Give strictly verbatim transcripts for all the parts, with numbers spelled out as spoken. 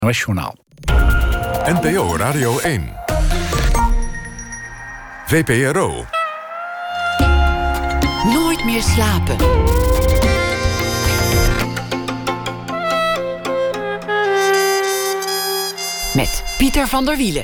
N O S Journaal. N P O Radio één. V P R O. Nooit meer slapen. Met Pieter van der Wielen.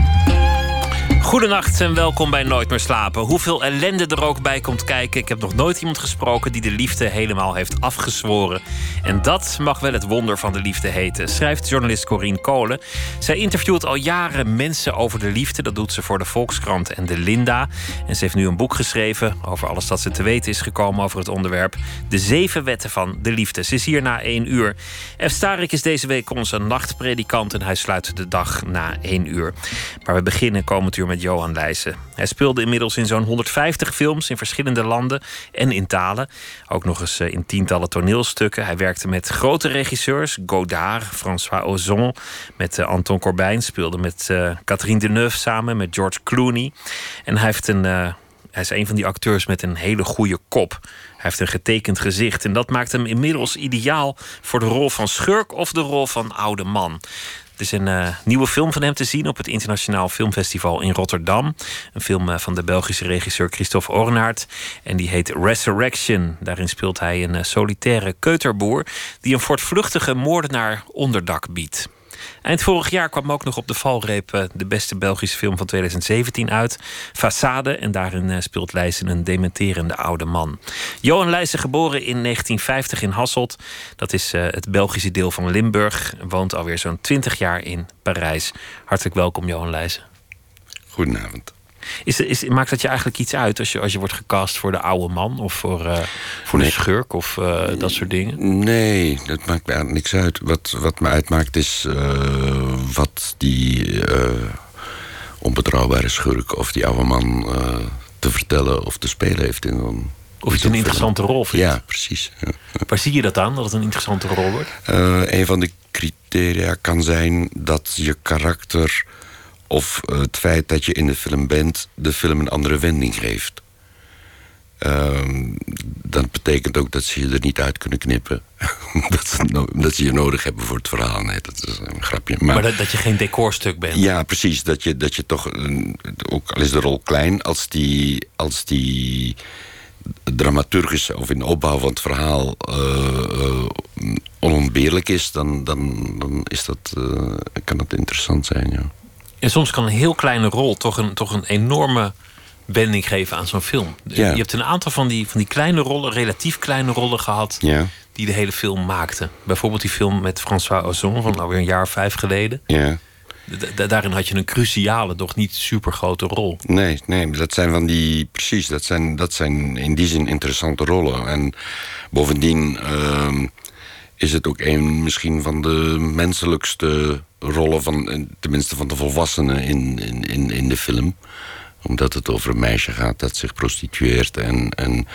Goedenacht en welkom bij Nooit meer slapen. Hoeveel ellende er ook bij komt kijken. Ik heb nog nooit iemand gesproken die de liefde helemaal heeft afgezworen. En dat mag wel het wonder van de liefde heten, schrijft journalist Corine Kolen. Zij interviewt al jaren mensen over de liefde. Dat doet ze voor de Volkskrant en de Linda. En ze heeft nu een boek geschreven over alles dat ze te weten is gekomen over het onderwerp. De zeven wetten van de liefde. Ze is hier na één uur. F. Starik is deze week onze nachtpredikant en hij sluit de dag na één uur. Maar we beginnen komend uur met Johan Leijsen. Hij speelde inmiddels in zo'n honderdvijftig films in verschillende landen en in talen. Ook nog eens in tientallen toneelstukken. Hij werkte met grote regisseurs, Godard, François Ozon, met uh, Anton Corbijn, speelde met uh, Catherine Deneuve samen, met George Clooney. En hij heeft een... Uh, Hij is een van die acteurs met een hele goede kop. Hij heeft een getekend gezicht. En dat maakt hem inmiddels ideaal voor de rol van schurk of de rol van oude man. Er is een uh, nieuwe film van hem te zien op het Internationaal Filmfestival in Rotterdam. Een film uh, van de Belgische regisseur Christophe Ornaert. En die heet Resurrection. Daarin speelt hij een uh, solitaire keuterboer die een voortvluchtige moordenaar onderdak biedt. Eind vorig jaar kwam ook nog op de valreep de beste Belgische film van twintig zeventien uit. Façade, en daarin speelt Leijsen een dementerende oude man. Johan Leijsen, geboren in negentien vijftig in Hasselt. Dat is uh, het Belgische deel van Limburg. Woont alweer zo'n twintig jaar in Parijs. Hartelijk welkom, Johan Leijsen. Goedenavond. Is, is, maakt dat je eigenlijk iets uit als je, als je wordt gecast voor de oude man? Of voor, uh, voor nee. de schurk of uh, dat soort dingen? Nee, dat maakt me eigenlijk niks uit. Wat, wat me uitmaakt is uh, wat die uh, onbetrouwbare schurk of die oude man uh, te vertellen of te spelen heeft in een... Of je het een interessante rol vindt. Ja, precies. Ja. Waar zie je dat aan, dat het een interessante rol wordt? Uh, een van de criteria kan zijn dat je karakter... of het feit dat je in de film bent... de film een andere wending geeft. Uh, dat betekent ook dat ze je er niet uit kunnen knippen. dat, ze no- dat ze je nodig hebben voor het verhaal. Nee, dat is een grapje. Maar, maar dat, dat je geen decorstuk bent. Ja, precies. Dat je, dat je toch... Ook al is de rol klein... als die, als die dramaturgisch of in de opbouw van het verhaal... Uh, uh, onontbeerlijk is... dan, dan, dan is dat, uh, kan dat interessant zijn, ja. En soms kan een heel kleine rol toch een, toch een enorme wending geven aan zo'n film. Ja. Je hebt een aantal van die, van die kleine rollen, relatief kleine rollen gehad... Ja. die de hele film maakten. Bijvoorbeeld die film met François Ozon van alweer een jaar of vijf geleden. Ja. Da- daarin had je een cruciale, doch niet supergrote rol. Nee, nee, dat zijn van die... Precies, dat zijn, dat zijn in die zin interessante rollen. En bovendien uh, is het ook een misschien van de menselijkste... rollen van, tenminste van de volwassenen in, in, in de film. Omdat het over een meisje gaat dat zich prostitueert. En, en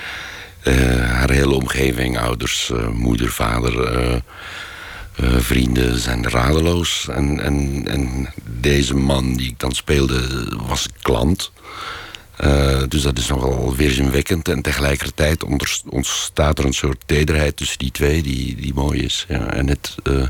uh, haar hele omgeving, ouders, uh, moeder, vader, uh, uh, vrienden zijn radeloos. En, en, en deze man die ik dan speelde was klant. Uh, dus dat is nogal weerzinwekkend. En tegelijkertijd ontstaat er een soort tederheid tussen die twee die, die mooi is. Ja, en het... Uh,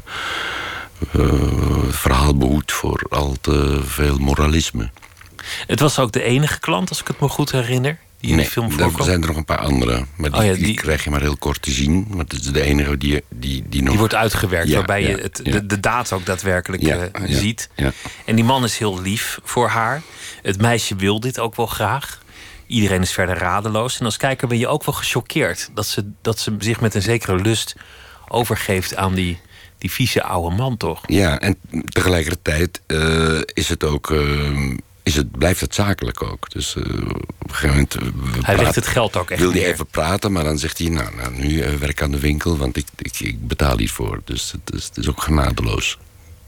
Uh, verhaal behoedt voor al te veel moralisme. Het was ook de enige klant, als ik het me goed herinner, die in nee, de film voorkwam? Er zijn er nog een paar andere, maar die, oh ja, die... die krijg je maar heel kort te zien. Maar het is de enige die, die, die nog... Die wordt uitgewerkt, ja, waarbij ja, je het, ja. de, de daad ook daadwerkelijk ja, uh, ja, ziet. Ja. En die man is heel lief voor haar. Het meisje wil dit ook wel graag. Iedereen is verder radeloos. En als kijker ben je ook wel gechoqueerd dat ze, dat ze zich met een zekere lust overgeeft aan die... Die vieze oude man, toch? Ja, en tegelijkertijd uh, is het ook... Uh, is het, blijft het zakelijk ook. Dus uh, op een gegeven moment... Uh, hij praten, legt het geld ook echt wil hij neer. even praten, maar dan zegt hij... nou, nou nu uh, werk aan de winkel, want ik, ik, ik betaal hiervoor. Dus het is, het is ook genadeloos.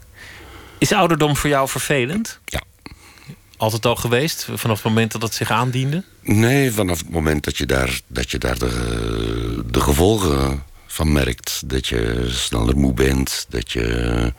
Is ouderdom voor jou vervelend? Ja. Altijd al geweest, vanaf het moment dat het zich aandiende? Nee, vanaf het moment dat je daar, dat je daar de, de gevolgen... van merkt dat je sneller moe bent, dat je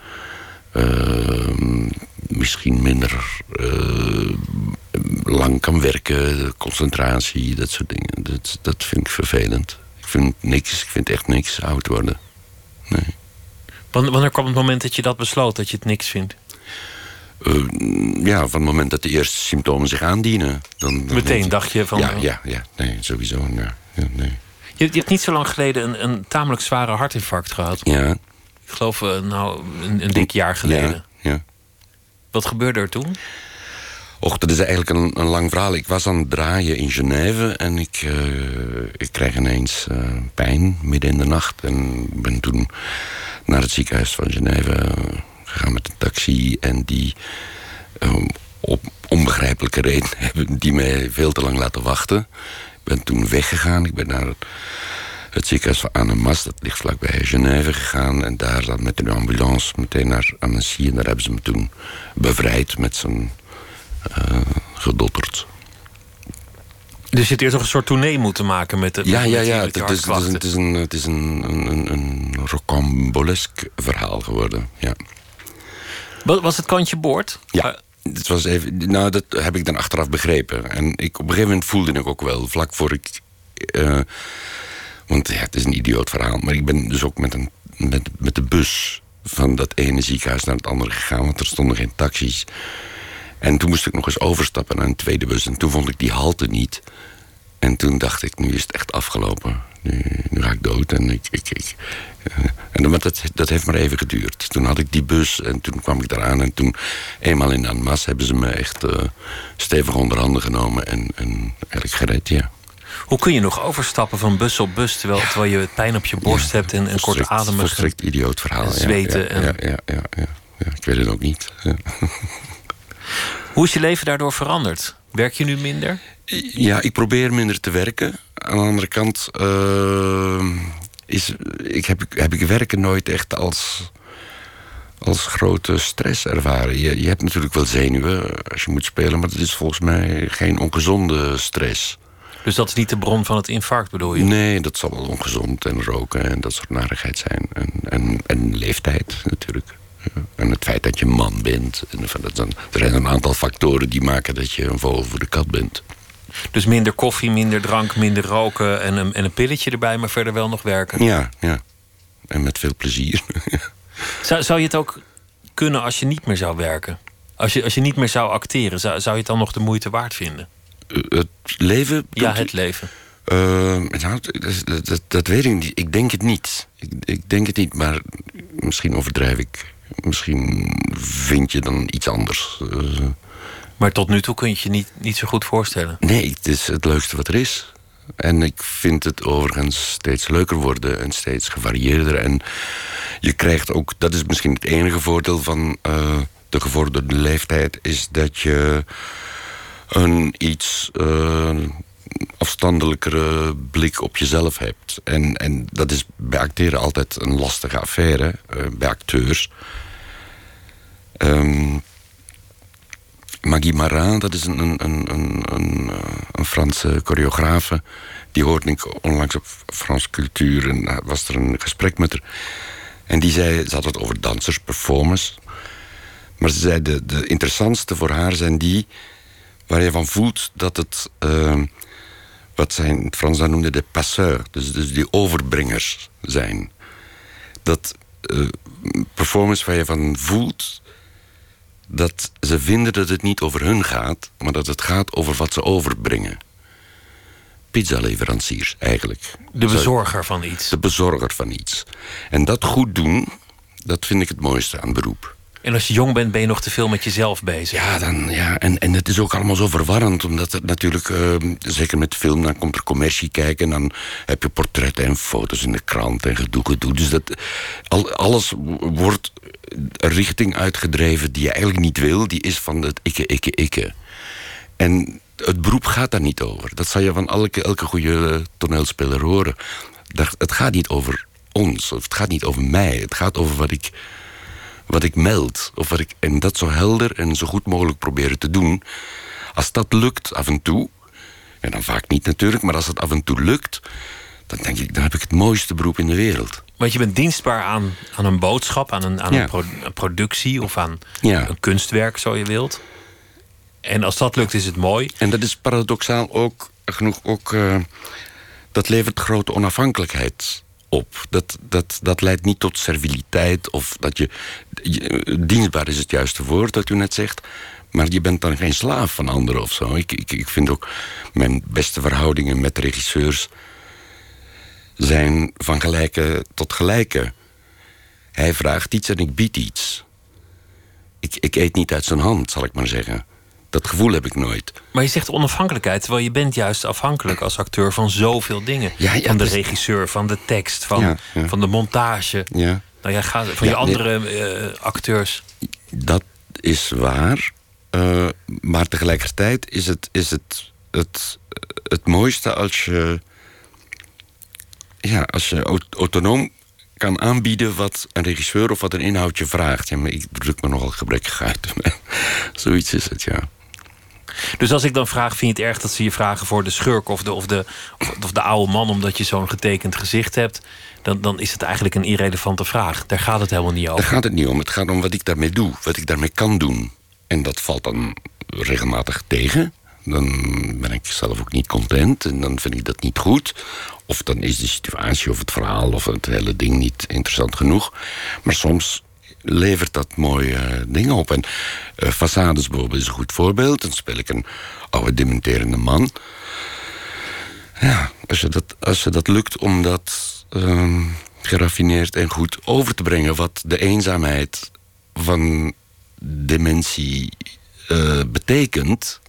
uh, misschien minder uh, lang kan werken, concentratie, dat soort dingen. Dat, dat vind ik vervelend. Ik vind niks, ik vind echt niks oud worden. Nee. Wanneer kwam het moment dat je dat besloot, dat je het niks vindt? Uh, ja, van het moment dat de eerste symptomen zich aandienen. Dan, dan Meteen je, dacht je van... Ja, ja, ja, nee, sowieso. Ja, ja, nee. je, je hebt niet zo lang geleden een, een tamelijk zware hartinfarct gehad. Ja. Ik geloof uh, nou een, een dik jaar geleden. Ja, ja. Wat gebeurde er toen? Och, dat is eigenlijk een, een lang verhaal. Ik was aan het draaien in Genève en ik, uh, ik kreeg ineens uh, pijn midden in de nacht. En ben toen naar het ziekenhuis van Genève uh, gegaan met een taxi. En die uh, op onbegrijpelijke reden hebben die mij veel te lang laten wachten. Ik ben toen weggegaan. Ik ben naar het, het ziekenhuis van Annemasse, dat ligt vlakbij Genève, gegaan. En daar dan met een ambulance meteen naar Annecy. En daar hebben ze me toen bevrijd met zo'n Uh, gedotterd. Dus je hebt eerst nog een soort tournee moeten maken met de. Ja, met ja, die, ja. met die Het is, het is een, het is een, het is een, een, een rocambolesk verhaal geworden. Ja. Was, was het kantje boord? Ja. Uh, het was even, nou, dat heb ik dan achteraf begrepen. En ik, op een gegeven moment voelde ik ook wel, vlak voor ik. Uh, want ja, het is een idioot verhaal. Maar ik ben dus ook met, een, met, met de bus van dat ene ziekenhuis naar het andere gegaan, want er stonden geen taxis. En toen moest ik nog eens overstappen naar een tweede bus. En toen vond ik die halte niet. En toen dacht ik, nu is het echt afgelopen. Nu, nu ga ik dood. En, ik, ik, ik, uh, en dat, dat heeft maar even geduurd. Toen had ik die bus en toen kwam ik eraan. En toen, eenmaal in Annemasse, hebben ze me echt uh, stevig onder handen genomen. En, en eigenlijk gered, ja. Hoe kun je nog overstappen van bus op bus... terwijl, ja. terwijl je pijn op je borst ja, hebt en, en kort ademen? Volstrekt idioot verhaal. En zweten. Ja, ja, en... ja, ja, ja, ja, ja. Ik weet het ook niet. Ja. Hoe is je leven daardoor veranderd? Werk je nu minder? Ja, ik probeer minder te werken. Aan de andere kant uh, is, ik heb, heb ik werken nooit echt als, als grote stress ervaren. Je, je hebt natuurlijk wel zenuwen als je moet spelen, maar dat is volgens mij geen ongezonde stress. Dus dat is niet de bron van het infarct, bedoel je? Nee, dat zal wel ongezond en roken en dat soort narigheid zijn. En, en, en leeftijd natuurlijk. Ja. En het feit dat je man bent. En dat er zijn een aantal factoren die maken dat je een vogel voor de kat bent. Dus minder koffie, minder drank, minder roken en een, en een pilletje erbij, maar verder wel nog werken? Ja, ja. En met veel plezier. zou, zou je het ook kunnen als je niet meer zou werken? Als je, als je niet meer zou acteren, zou, zou je het dan nog de moeite waard vinden? Uh, het leven? Ja, het leven. Uh, nou, dat, dat, dat weet ik niet. Ik denk het niet. Ik, ik denk het niet, maar misschien overdrijf ik. Misschien vind je dan iets anders. Uh, maar tot nu toe kun je het je niet, niet zo goed voorstellen? Nee, het is het leukste wat er is. En ik vind het overigens steeds leuker worden en steeds gevarieerder. En je krijgt ook, dat is misschien het enige voordeel van uh, de gevorderde leeftijd, is dat je een iets uh, afstandelijkere blik op jezelf hebt. En, en dat is bij acteren altijd een lastige affaire, uh, bij acteurs. Um, Maggie Marin, dat is een, een, een, een, een Franse choreografe. Die hoorde ik onlangs op Frans Cultuur en was er een gesprek met haar. En die zei, ze had het over dansers, performers. Maar ze zei, de, de interessantste voor haar zijn die waar je van voelt dat het, uh, wat zij in het Frans dan noemde de passeurs, dus, dus die overbrengers zijn. Dat uh, performers waar je van voelt dat ze vinden dat het niet over hun gaat, maar dat het gaat over wat ze overbrengen. Pizzaleveranciers, eigenlijk. De bezorger van iets. De bezorger van iets. En dat goed doen, dat vind ik het mooiste aan het beroep. En als je jong bent, ben je nog te veel met jezelf bezig. Ja, dan, ja en, en het is ook allemaal zo verwarrend. Omdat het natuurlijk, uh, zeker met film, dan komt er commercie kijken. En dan heb je portretten en foto's in de krant en gedoe, gedoe. Dus dat, al, alles wordt een richting uitgedreven die je eigenlijk niet wil. Die is van het ikke, ikke, ikke. En het beroep gaat daar niet over. Dat zal je van elke, elke goede toneelspeler horen. Dat, het gaat niet over ons, of het gaat niet over mij. Het gaat over wat ik... wat ik meld. Of wat ik, en dat zo helder en zo goed mogelijk proberen te doen. Als dat lukt af en toe, en dan vaak niet natuurlijk, maar als het af en toe lukt, dan denk ik, dan heb ik het mooiste beroep in de wereld. Want je bent dienstbaar aan, aan een boodschap, aan een, aan ja. een, pro, een productie of aan ja. een kunstwerk, zo je wilt. En als dat lukt, is het mooi. En dat is paradoxaal ook genoeg ook, uh, dat levert grote onafhankelijkheid op. Dat, dat, dat leidt niet tot serviliteit of dat je, je... Dienstbaar is het juiste woord dat u net zegt. Maar je bent dan geen slaaf van anderen of zo. Ik, ik, ik vind ook mijn beste verhoudingen met regisseurs zijn van gelijke tot gelijke. Hij vraagt iets en ik bied iets. Ik, ik eet niet uit zijn hand, zal ik maar zeggen. Dat gevoel heb ik nooit. Maar je zegt onafhankelijkheid, terwijl je bent juist afhankelijk als acteur van zoveel dingen. Ja, ja, van de dus... regisseur, van de tekst, van, ja, ja. van de montage. Ja. Nou ja, ga, van ja, je andere nee, uh, acteurs. Dat is waar. Uh, maar tegelijkertijd is het, is het, het, het mooiste als je, ja, als je autonoom kan aanbieden wat een regisseur of wat een inhoud je vraagt. Ja, maar ik druk me nogal gebrekkig uit. Zoiets is het, ja. Dus als ik dan vraag, vind je het erg dat ze je vragen voor de schurk of de, of de, of de oude man omdat je zo'n getekend gezicht hebt, dan, dan is het eigenlijk een irrelevante vraag. Daar gaat het helemaal niet over. Daar gaat het niet om. Het gaat om wat ik daarmee doe, wat ik daarmee kan doen. En dat valt dan regelmatig tegen. Dan ben ik zelf ook niet content en dan vind ik dat niet goed. Of dan is de situatie of het verhaal of het hele ding niet interessant genoeg. Maar soms levert dat mooie uh, dingen op. En uh, Façades bijvoorbeeld is een goed voorbeeld. Dan speel ik een oude dementerende man. Ja, als je dat, als je dat lukt om dat uh, geraffineerd en goed over te brengen, wat de eenzaamheid van dementie uh, betekent,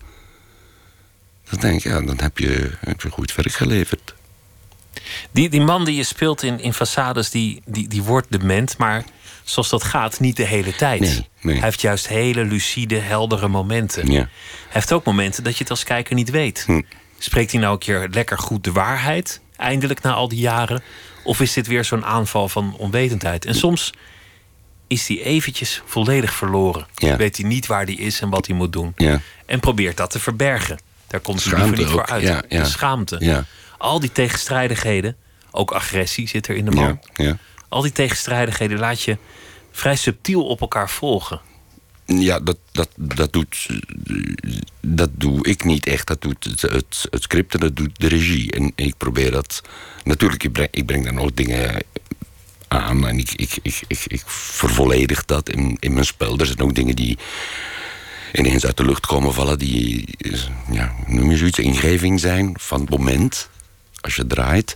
dan denk ik, ja, dan heb je, heb je goed werk geleverd. Die, die man die je speelt in, in Façades, die, die, die wordt dement, maar zoals dat gaat, niet de hele tijd. Nee, nee. Hij heeft juist hele lucide, heldere momenten. Ja. Hij heeft ook momenten dat je het als kijker niet weet. Hm. Spreekt hij nou een keer lekker goed de waarheid, eindelijk na al die jaren? Of is dit weer zo'n aanval van onwetendheid? En soms is hij eventjes volledig verloren. Ja. Weet hij niet waar hij is en wat hij moet doen. Ja. En probeert dat te verbergen. Daar komt hij Schaamte liever niet voor ook. uit. Ja, ja. De schaamte. Ja. Al die tegenstrijdigheden, ook agressie zit er in de man. Ja, ja. Al die tegenstrijdigheden laat je vrij subtiel op elkaar volgen. Ja, dat, dat, dat, doet, dat doe ik niet echt. Dat doet het, het, het script en dat doet de regie. En ik probeer dat... Natuurlijk, ik breng, ik breng daar nog dingen aan. En ik, ik, ik, ik, ik vervolledig dat in, in mijn spel. Er zijn ook dingen die ineens uit de lucht komen vallen. Die, ja, noem je zoiets, ingeving zijn van het moment. Als je draait.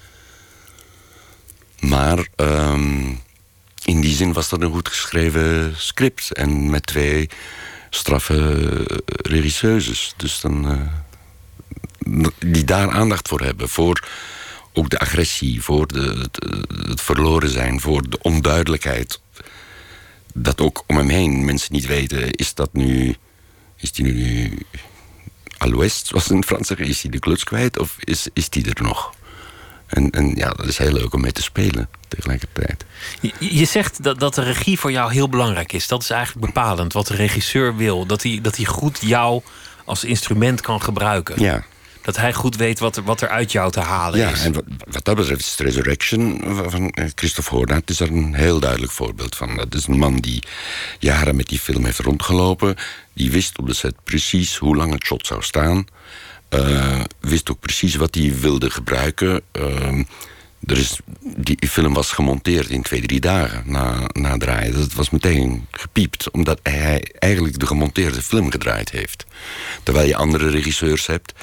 Maar um, in die zin was dat een goed geschreven script. En met twee straffe regisseuses. Dus dan... Uh, die daar aandacht voor hebben. Voor ook de agressie. Voor de, het, het verloren zijn. Voor de onduidelijkheid. Dat ook om hem heen mensen niet weten. Is dat nu... Is die nu... à l'ouest, zoals in het Frans zeggen. Is hij de kluts kwijt? Of is, is die er nog? En, en ja, dat is heel leuk om mee te spelen tegelijkertijd. Je, je zegt dat, dat de regie voor jou heel belangrijk is. Dat is eigenlijk bepalend. Wat de regisseur wil. Dat hij, dat hij goed jou als instrument kan gebruiken. Ja. Dat hij goed weet wat er, wat er uit jou te halen ja, is. En wat, wat dat betreft is Resurrection van Christophe Hoornaert is daar een heel duidelijk voorbeeld van. Dat is een man die jaren met die film heeft rondgelopen. Die wist op de set precies hoe lang het shot zou staan. Uh, wist ook precies wat hij wilde gebruiken. Uh, er is, die film was gemonteerd in twee, drie dagen na, na draaien. Dat was meteen gepiept, omdat hij eigenlijk de gemonteerde film gedraaid heeft. Terwijl je andere regisseurs hebt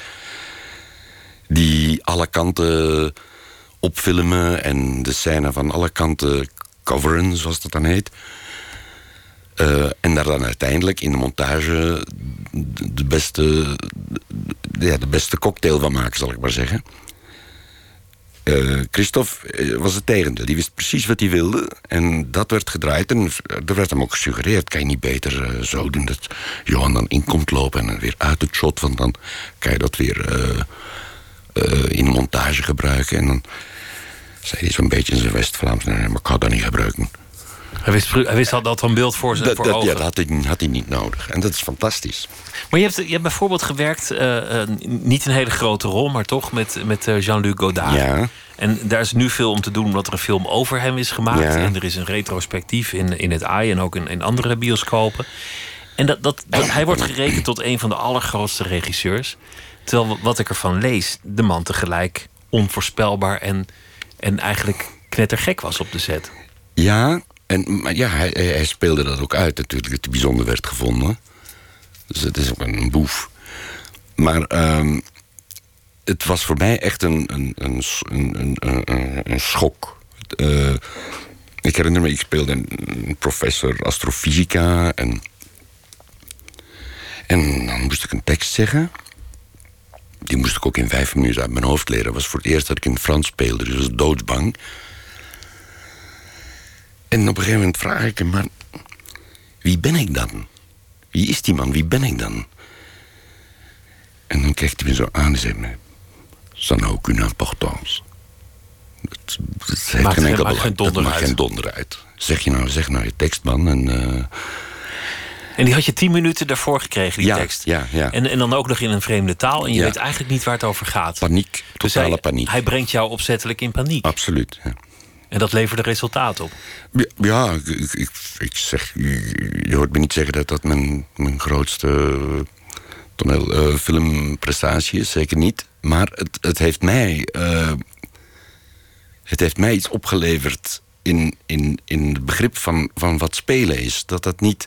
die alle kanten opfilmen en de scène van alle kanten coveren, zoals dat dan heet. Uh, en daar dan uiteindelijk in de montage de beste, ja, de beste cocktail van maken, zal ik maar zeggen. Uh, Christophe was het tegendeel. Die wist precies wat hij wilde. En dat werd gedraaid. En er werd hem ook gesuggereerd. Kan je niet beter uh, zo doen dat Johan dan in komt lopen en dan weer uit het shot. Want dan kan je dat weer uh, uh, in de montage gebruiken. En dan zei hij zo'n beetje in zijn West-Vlaams. Nee, maar ik kan dat niet gebruiken. Hij wist, hij wist al dat een beeld voor zijn dat, voor dat, ogen. Ja, dat had hij, had hij niet nodig. En dat is fantastisch. Maar je hebt, je hebt bijvoorbeeld gewerkt, uh, uh, niet een hele grote rol, maar toch met, met uh, Jean-Luc Godard. Ja. En daar is nu veel om te doen, omdat er een film over hem is gemaakt. Ja. En er is een retrospectief in, in het A I en ook in, in andere bioscopen. En dat, dat, dat, hij wordt gerekend tot een van de allergrootste regisseurs. Terwijl wat ik ervan lees, de man tegelijk onvoorspelbaar en En eigenlijk knettergek was op de set. Ja, en, maar ja hij, hij speelde dat ook uit natuurlijk, dat hij bijzonder werd gevonden. Dus het is ook een boef. Maar um, het was voor mij echt een, een, een, een, een, een schok. Uh, ik herinner me, ik speelde een, een professor astrofysica. En, en dan moest ik een tekst zeggen. Die moest ik ook in vijf minuten uit mijn hoofd leren. Dat was voor het eerst dat ik in het Frans speelde, dus ik was doodsbang. En op een gegeven moment vraag ik hem, maar wie ben ik dan? Wie is die man? Wie ben ik dan? En dan kijkt hij me zo aan en zegt me, ça n'a aucune importance. Het, het heeft geen enkel belang. Het maakt geen donder uit. Zeg je nou, zeg nou je tekst, man. En, uh... en die had je tien minuten daarvoor gekregen, die ja, tekst. Ja, ja. En, en dan ook nog in een vreemde taal. En je ja. weet eigenlijk niet waar het over gaat. Paniek, totale dus hij, paniek. Hij brengt jou opzettelijk in paniek. Absoluut, ja. En dat leverde resultaat op. Ja, ja ik, ik, ik zeg, je hoort me niet zeggen dat dat mijn, mijn grootste toneel, uh, filmprestatie is. Zeker niet. Maar het, het, heeft mij, uh, het heeft mij iets opgeleverd in, in, in het begrip van, van wat spelen is. Dat dat niet...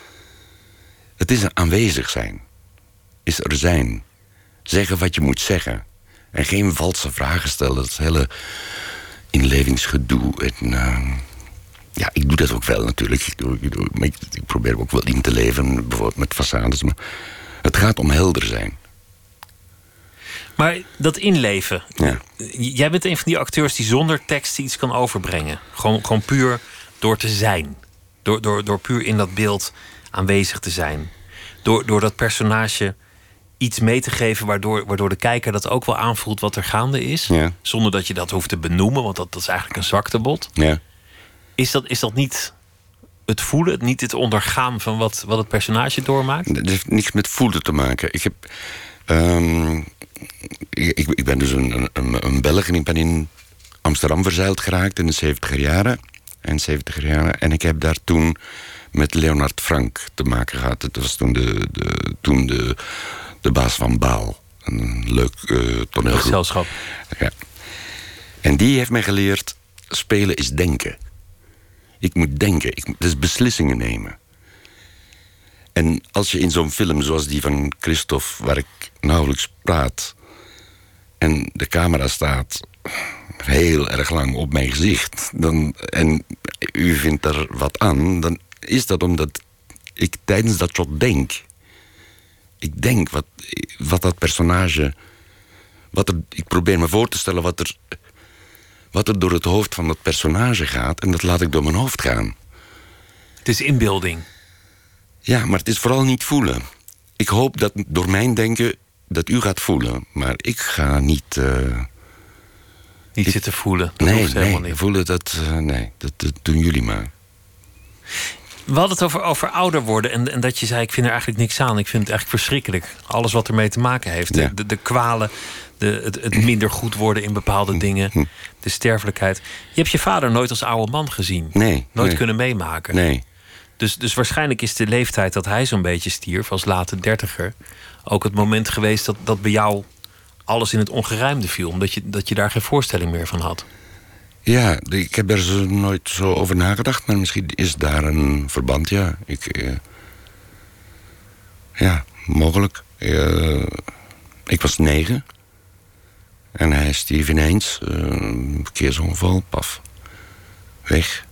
Het is een aanwezig zijn. Is er zijn. Zeggen wat je moet zeggen. En geen valse vragen stellen. Dat hele inlevingsgedoe. En, uh, ja, ik doe dat ook wel natuurlijk. Ik, doe, ik, doe, ik, ik probeer ook wel in te leven. Bijvoorbeeld met façades. Maar het gaat om helder zijn. Maar dat inleven. Ja. Jij bent een van die acteurs die zonder tekst iets kan overbrengen. Gewoon, gewoon puur door te zijn. Door, door, door puur in dat beeld aanwezig te zijn. Door, door dat personage iets mee te geven waardoor, waardoor de kijker dat ook wel aanvoelt wat er gaande is. Ja. Zonder dat je dat hoeft te benoemen, want dat, dat is eigenlijk een zwaktebod. Ja. Is dat, is dat niet het voelen, niet het ondergaan van wat, wat het personage doormaakt? Het heeft niks met voelen te maken. Ik heb... Um, ik, ik ben dus een, een, een Belg en ik ben in Amsterdam verzeild geraakt in de zeventiger jaren. En zeventiger jaren. En ik heb daar toen met Leonard Frank te maken gehad. Dat was toen de, de, toen de, de baas van Baal. Een leuk uh, toneelgroep. Gezelschap. Ja. En die heeft mij geleerd, spelen is denken. Ik moet denken, ik moet dus beslissingen nemen. En als je in zo'n film zoals die van Christophe, waar ik nauwelijks praat, en de camera staat heel erg lang op mijn gezicht, dan, en u vindt er wat aan, dan is dat omdat ik tijdens dat shot denk. Ik denk wat, wat dat personage... Wat er, ik probeer me voor te stellen wat er, wat er door het hoofd van dat personage gaat, en dat laat ik door mijn hoofd gaan. Het is inbeelding. Ja, maar het is vooral niet voelen. Ik hoop dat door mijn denken dat u gaat voelen. Maar ik ga niet... Uh, niet ik, zitten voelen. Dat nee, hoeft helemaal nee, niet. voelen dat... Uh, nee, dat, dat doen jullie maar. We hadden het over, over ouder worden. En, en dat je zei, ik vind er eigenlijk niks aan. Ik vind het eigenlijk verschrikkelijk. Alles wat ermee te maken heeft. Ja. De, de, de kwalen, de, het, het minder goed worden in bepaalde dingen. De sterfelijkheid. Je hebt je vader nooit als oude man gezien. Nee. Nooit nee. kunnen meemaken. Nee. Dus, dus waarschijnlijk is de leeftijd dat hij zo'n beetje stierf, als late dertiger, ook het moment geweest dat, dat bij jou alles in het ongerijmde viel. Omdat je, dat je daar geen voorstelling meer van had. Ja, ik heb er zo nooit zo over nagedacht. Maar misschien is daar een verband, ja. Ik, uh, ja, mogelijk. Uh, ik was negen. En hij stierf ineens. Uh, een verkeersongeval, paf. Weg.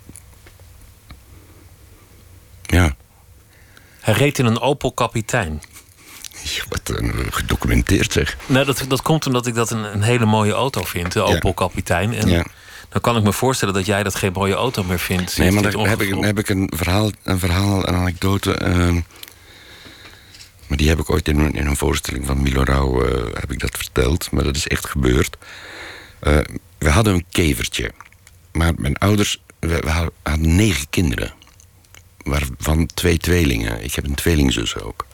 Ja. Hij reed in een Opel Kapitein. Ja, wat uh, gedocumenteerd zeg. Nou, dat, dat komt omdat ik dat een, een hele mooie auto vind, de Opel ja. Kapitein. En ja. dan kan ik me voorstellen dat jij dat geen mooie auto meer vindt. Nee, maar daar heb ik, heb ik een verhaal, een verhaal, een anekdote. Uh, maar die heb ik ooit in een, in een voorstelling van Milo Rauw uh, heb ik dat verteld. Maar dat is echt gebeurd. Uh, we hadden een kevertje. Maar mijn ouders, we, we hadden negen kinderen. Waarvan twee tweelingen. Ik heb een tweelingzus ook.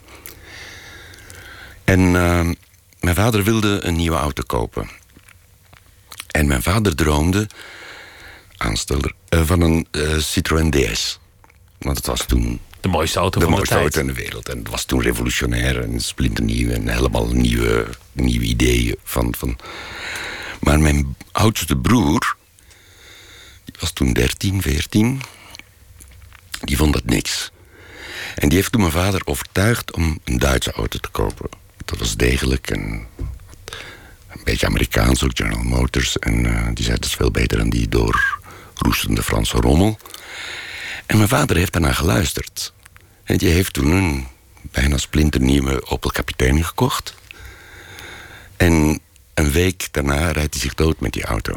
En uh, mijn vader wilde een nieuwe auto kopen. En mijn vader droomde, aansteller, uh, van een uh, Citroën D S. Want het was toen de mooiste auto de van mooiste de tijd. auto in de wereld. En het was toen revolutionair en splinternieuw en helemaal nieuwe, nieuwe ideeën van, van. Maar mijn oudste broer, die was toen dertien, veertien... die vond dat niks. En die heeft toen mijn vader overtuigd om een Duitse auto te kopen. Dat was degelijk en een beetje Amerikaans, ook General Motors. En uh, die zei, dat is veel beter dan die doorroestende Franse rommel. En mijn vader heeft daarna geluisterd. En die heeft toen een bijna splinternieuwe Opel Kapitein gekocht. En een week daarna rijdt hij zich dood met die auto.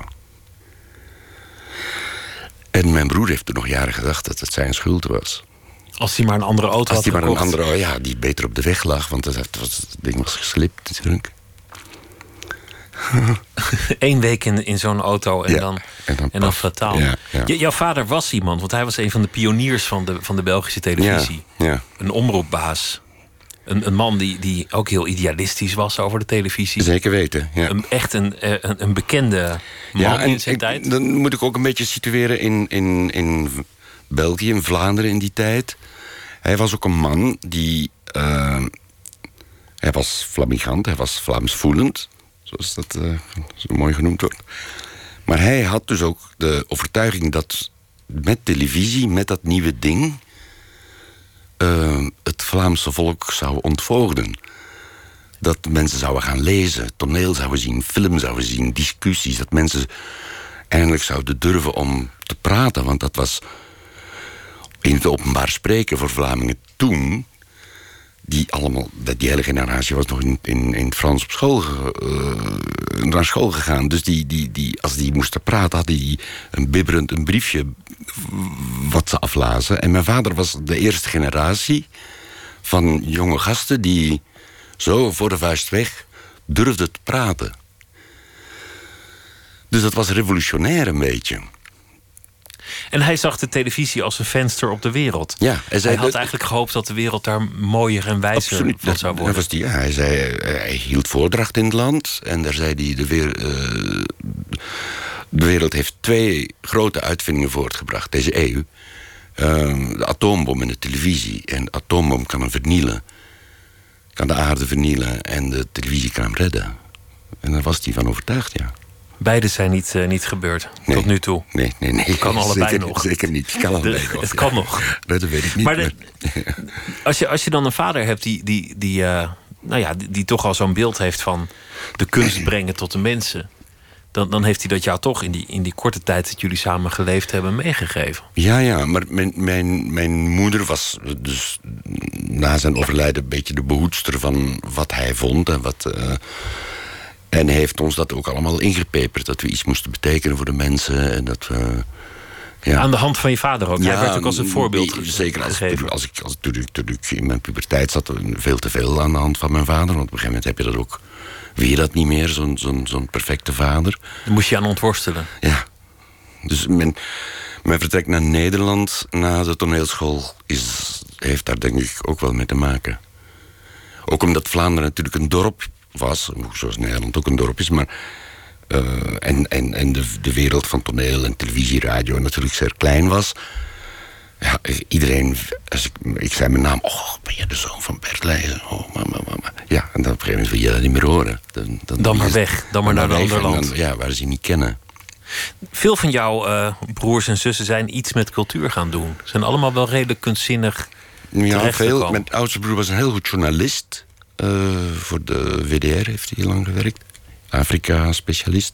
En mijn broer heeft toen nog jaren gedacht dat het zijn schuld was. Als hij maar een andere auto Als had hij maar een gekocht. andere, ja, die beter op de weg lag, want het, was, het ding was geslipt natuurlijk. Eén week in, in zo'n auto en, Ja, dan, en dan en dan paf. fataal. Ja, ja. J- jouw vader was iemand, want hij was een van de pioniers van de, van de Belgische televisie. Ja, ja. Een omroepbaas. Een, een man die, die ook heel idealistisch was over de televisie. Zeker weten, ja. Een, echt een, een, een bekende man Ja, en in zijn ik- tijd. Dan moet ik ook een beetje situeren in, in, in België, in Vlaanderen in die tijd. Hij was ook een man die... Uh, hij was flamigant, hij was Vlaamsvoelend. Zoals dat uh, zo mooi genoemd wordt. Maar hij had dus ook de overtuiging dat met televisie, met dat nieuwe ding... Uh, het Vlaamse volk zou ontvoogden. Dat mensen zouden gaan lezen, toneel zouden zien, film zouden zien, discussies. Dat mensen eindelijk zouden durven om te praten. Want dat was in het openbaar spreken voor Vlamingen toen... die allemaal, die hele generatie was nog in, in, in het Frans op school ge, uh, naar school gegaan. Dus die, die, die, als die moesten praten, hadden die een bibberend een briefje wat ze aflazen. En mijn vader was de eerste generatie van jonge gasten die zo voor de vuist weg durfden te praten. Dus dat was revolutionair een beetje. En hij zag de televisie als een venster op de wereld. Ja, hij, zei Hij had dat- eigenlijk gehoopt dat de wereld daar mooier en wijzer Absoluut. van Dat, zou dat worden. was die, ja, hij, zei, hij hield voordracht in het land. En daar zei hij... De, weer, uh, de wereld heeft twee grote uitvindingen voortgebracht, deze eeuw. Uh, de atoombom en de televisie. En de atoombom kan hem vernielen. Kan de aarde vernielen. En de televisie kan hem redden. En daar was hij van overtuigd, ja. Beide zijn niet, uh, niet gebeurd, Nee. tot nu toe. Nee, nee, nee. Het kan allebei zeker, nog. Zeker niet. Het kan allebei De- nog. het ja. kan nog. Dat weet ik niet. Maar de- maar- Als je, als je dan een vader hebt die, die, die, uh, nou ja, die, die toch al zo'n beeld heeft van de kunst brengen tot de mensen... dan, dan heeft hij dat jou toch in die, in die korte tijd dat jullie samen geleefd hebben meegegeven. Ja, ja, maar mijn, mijn, mijn moeder was dus na zijn overlijden een beetje de behoedster van wat hij vond. En, wat, uh, en heeft ons dat ook allemaal ingepeperd. Dat we iets moesten betekenen voor de mensen. En dat we, ja. Aan de hand van je vader ook. Hij werd ook als een voorbeeld nee, ge- zeker als, gegeven. als ik als, toen, ik, toen ik in mijn puberteit zat, veel te veel aan de hand van mijn vader. Want op een gegeven moment heb je dat ook... Wil je dat niet meer, zo'n zo'n zo'n perfecte vader? Daar moest je aan ontworstelen. Ja. Dus mijn, mijn vertrek naar Nederland na de toneelschool is, heeft daar denk ik ook wel mee te maken. Ook omdat Vlaanderen natuurlijk een dorp was, zoals Nederland ook een dorp is, maar uh, en, en, en de, de wereld van toneel en televisie, radio natuurlijk zeer klein was. Ja, iedereen, als ik, ik zei mijn naam, oh, ben je de zoon van Bert Leijzen? Oh, mama, mama. Ja, en dan op een gegeven moment wil je dat niet meer horen. Dan, dan, Dan maar is- weg, dan maar naar een weg ander en dan- land. Ja, waar ze je niet kennen. Veel van jouw uh, broers en zussen zijn iets met cultuur gaan doen. Ze zijn allemaal wel redelijk kunstzinnig Ja, terechtgekomen. veel. Mijn oudste broer was een heel goed journalist. Uh, voor de W D R heeft hij heel lang gewerkt. Afrika-specialist.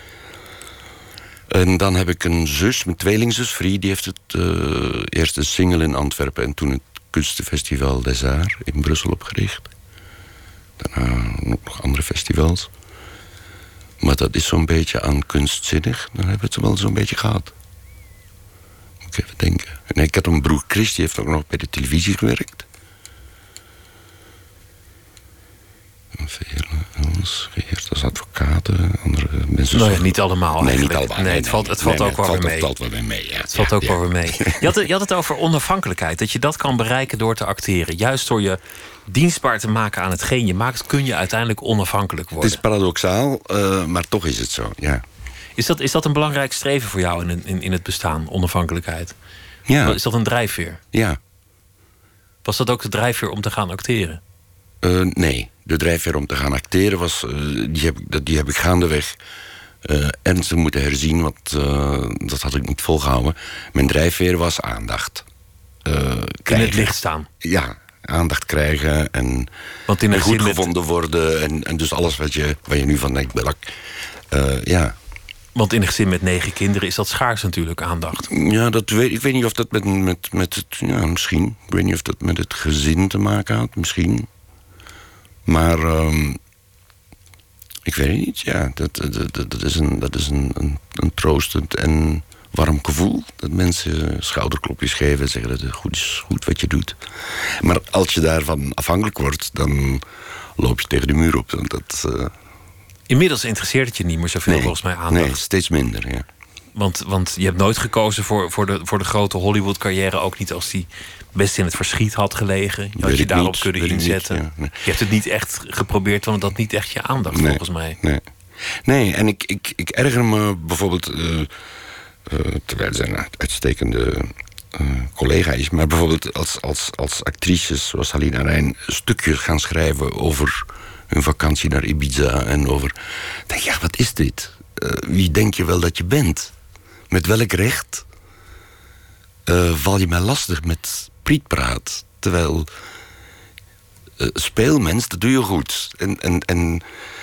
En dan heb ik een zus, mijn tweelingzus, Free. Die heeft het uh, eerste single in Antwerpen... en toen het Kunstenfestival des Arts in Brussel opgericht. Daarna ook nog andere festivals. Maar dat is zo'n beetje aan kunstzinnig. Dan hebben we het wel zo'n beetje gehad. Moet ik even denken. En ik had een broer Chris, die heeft ook nog bij de televisie gewerkt. Vele, Els, Geert als advocaten, andere mensen. Nou ja, niet allemaal Nee, niet eigenlijk. allemaal. Nee, het valt, het valt nee, ook wel het weer valt, mee. Het valt wel weer mee, ja. Het valt Ja, ook ja. wel weer mee. Je had, het, je had het over onafhankelijkheid. Dat je dat kan bereiken door te acteren. Juist door je dienstbaar te maken aan hetgeen je maakt... kun je uiteindelijk onafhankelijk Het worden. is paradoxaal, uh, maar toch is het zo, ja. Is dat, is dat een belangrijk streven voor jou in, in, in het bestaan, onafhankelijkheid? Ja, Is dat een drijfveer? ja. Was dat ook de drijfveer om te gaan acteren? Uh, nee, de drijfveer om te gaan acteren was... Uh, die, heb, ik- dat- die heb ik gaandeweg uh, ernstig moeten herzien, want uh, dat had ik niet volgehouden. Mijn drijfveer was aandacht. Uh, in het licht staan. Ja, aandacht krijgen en, want in en goed met... gevonden worden. En, en dus alles wat je, waar je nu van denkt, belak. Uh, ja. Want in een gezin met negen kinderen is dat schaars natuurlijk, aandacht. Ja, dat weet, ik weet niet of dat met, met, met het... Ja, misschien. Ik weet niet of dat met het gezin te maken had. Misschien. Maar... Um, ik weet het niet, ja. Dat, dat, dat, dat is, een, dat is een, een, een troostend en warm gevoel. Dat mensen schouderklopjes geven en zeggen dat het goed is, goed wat je doet. Maar als je daarvan afhankelijk wordt, dan loop je tegen de muur op. Want dat... Uh, Inmiddels interesseert het je niet meer zoveel, nee, volgens mij, aandacht. Nee, steeds minder, ja. Want, want je hebt nooit gekozen voor, voor, de, voor de grote Hollywood-carrière. Ook niet als die best in het verschiet had gelegen. Je had je daarop niet, kunnen inzetten. Niet, ja, nee. Je hebt het niet echt geprobeerd, want dat niet echt je aandacht, nee, volgens mij. Nee, nee en ik, ik, ik erger me bijvoorbeeld... Uh, uh, terwijl zij een uitstekende uh, collega is... maar bijvoorbeeld als, als, als actrices zoals Halina Reijn... stukjes gaan schrijven over... een vakantie naar Ibiza en over... Ik denk, ja, wat is dit? Uh, wie denk je wel dat je bent? Met welk recht uh, val je mij lastig met prietpraat? Terwijl uh, speelmens, dat doe je goed. En, en, en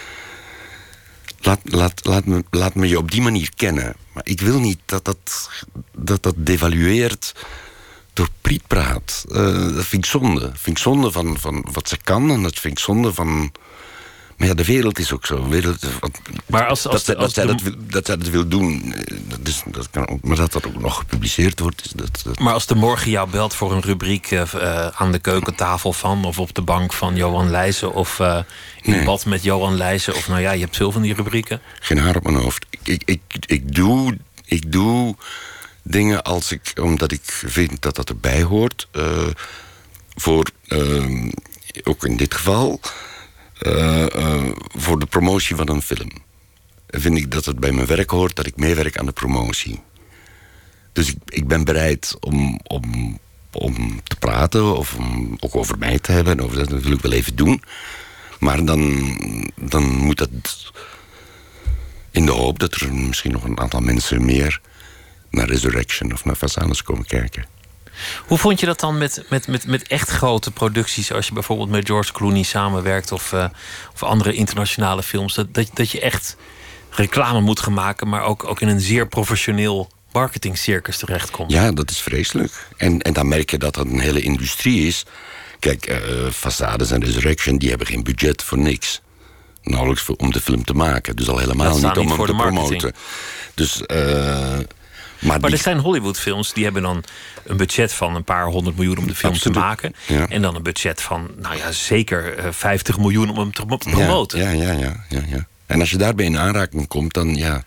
laat, laat, laat, me, laat me je op die manier kennen. Maar ik wil niet dat dat, dat, dat devalueert... door prietpraat. Uh, dat vind ik zonde. Dat vind ik zonde van, van wat ze kan. En dat vind ik zonde van... Maar ja, de wereld is ook zo. Wereld, wat, maar als, als, dat, als dat, de... zij dat, dat zij dat wil doen, dat is, dat kan ook, maar dat dat ook nog gepubliceerd wordt... Is dat, dat... Maar als de morgen jou belt voor een rubriek uh, aan de keukentafel van... of op de bank van Johan Leijzen... of uh, in nee. bad met Johan Leijzen... of nou ja, je hebt veel van die rubrieken. Geen haar op mijn hoofd. Ik, ik, ik, ik, doe, ik doe dingen als ik, omdat ik vind dat dat erbij hoort... Uh, voor, uh, ook in dit geval... Uh, uh, voor de promotie van een film. Vind ik dat het bij mijn werk hoort dat ik meewerk aan de promotie. Dus ik, ik ben bereid om, om, om te praten of om ook over mij te hebben. En over dat natuurlijk wel even doen. Maar dan, dan moet dat in de hoop dat er misschien nog een aantal mensen meer naar Resurrection of naar Façanes komen kijken. Hoe vond je dat dan met, met, met, met echt grote producties... als je bijvoorbeeld met George Clooney samenwerkt... of, uh, of andere internationale films... Dat, dat, dat je echt reclame moet gaan maken... maar ook, ook in een zeer professioneel marketingcircus terechtkomt? Ja, dat is vreselijk. En, en dan merk je dat dat een hele industrie is. Kijk, uh, Façades en Resurrection... die hebben geen budget voor niks. Nauwelijks voor, om de film te maken. Dus al helemaal niet om hem te promoten. Dus... Uh, Maar, maar die... er zijn Hollywoodfilms die hebben dan een budget van een paar honderd miljoen om de film Absoluut. te maken. Ja. En dan een budget van, nou ja, zeker uh, vijftig miljoen om hem te promoten. Ja, ja, ja, ja, ja. En als je daarbij in aanraking komt, dan ja...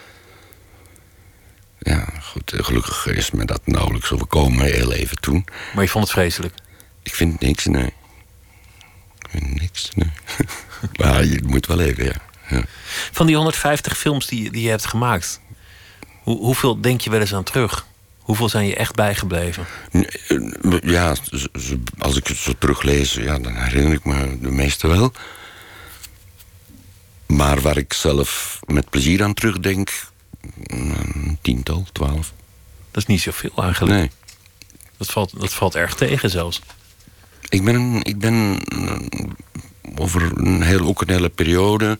Ja, goed, gelukkig is me dat nauwelijks overkomen, heel even toen. Maar je vond het vreselijk? Ik vind niks, nee. Ik vind niks, nee. Maar je moet wel even, ja. ja. Van die honderdvijftig films die, die je hebt gemaakt... Hoe, hoeveel denk je wel eens aan terug? Hoeveel zijn je echt bijgebleven? Ja, als ik het zo teruglees, ja, dan herinner ik me de meeste wel. Maar waar ik zelf met plezier aan terugdenk... een tiental, twaalf. Dat is niet zoveel eigenlijk. Nee. Dat valt, dat valt erg tegen zelfs. Ik ben, ik ben over een heel, ook een hele periode...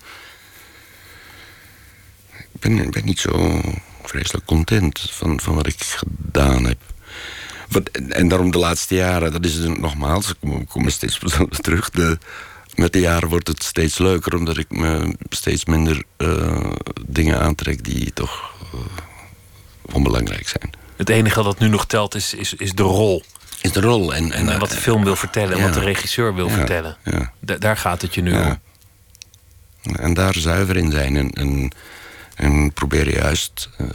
Ik ben, ik ben niet zo... vreselijk content van, van wat ik gedaan heb. Wat, en daarom de laatste jaren, dat is het nogmaals, ik kom, kom steeds terug. De, met de jaren wordt het steeds leuker, omdat ik me steeds minder uh, dingen aantrek die toch uh, onbelangrijk zijn. Het enige dat nu nog telt is, is, is de rol. Is de rol. En, en, en wat de film wil vertellen en ja, wat de regisseur wil ja, vertellen. Ja. Da- daar gaat het je nu ja. om. En daar zuiver in zijn en... en En probeer juist... Uh,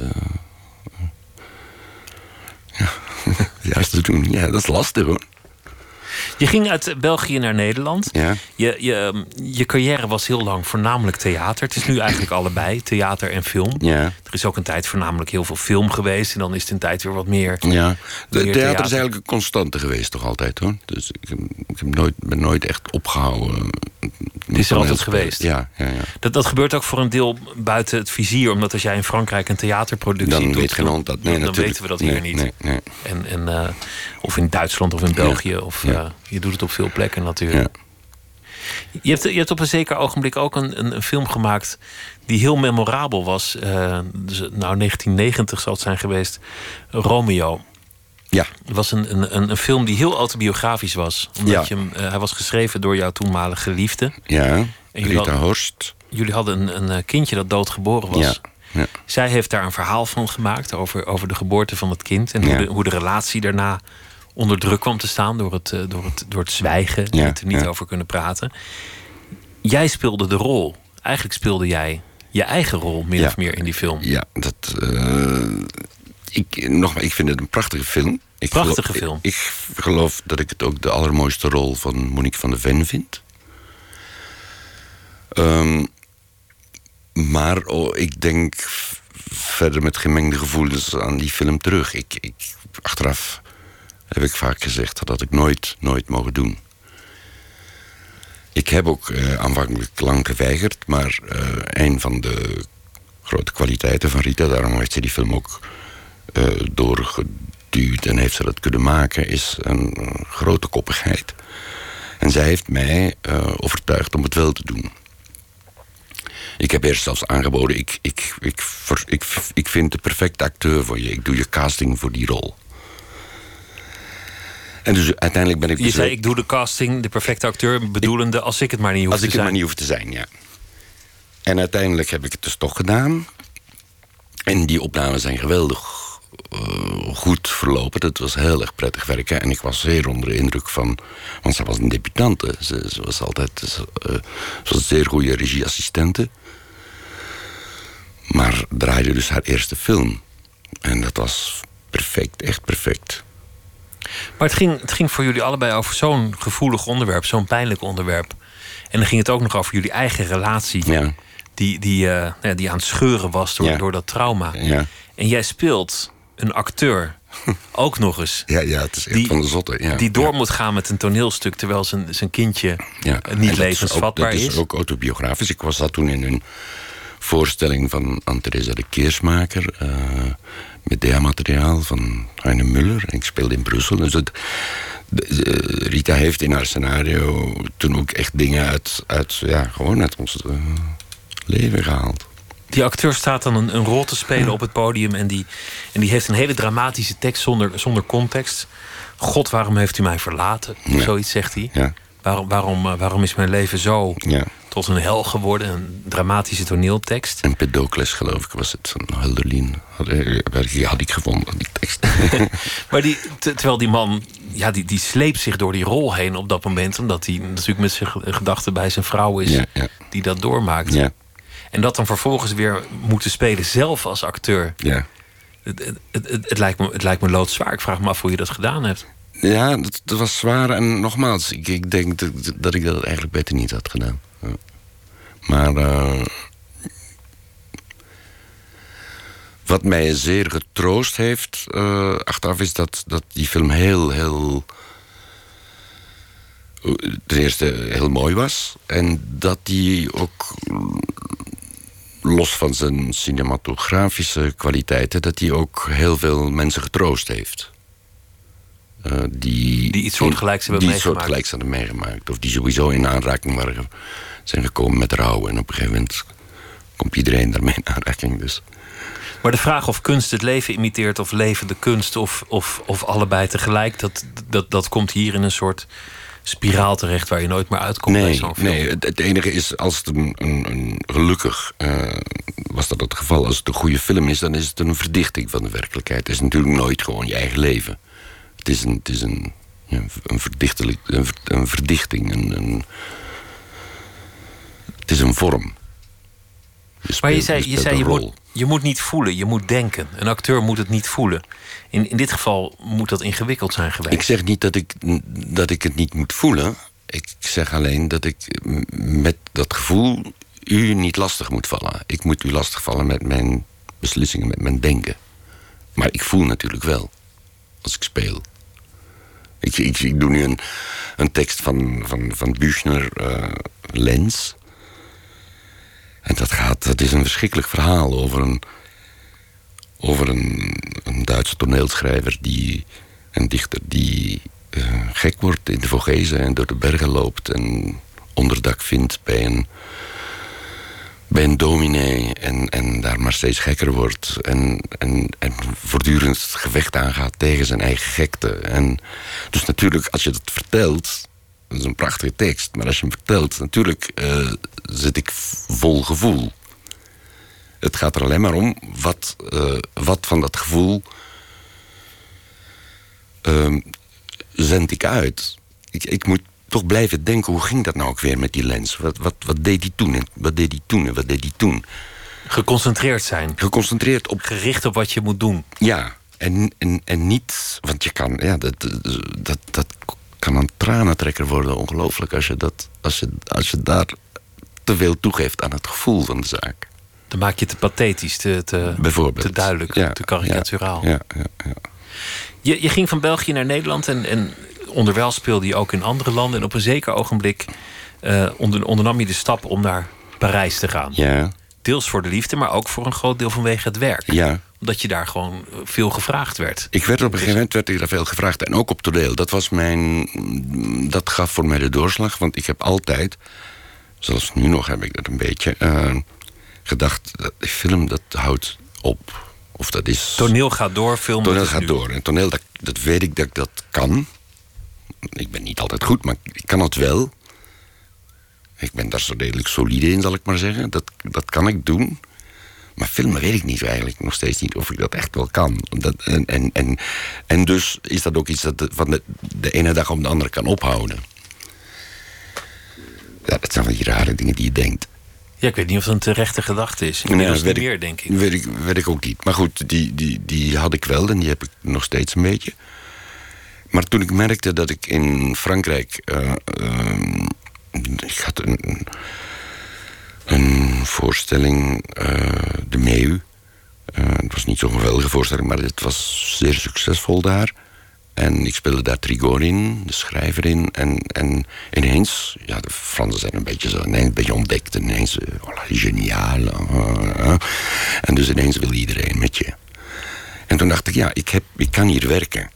ja, juist te doen. Ja, dat is lastig hoor. Je ging uit België naar Nederland. Ja. Je, je, je carrière was heel lang voornamelijk theater. Het is nu eigenlijk allebei, theater en film. Ja. Er is ook een tijd voornamelijk heel veel film geweest. En dan is het een tijd weer wat meer... Ja, de, meer theater, theater is eigenlijk een constante geweest toch altijd hoor. Dus ik, ik heb nooit, ben nooit echt opgehouden Het is er altijd geweest. Ja, ja, ja. Dat, dat gebeurt ook voor een deel buiten het vizier. Omdat als jij in Frankrijk een theaterproductie dan doet... weet geen hond dat. Nee, dan weten we dat hier nee, niet. Nee, nee. En, en, uh, of in Duitsland of in België. Ja. Of, uh, ja. Je doet het op veel plekken natuurlijk. Ja. Je, hebt, je hebt op een zeker ogenblik ook een, een, een film gemaakt... die heel memorabel was. Uh, dus, nou, negentien negentig zal het zijn geweest. Romeo. Ja. Het was een, een, een film die heel autobiografisch was. Omdat ja. je hem, uh, hij was geschreven door jouw toenmalige liefde. Ja, Rita had, Horst. Jullie hadden een, een kindje dat doodgeboren was. Ja. Ja. Zij heeft daar een verhaal van gemaakt over, over de geboorte van het kind. En ja. hoe, de, hoe de relatie daarna onder druk kwam te staan door het, door het, door het zwijgen. Ja. En het er niet ja. over kunnen praten. Jij speelde de rol. Eigenlijk speelde jij je eigen rol, min ja. of meer, in die film. Ja, dat... Uh, ik, nogmaals, ik vind het een prachtige film. Ik Prachtige geloof, film. Ik, ik geloof dat ik het ook de allermooiste rol van Monique van de Ven vind. Um, maar oh, ik denk verder met gemengde gevoelens aan die film terug. Ik, ik, achteraf heb ik vaak gezegd dat had ik nooit, nooit mogen doen. Ik heb ook uh, aanvankelijk lang geweigerd, maar uh, een van de grote kwaliteiten van Rita, daarom heeft ze die film ook uh, doorgeduwd en heeft ze dat kunnen maken, is een uh, grote koppigheid. En zij heeft mij uh, overtuigd om het wel te doen. Ik heb eerst zelfs aangeboden, ik, ik, ik, ik, ik, ik vind de perfecte acteur voor je. Ik doe je casting voor die rol. En dus uiteindelijk ben ik... Je dus zei, ik doe de casting, de perfecte acteur, bedoelende... Ik, als ik het maar niet hoef als te zijn. Als ik het maar niet hoef te zijn, ja. En uiteindelijk heb ik het dus toch gedaan. En die opnames zijn geweldig uh, goed verlopen. Dat was heel erg prettig werken. En ik was zeer onder de indruk van... Want zij was een debutante. Ze, ze was altijd... Ze, uh, ze was een zeer goede regieassistente. Maar draaide dus haar eerste film. En dat was perfect, echt perfect. Maar het ging, het ging voor jullie allebei over zo'n gevoelig onderwerp, zo'n pijnlijk onderwerp. En dan ging het ook nog over jullie eigen relatie. Ja. Die, die, uh, ja, die aan het scheuren was door, ja. door dat trauma. Ja. En jij speelt een acteur, ook nog eens. Ja, ja, het is echt die, van de zotte. Ja. Die door ja. moet gaan met een toneelstuk terwijl zijn, zijn kindje ja. niet levensvatbaar is. is. Dat is ook autobiografisch. Ik was dat toen in een voorstelling van Anne-Theresa de Keersmaker. Uh, met D H-materiaal van Heine Muller. En ik speelde in Brussel. Dus het, de, de, Rita heeft in haar scenario toen ook echt dingen uit, uit, ja, gewoon uit ons uh, leven gehaald. Die acteur staat dan een, een rol te spelen ja. op het podium. En die, en die heeft een hele dramatische tekst zonder, zonder context. God, waarom heeft u mij verlaten? Ja. Zoiets zegt hij. Ja. Waarom, waarom, uh, waarom is mijn leven zo ja. tot een hel geworden? Een dramatische toneeltekst. En Pedocles, geloof ik, was het van Hölderlin. Had, had ik gevonden, die tekst. Maar die, te, terwijl die man, ja, die, die sleept zich door die rol heen op dat moment. Omdat hij natuurlijk met zijn gedachten bij zijn vrouw is. Ja, ja. Die dat doormaakt. Ja. En dat dan vervolgens weer moeten spelen zelf als acteur. Ja. Het, het, het, het, het, lijkt me, het lijkt me loodzwaar. Ik vraag me af hoe je dat gedaan hebt. Ja, dat, dat was zwaar. En nogmaals, ik, ik denk dat, dat ik dat eigenlijk beter niet had gedaan. Ja. Maar uh, wat mij zeer getroost heeft uh, achteraf is dat, dat die film heel, heel... ten eerste heel mooi was. En dat die ook, los van zijn cinematografische kwaliteiten, dat die ook heel veel mensen getroost heeft. Uh, die, die iets soortgelijks hebben die meegemaakt. Die soortgelijks hadden meegemaakt. Of die sowieso in aanraking waren, zijn gekomen met rouw. En op een gegeven moment komt iedereen daarmee in aanraking. Dus. Maar de vraag of kunst het leven imiteert of leven de kunst... of, of, of allebei tegelijk, dat, dat, dat komt hier in een soort spiraal terecht... waar je nooit meer uitkomt nee, bij zo'n film. Nee, het, het enige is, als het een, een, een gelukkig uh, was dat het geval... als het een goede film is, dan is het een verdichting van de werkelijkheid. Het is natuurlijk nooit gewoon je eigen leven. Het is een, het is een, ja, een, verdichtelijk, een, een verdichting. Een, een, het is een vorm. Je speelt, maar je zei, je, je, zei je, moet, moet, je moet niet voelen, je moet denken. Een acteur moet het niet voelen. In, in dit geval moet dat ingewikkeld zijn geweest. Ik zeg niet dat ik, dat ik het niet moet voelen. Ik zeg alleen dat ik met dat gevoel u niet lastig moet vallen. Ik moet u lastigvallen met mijn beslissingen, met mijn denken. Maar ik voel natuurlijk wel, als ik speel. Ik, ik, ik doe nu een, een tekst van, van, van Büchner, uh, Lens. En dat, gaat, dat is een verschrikkelijk verhaal over een, over een, een Duitse toneelschrijver, die, een dichter die uh, gek wordt in de Vogezen en door de bergen loopt en onderdak vindt bij een, bij een dominee en, en daar maar steeds gekker wordt en, en, en voortdurend het gevecht aangaat tegen zijn eigen gekte. En dus natuurlijk, als je dat vertelt, dat is een prachtige tekst, maar als je hem vertelt, natuurlijk uh, zit ik vol gevoel. Het gaat er alleen maar om wat, uh, wat van dat gevoel uh, zend ik uit. Ik, ik moet toch blijven denken, hoe ging dat nou ook weer met die Lens? Wat, wat, wat deed hij toen en wat deed hij toen en wat deed hij toen? Geconcentreerd zijn. Geconcentreerd op... Gericht op wat je moet doen. Ja, en, en, en niet... Want je kan... Ja, dat, dat, dat kan een tranentrekker worden, ongelooflijk, als je, dat, als, je, als je daar te veel toegeeft aan het gevoel van de zaak. Dan maak je het te pathetisch, te, te, te duidelijk, ja, te karikaturaal. Ja, ja, ja. Je, je ging van België naar Nederland en, en onderwijl speelde je ook in andere landen. En op een zeker ogenblik uh, onder, ondernam je de stap om naar Parijs te gaan. Ja. Deels voor de liefde, maar ook voor een groot deel vanwege het werk. Ja. Omdat je daar gewoon veel gevraagd werd. Ik werd op een gegeven moment werd ik daar veel gevraagd. En ook op toneel. Dat was mijn... Dat gaf voor mij de doorslag. Want ik heb altijd, zelfs nu nog heb ik dat een beetje, Uh, gedacht, dat die film, dat houdt op. Of dat is... Toneel gaat door, film Toneel gaat nu. door. En toneel, dat, dat weet ik dat ik dat kan. Ik ben niet altijd goed, maar ik kan het wel. Ik ben daar zo redelijk solide in, zal ik maar zeggen. Dat, dat kan ik doen. Maar filmen weet ik niet eigenlijk nog steeds niet of ik dat echt wel kan. Dat, en, en, en, en dus is dat ook iets dat de, van de, de ene dag op de andere kan ophouden. Ja, dat zijn wel die rare dingen die je denkt. Ja, ik weet niet of dat een terechte gedachte is. Inmiddels nee, niet meer, ik, denk ik. Weet ik. Weet ik ook niet. Maar goed, die, die, die had ik wel en die heb ik nog steeds een beetje. Maar toen ik merkte dat ik in Frankrijk... Uh, uh, ik had een, een voorstelling, uh, de Meu. Uh, het was niet zo'n geweldige voorstelling, maar het was zeer succesvol daar. En ik speelde daar Trigorin, de schrijver, in. En, en ineens, ja, de Fransen zijn een beetje zo, ineens een beetje ontdekt. En ineens, oh, geniaal. Uh, uh. En dus ineens wil iedereen met je. En toen dacht ik, ja, ik, heb, ik kan hier werken.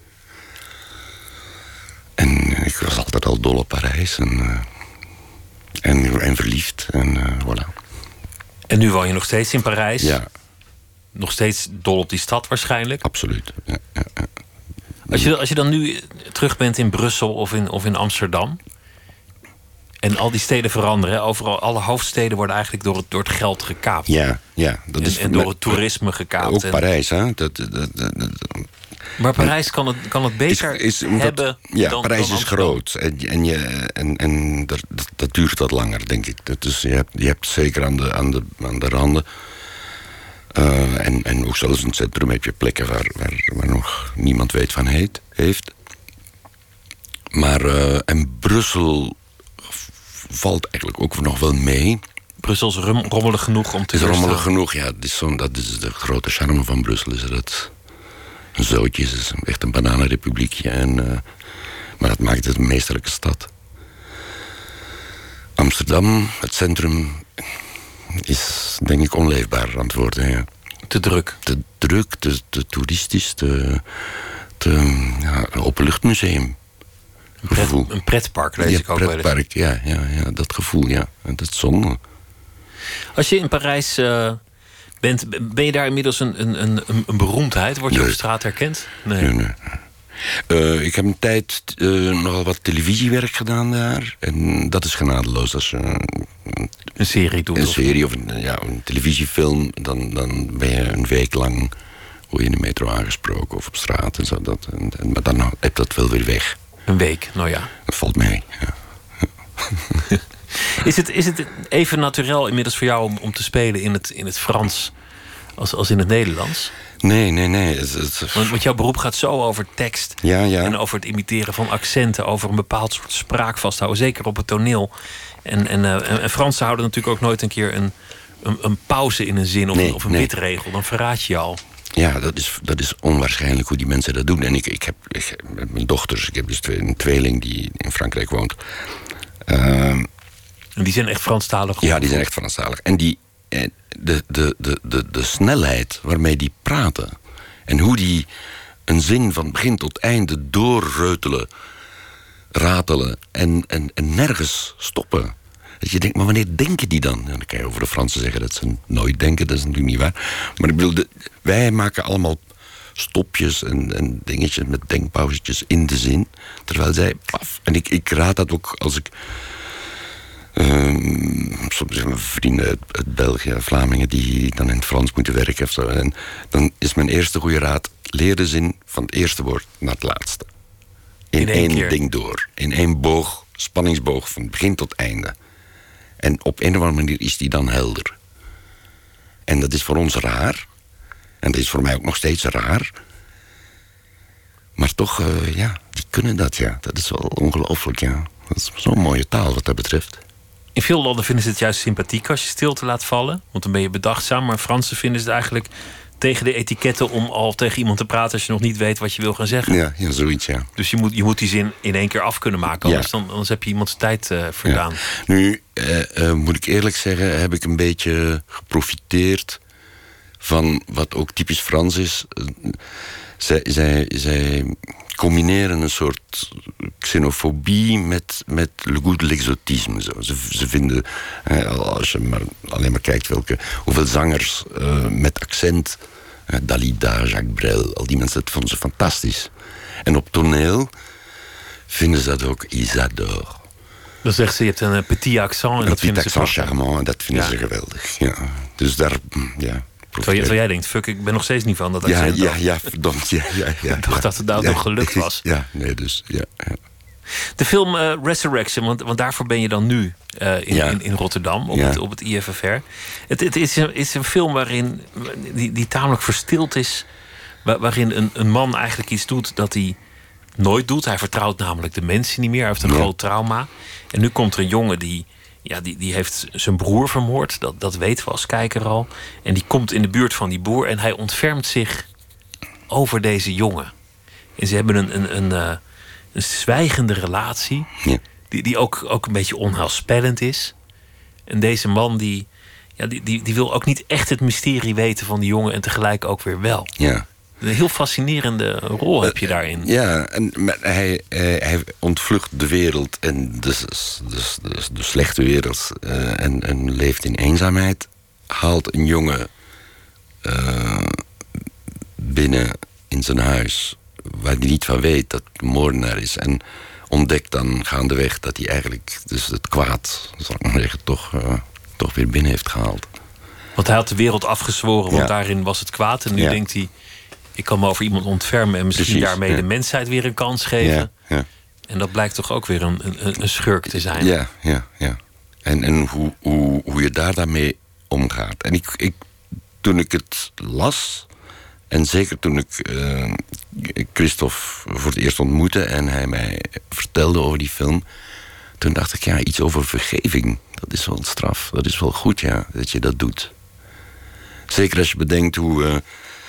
En ik was altijd al dol op Parijs. En, uh, en, en verliefd. En uh, voilà. En nu woon je nog steeds in Parijs? Ja. Nog steeds dol op die stad waarschijnlijk? Absoluut, ja, ja, ja. Als je, als je dan nu terug bent in Brussel of in, of in Amsterdam... en al die steden veranderen, hè? Overal, alle hoofdsteden worden eigenlijk door het, door het geld gekaapt. Ja, ja. Dat en, is en door het toerisme gekaapt. Ook en, Parijs, hè. Dat, dat, dat, dat, maar Parijs kan het, kan het beter is, is, hebben dat, ja, dan Parijs dan is groot. En, en, je, en, en dat, dat duurt wat langer, denk ik. Dat is, je, hebt, je hebt zeker aan de, aan de, aan de randen... Uh, en, en ook zelfs in het centrum heb je plekken waar, waar, waar nog niemand weet van heet, heeft. Maar uh, en Brussel valt eigenlijk ook nog wel mee. Brussel is rum, rommelig genoeg om te Het is rommelig genoeg, ja. Dat is, zo, dat is de grote charme van Brussel. Is dat een zootje, het is echt een bananenrepubliekje. En, uh, maar dat maakt het een meesterlijke stad. Amsterdam, het centrum... is denk ik onleefbaar aan het worden. Ja. Te druk. Te druk, te, te toeristisch, te, te ja, een openluchtmuseum. Een, pret, een pretpark, lees ja, ik ook pretpark, wel eens. Ja, ja, ja, dat gevoel, ja. Dat is zonde. Als je in Parijs uh, bent, ben je daar inmiddels een, een, een, een beroemdheid? Word je nee. op straat herkend? Nee. nee, nee. Uh, ik heb een tijd uh, nogal wat televisiewerk gedaan daar. En dat is genadeloos. Als je uh, een serie doet. Een serie of een, ja, een televisiefilm. Dan, dan ben je een week lang... word je in de metro aangesproken of op straat en zo. Dat, en, en, maar dan heb dat wel weer weg. Een week, nou ja. Dat valt mee, ja. is, het, is het even naturel inmiddels voor jou om, om te spelen in het, in het Frans... Als, als in het Nederlands? Nee, nee, nee. Het, het... Want, want jouw beroep gaat zo over tekst. Ja, ja. En over het imiteren van accenten. Over een bepaald soort spraak vasthouden. Zeker op het toneel. En, en, uh, en Fransen houden natuurlijk ook nooit een keer een, een, een pauze in een zin. Of, nee, een, of een nee. bidregel. Dan verraad je je al. Ja, dat is, dat is onwaarschijnlijk hoe die mensen dat doen. En ik, ik heb ik, met mijn dochters, ik heb dus een tweeling die in Frankrijk woont. Uh, en die zijn echt Franstalig? Ja, die zijn echt Franstalig. En die, de, de, de, de, de snelheid waarmee die praten en hoe die een zin van begin tot einde doorreutelen, ratelen en, en, en nergens stoppen. Dat je denkt, maar wanneer denken die dan? En dan kan je over de Fransen zeggen dat ze nooit denken, dat is natuurlijk niet waar. Maar ik bedoel, de, wij maken allemaal stopjes en, en dingetjes met denkpauzetjes in de zin, terwijl zij paf. En ik, ik raad dat ook als ik Um, soms zijn mijn vrienden uit, uit België, Vlamingen, die dan in het Frans moeten werken of zo. En dan is mijn eerste goede raad: leer de zin van het eerste woord naar het laatste. In, in één, één ding door. In één boog, spanningsboog, van begin tot einde. En op een of andere manier is die dan helder. En dat is voor ons raar. En dat is voor mij ook nog steeds raar. Maar toch, uh, ja, die kunnen dat, ja. Dat is wel ongelooflijk, ja. Dat is zo'n mooie taal wat dat betreft. In veel landen vinden ze het juist sympathiek als je stilte laat vallen. Want dan ben je bedachtzaam. Maar Fransen vinden ze het eigenlijk tegen de etiketten om al tegen iemand te praten als je nog niet weet wat je wil gaan zeggen. Ja, ja zoiets, ja. Dus je moet, je moet die zin in één keer af kunnen maken. Anders, ja. dan, anders heb je iemands tijd uh, verdaan. Ja. Nu, uh, uh, moet ik eerlijk zeggen, heb ik een beetje geprofiteerd van wat ook typisch Frans is. Uh, zij, zij, zij combineren een soort xenofobie met, met le goût de l'exotisme. Zo. Ze, ze vinden, als je maar, alleen maar kijkt welke, hoeveel zangers uh, met accent, uh, Dalida, Jacques Brel, al die mensen, dat vonden ze fantastisch. En op toneel vinden ze dat ook, ils adorent. Dan zegt ze, je hebt een petit accent. En een dat petit accent charmant, en dat vinden ja. ze geweldig. Ja. Dus daar, ja... Terwijl, terwijl jij denkt, fuck, ik ben nog steeds niet van dat accent. Ja, ja, ja, verdomd. Ja, ja, ja, ik dacht ja, dat het nou ja, nog gelukt was. Ja, nee, dus, ja. ja. De film uh, Resurrection, want, want daarvoor ben je dan nu uh, in, ja. in, in Rotterdam, op, ja. het, op het I F F R. Het, het is, een, is een film waarin, die, die tamelijk verstild is, waar, waarin een, een man eigenlijk iets doet dat hij nooit doet. Hij vertrouwt namelijk de mensen niet meer, hij heeft een ja. groot trauma. En nu komt er een jongen die... Ja, die, die heeft zijn broer vermoord. Dat, dat weten we als kijker al. En die komt in de buurt van die boer. En hij ontfermt zich over deze jongen. En ze hebben een, een, een, uh, een zwijgende relatie. Ja. Die, die ook, ook een beetje onheilspellend is. En deze man die, ja, die, die, die wil ook niet echt het mysterie weten van die jongen. En tegelijk ook weer wel. Ja. Een heel fascinerende rol heb je daarin. Ja, en hij, hij ontvlucht de wereld en de, de, de, de slechte wereld uh, en, en leeft in eenzaamheid. Haalt een jongen uh, binnen in zijn huis waar hij niet van weet dat het een moordenaar is. En ontdekt dan gaandeweg dat hij eigenlijk dus het kwaad, zal ik maar zeggen, toch, uh, toch weer binnen heeft gehaald. Want hij had de wereld afgezworen, want ja. daarin was het kwaad. En nu ja. denkt hij, ik kan me over iemand ontfermen en misschien Precies, daarmee ja. de mensheid weer een kans geven. Ja, ja. En dat blijkt toch ook weer een, een, een schurk te zijn. Ja, ja, ja. En, en hoe, hoe, hoe je daar daarmee omgaat. En ik, ik, toen ik het las, en zeker toen ik uh, Christophe voor het eerst ontmoette en hij mij vertelde over die film, toen dacht ik, ja, iets over vergeving. Dat is wel straf. Dat is wel goed, ja, dat je dat doet. Zeker als je bedenkt hoe... Uh,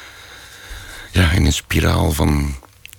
Ja, in een spiraal van,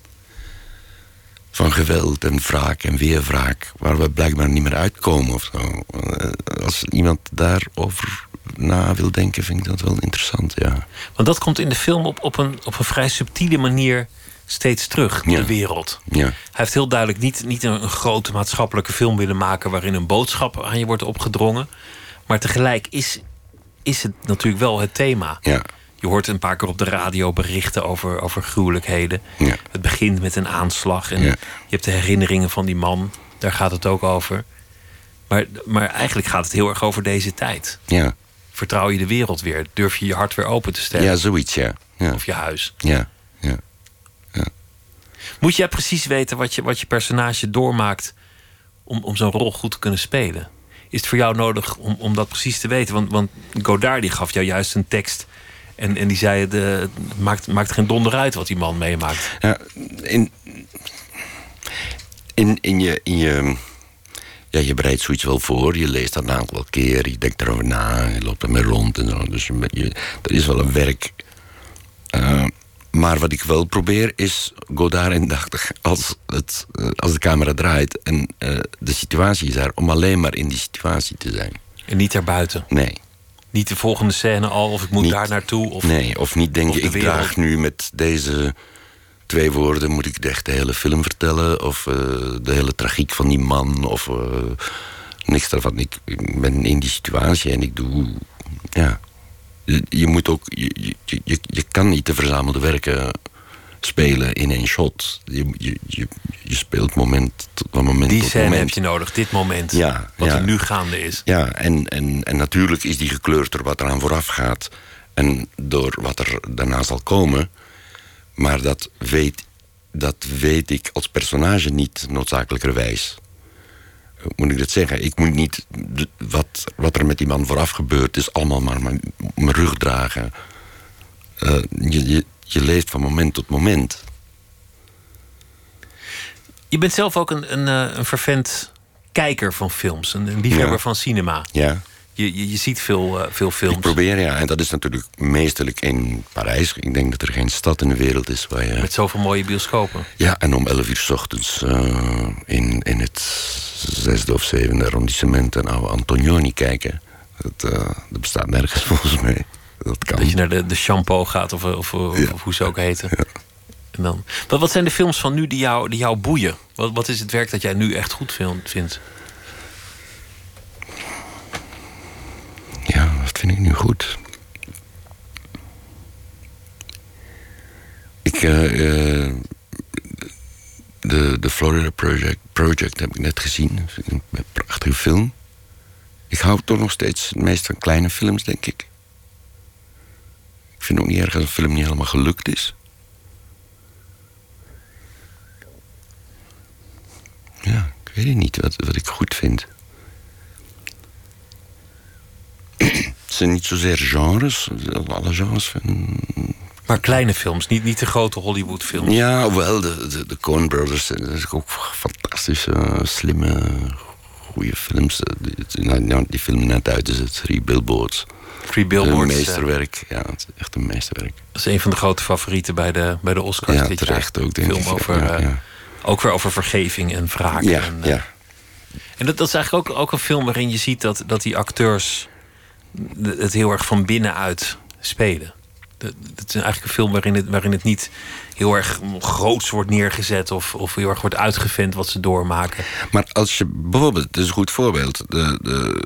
van geweld en wraak en weer wraak, waar we blijkbaar niet meer uitkomen of zo. Als iemand daarover na wil denken, vind ik dat wel interessant, ja. Want dat komt in de film op, op, een, op een vrij subtiele manier steeds terug, ja. de wereld. Ja. Hij heeft heel duidelijk niet, niet een, een grote maatschappelijke film willen maken waarin een boodschap aan je wordt opgedrongen. Maar tegelijk is, is het natuurlijk wel het thema. Ja. Je hoort een paar keer op de radio berichten over, over gruwelijkheden. Ja. Het begint met een aanslag. En ja. je hebt de herinneringen van die man. Daar gaat het ook over. Maar, maar eigenlijk gaat het heel erg over deze tijd. Ja. Vertrouw je de wereld weer? Durf je je hart weer open te stellen? Ja, zoiets, ja. ja. Of je huis? Ja, ja. ja. Moet jij precies weten wat je, wat je personage doormaakt om, om zo'n rol goed te kunnen spelen? Is het voor jou nodig om, om dat precies te weten? Want, want Godard die gaf jou juist een tekst... En, en die zei, de, het maakt, maakt geen donder uit wat die man meemaakt. Ja, in, in, in je... In je ja, je bereidt zoiets wel voor. Je leest dat een aantal keer. Je denkt erover na. Je loopt ermee rond. En zo. Dus je, je, er is wel een werk uh, Maar wat ik wel probeer is Godard indachtig als, het, als de camera draait en uh, de situatie is daar, om alleen maar in die situatie te zijn. En niet daarbuiten? Nee. Niet de volgende scène al, of ik moet niet, daar naartoe? Of, nee, of niet denken, of ik wereld. draag nu met deze twee woorden, moet ik de, echt de hele film vertellen, of uh, de hele tragiek van die man, of uh, niks daarvan. Ik, ik ben in die situatie en ik doe, ja... Je, je moet ook, je, je, je, je kan niet de verzamelde werken spelen in één shot. Je, je, je, je speelt moment van moment die tot scène moment. heb je nodig, dit moment. Ja, wat ja. er nu gaande is. Ja, en, en, en natuurlijk is die gekleurd door wat eraan vooraf gaat en door wat er daarna zal komen. Maar dat weet, dat weet ik als personage niet noodzakelijkerwijs. Moet ik dat zeggen? Ik moet niet wat, wat er met die man vooraf gebeurt, is allemaal maar mijn, mijn rug dragen. Uh, je, je, je leeft van moment tot moment. Je bent zelf ook een, een, een vervent kijker van films, een, een liefhebber ja. van cinema. Ja. Je, je, je ziet veel, uh, veel films. Ik probeer, ja. En dat is natuurlijk meestelijk in Parijs. Ik denk dat er geen stad in de wereld is waar je... Met zoveel mooie bioscopen. Ja, en om elf uur 's ochtends uh, in, in het zesde of zevende arrondissement een oude Antonioni kijken. Dat, uh, dat bestaat nergens volgens mij. Dat kan. Dat je naar de, de Shampoo gaat, of, of, of, ja. of hoe ze ook heten. Ja. En dan, wat, wat zijn de films van nu die jou, die jou boeien? Wat, wat is het werk dat jij nu echt goed vindt? Ja, wat vind ik nu goed? Ik, uh, uh, de, de Florida Project, Project heb ik net gezien. Een prachtige film. Ik hou toch nog steeds het meest van kleine films, denk ik. Ik vind ook niet erg als een film niet helemaal gelukt is. Ja, ik weet het niet wat, wat ik goed vind. Het zijn niet zozeer genres, alle genres van... Maar kleine films, niet, niet de grote Hollywood-films. Ja, wel, de, de, de Coen Brothers, dat is ook fantastische, slimme, goede films. Die, nou, die film net uit is het Three Billboards. Three Billboards. Een meesterwerk, ja, het is echt een meesterwerk. Dat is een van de grote favorieten bij de, bij de Oscars. Ja, dit terecht jaar. ook, denk film ik. Over, ja, ja. Ook weer over vergeving en wraak. Ja, en, ja. En dat, dat is eigenlijk ook, ook een film waarin je ziet dat, dat die acteurs het heel erg van binnenuit spelen. Het is eigenlijk een film waarin het, waarin het niet heel erg groots wordt neergezet of, of heel erg wordt uitgevent wat ze doormaken. Maar als je bijvoorbeeld, het is een goed voorbeeld, de, de,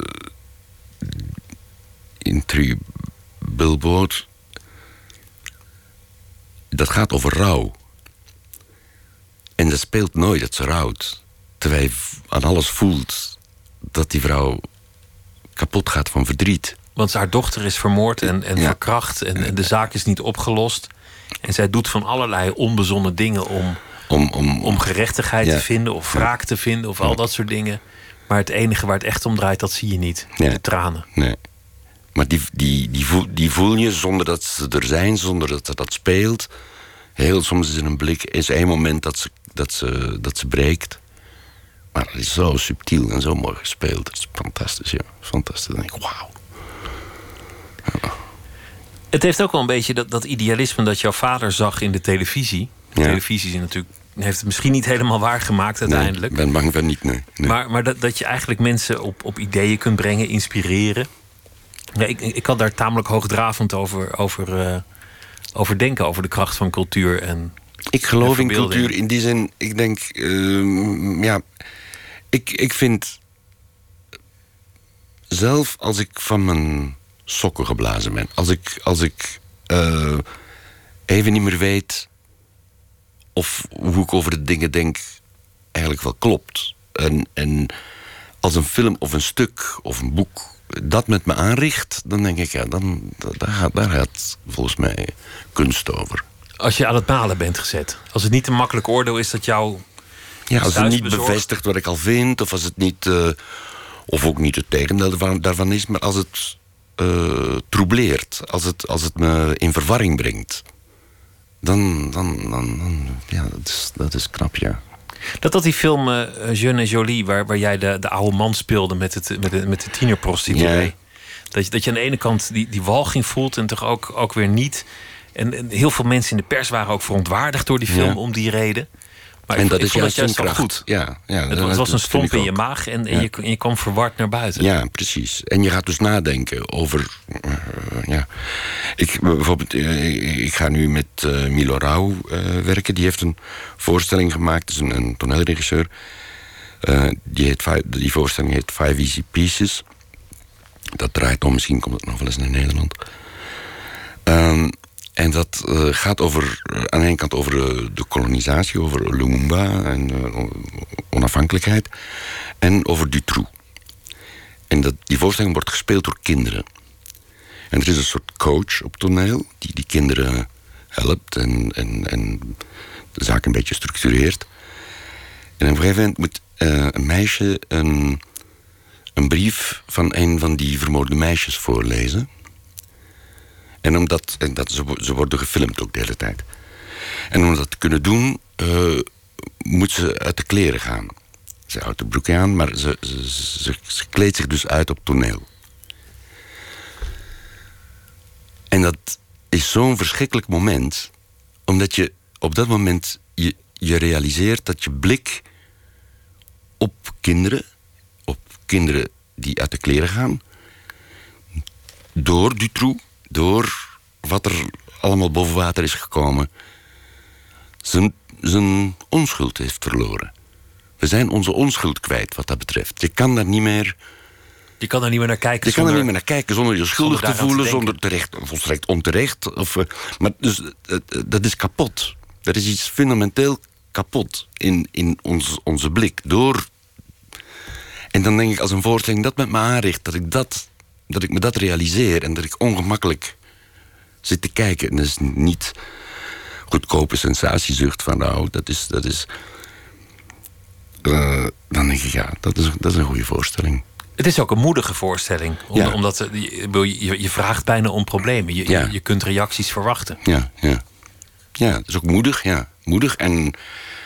in Three Billboards, dat gaat over rouw. En dat speelt nooit dat ze rouwt. Terwijl je aan alles voelt dat die vrouw kapot gaat van verdriet. Want haar dochter is vermoord en, en ja. verkracht en, en de zaak is niet opgelost. En zij doet van allerlei onbezonnen dingen om, om, om, om gerechtigheid ja. te vinden of wraak ja. te vinden of al ja. dat soort dingen. Maar het enige waar het echt om draait, dat zie je niet. Ja. De tranen. Nee. Maar die, die, die, voel, die voel je zonder dat ze er zijn, zonder dat ze dat speelt. Heel soms is er een blik, is één moment dat ze, dat ze, dat ze breekt. Maar het is zo subtiel en zo mooi gespeeld. Het is fantastisch, ja. Fantastisch. Dan denk ik, wauw. Ja. Het heeft ook wel een beetje dat, dat idealisme dat jouw vader zag in de televisie. De Ja. televisie is natuurlijk, heeft het misschien niet helemaal waargemaakt uiteindelijk. Nee, ik ben bang van niet, nee. nee. Maar, maar dat, dat je eigenlijk mensen op, op ideeën kunt brengen, inspireren. Ja, ik, ik kan daar tamelijk hoogdravend over, over, uh, over denken, over de kracht van cultuur. En, ik geloof en in cultuur in die zin, ik denk, uh, ja, ik, ik vind zelf als ik van mijn sokken geblazen ben, als ik, als ik uh, even niet meer weet of hoe ik over de dingen denk eigenlijk wel klopt. En, en als een film of een stuk of een boek dat met me aanricht, dan denk ik, ja, dan, daar, gaat, daar gaat volgens mij kunst over. Als je aan het malen bent gezet. Als het niet een makkelijk oordeel is dat jou... Ja, als het niet bezorgd... bevestigt wat ik al vind, of als het niet... Uh, of ook niet het tegendeel daarvan, daarvan is, maar als het uh, troubleert, als het, als het me in verwarring brengt, dan, dan, dan, dan ja, dat is, dat is knap, ja. Dat dat die film uh, Jeune et Jolie, waar, waar jij de, de oude man speelde met, het, met, de, met de tienerprostituee. Ja. Dat, je, dat je aan de ene kant die, die walging voelt en toch ook, ook weer niet. En, en heel veel mensen in de pers waren ook verontwaardigd door die film Ja. om die reden. Maar En ik, dat ik is vond het juist juist een wel kracht. goed. Ja, ja, Het, dat- het was dat een vind stomp ik in je ook. maag en, en, Ja. je, en je kwam verward naar buiten. Ja, precies. En je gaat dus nadenken over... Uh, ja. ik, bijvoorbeeld, uh, ik ga nu met uh, Milo Rau uh, werken. Die heeft een voorstelling gemaakt. Dat is een, een toneelregisseur. Uh, die, heet, die voorstelling heet Five Easy Pieces. Dat draait om, misschien komt het nog wel eens naar Nederland. Um, en dat uh, gaat over, uh, aan de ene kant over uh, de kolonisatie, over Lumumba en uh, onafhankelijkheid. En over Dutroux. En dat, die voorstelling wordt gespeeld door kinderen. En er is een soort coach op toneel die die kinderen helpt en, en, en de zaak een beetje structureert. En op een gegeven moment moet uh, een meisje een, een brief van een van die vermoorde meisjes voorlezen. En omdat, en dat, ze, ze worden gefilmd ook de hele tijd. En om dat te kunnen doen, uh, moet ze uit de kleren gaan. Ze houdt de broek aan, maar ze, ze, ze, ze kleedt zich dus uit op toneel. En dat is zo'n verschrikkelijk moment, omdat je op dat moment je, je realiseert dat je blik op kinderen, op kinderen die uit de kleren gaan, door Dutroux, door wat er allemaal boven water is gekomen, zijn, zijn onschuld heeft verloren. We zijn onze onschuld kwijt wat dat betreft. Je kan daar niet meer... Je kan er niet meer naar kijken. Je zonder, kan er niet meer naar kijken zonder je schuldig zonder te daaraan voelen, te zonder terecht, volstrekt onterecht. Of, uh, maar dus, uh, dat is kapot. Er is iets fundamenteel kapot in, in ons, onze blik. Door... En dan denk ik, als een voorstelling dat met me aanricht, dat ik, dat, dat ik me dat realiseer en dat ik ongemakkelijk zit te kijken. En dat is niet goedkope sensatiezucht van nou, dat is... Dat is uh, dan denk ik, ja, dat is, dat is een goede voorstelling. Het is ook een moedige voorstelling. Om, Ja. Omdat uh, je, je, je vraagt bijna om problemen. Je, Ja. je, je kunt reacties verwachten. Ja, ja. Ja, het is ook moedig, ja. Moedig en...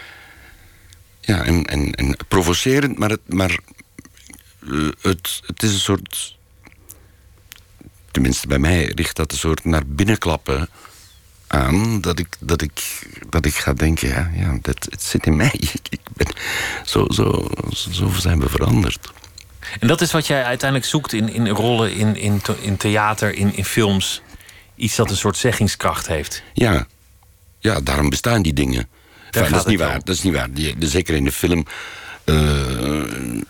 Ja, en, en, en provocerend, maar, het, maar uh, het, het is een soort... Tenminste, bij mij richt dat een soort naar binnenklappen aan, dat ik, dat ik, dat ik ga denken, ja, ja dat, het zit in mij. Ik, ik ben, zo, zo, zo zijn we veranderd. En dat is wat jij uiteindelijk zoekt in, in rollen, in, in, in theater, in, in films. Iets dat een soort zeggingskracht heeft. Ja, ja, daarom bestaan die dingen. Daar Enfin, dat, is niet het waar, om. dat is niet waar. Die, de, zeker in de film... Uh,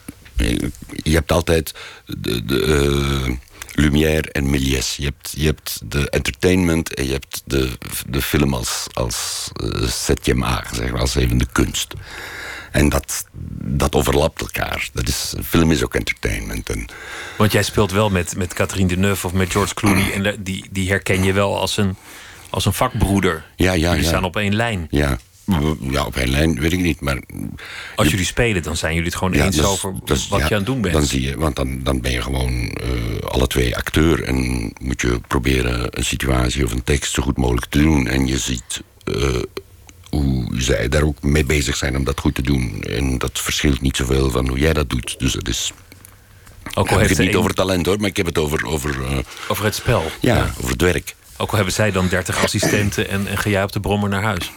je hebt altijd de, de uh, Lumière en Méliès. Je hebt, je hebt de entertainment en je hebt de, de film als, als uh, septième art, zeg maar, als even de kunst. En dat, dat overlapt elkaar. Dat is, film is ook entertainment. En, Want jij speelt wel met, met Catherine Deneuve of met George Clooney. En de- die, die herken je wel als een, als een vakbroeder. ja, ja, Jullie ja. staan op één lijn. Ja. Ja, op één lijn weet ik niet, maar... Als je- jullie spelen, dan zijn jullie het gewoon Ja, eens dus- over dus, wat ja, je aan het doen bent. Dan zie je, want dan, dan ben je gewoon uh, alle twee acteur en moet je proberen een situatie of een tekst zo goed mogelijk te doen. En je ziet uh, hoe zij daar ook mee bezig zijn om dat goed te doen. En dat verschilt niet zoveel van hoe jij dat doet. Dus dat is... Ook al Ik heb heeft het de niet een- over talent hoor, maar ik heb het over, over, uh, over het spel. ja, over het werk. Ook al hebben zij dan dertig assistenten en, en ga jij op de brommer naar huis.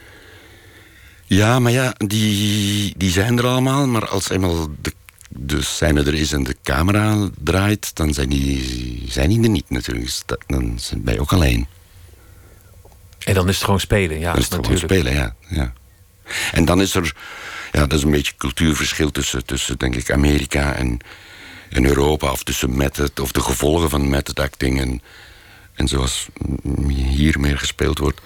Ja, maar ja, die, die zijn er allemaal. Maar als eenmaal de, de scène er is en de camera draait, dan zijn die, zijn die er niet natuurlijk. Dus dat, dan ben je ook alleen. En dan is het gewoon spelen, ja, Dan is het gewoon natuurlijk. spelen, ja, ja. En dan is er... Ja, dat is een beetje cultuurverschil tussen, tussen denk ik, Amerika en, en Europa. Of tussen method, of de gevolgen van method acting. En, en zoals hier meer gespeeld wordt.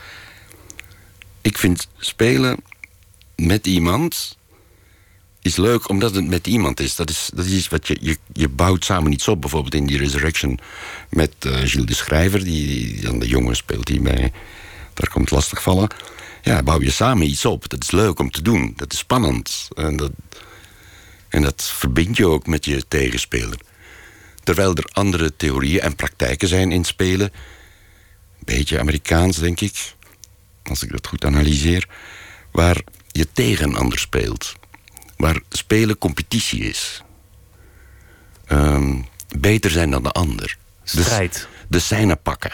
Ik vind spelen met iemand is leuk omdat het met iemand is. Dat is, dat is iets wat je, je... Je bouwt samen iets op. Bijvoorbeeld in die Resurrection met uh, Gilles de Schrijver... Die, die dan de jongen speelt die bij... Daar komt lastigvallen. Ja, bouw je samen iets op. Dat is leuk om te doen. Dat is spannend. En dat, en dat verbind je ook met je tegenspeler. Terwijl er andere theorieën en praktijken zijn in spelen. Een beetje Amerikaans, denk ik. Als ik dat goed analyseer. Waar je tegen een ander speelt. Waar spelen competitie is. Um, beter zijn dan de ander. Strijd. De, de scène pakken.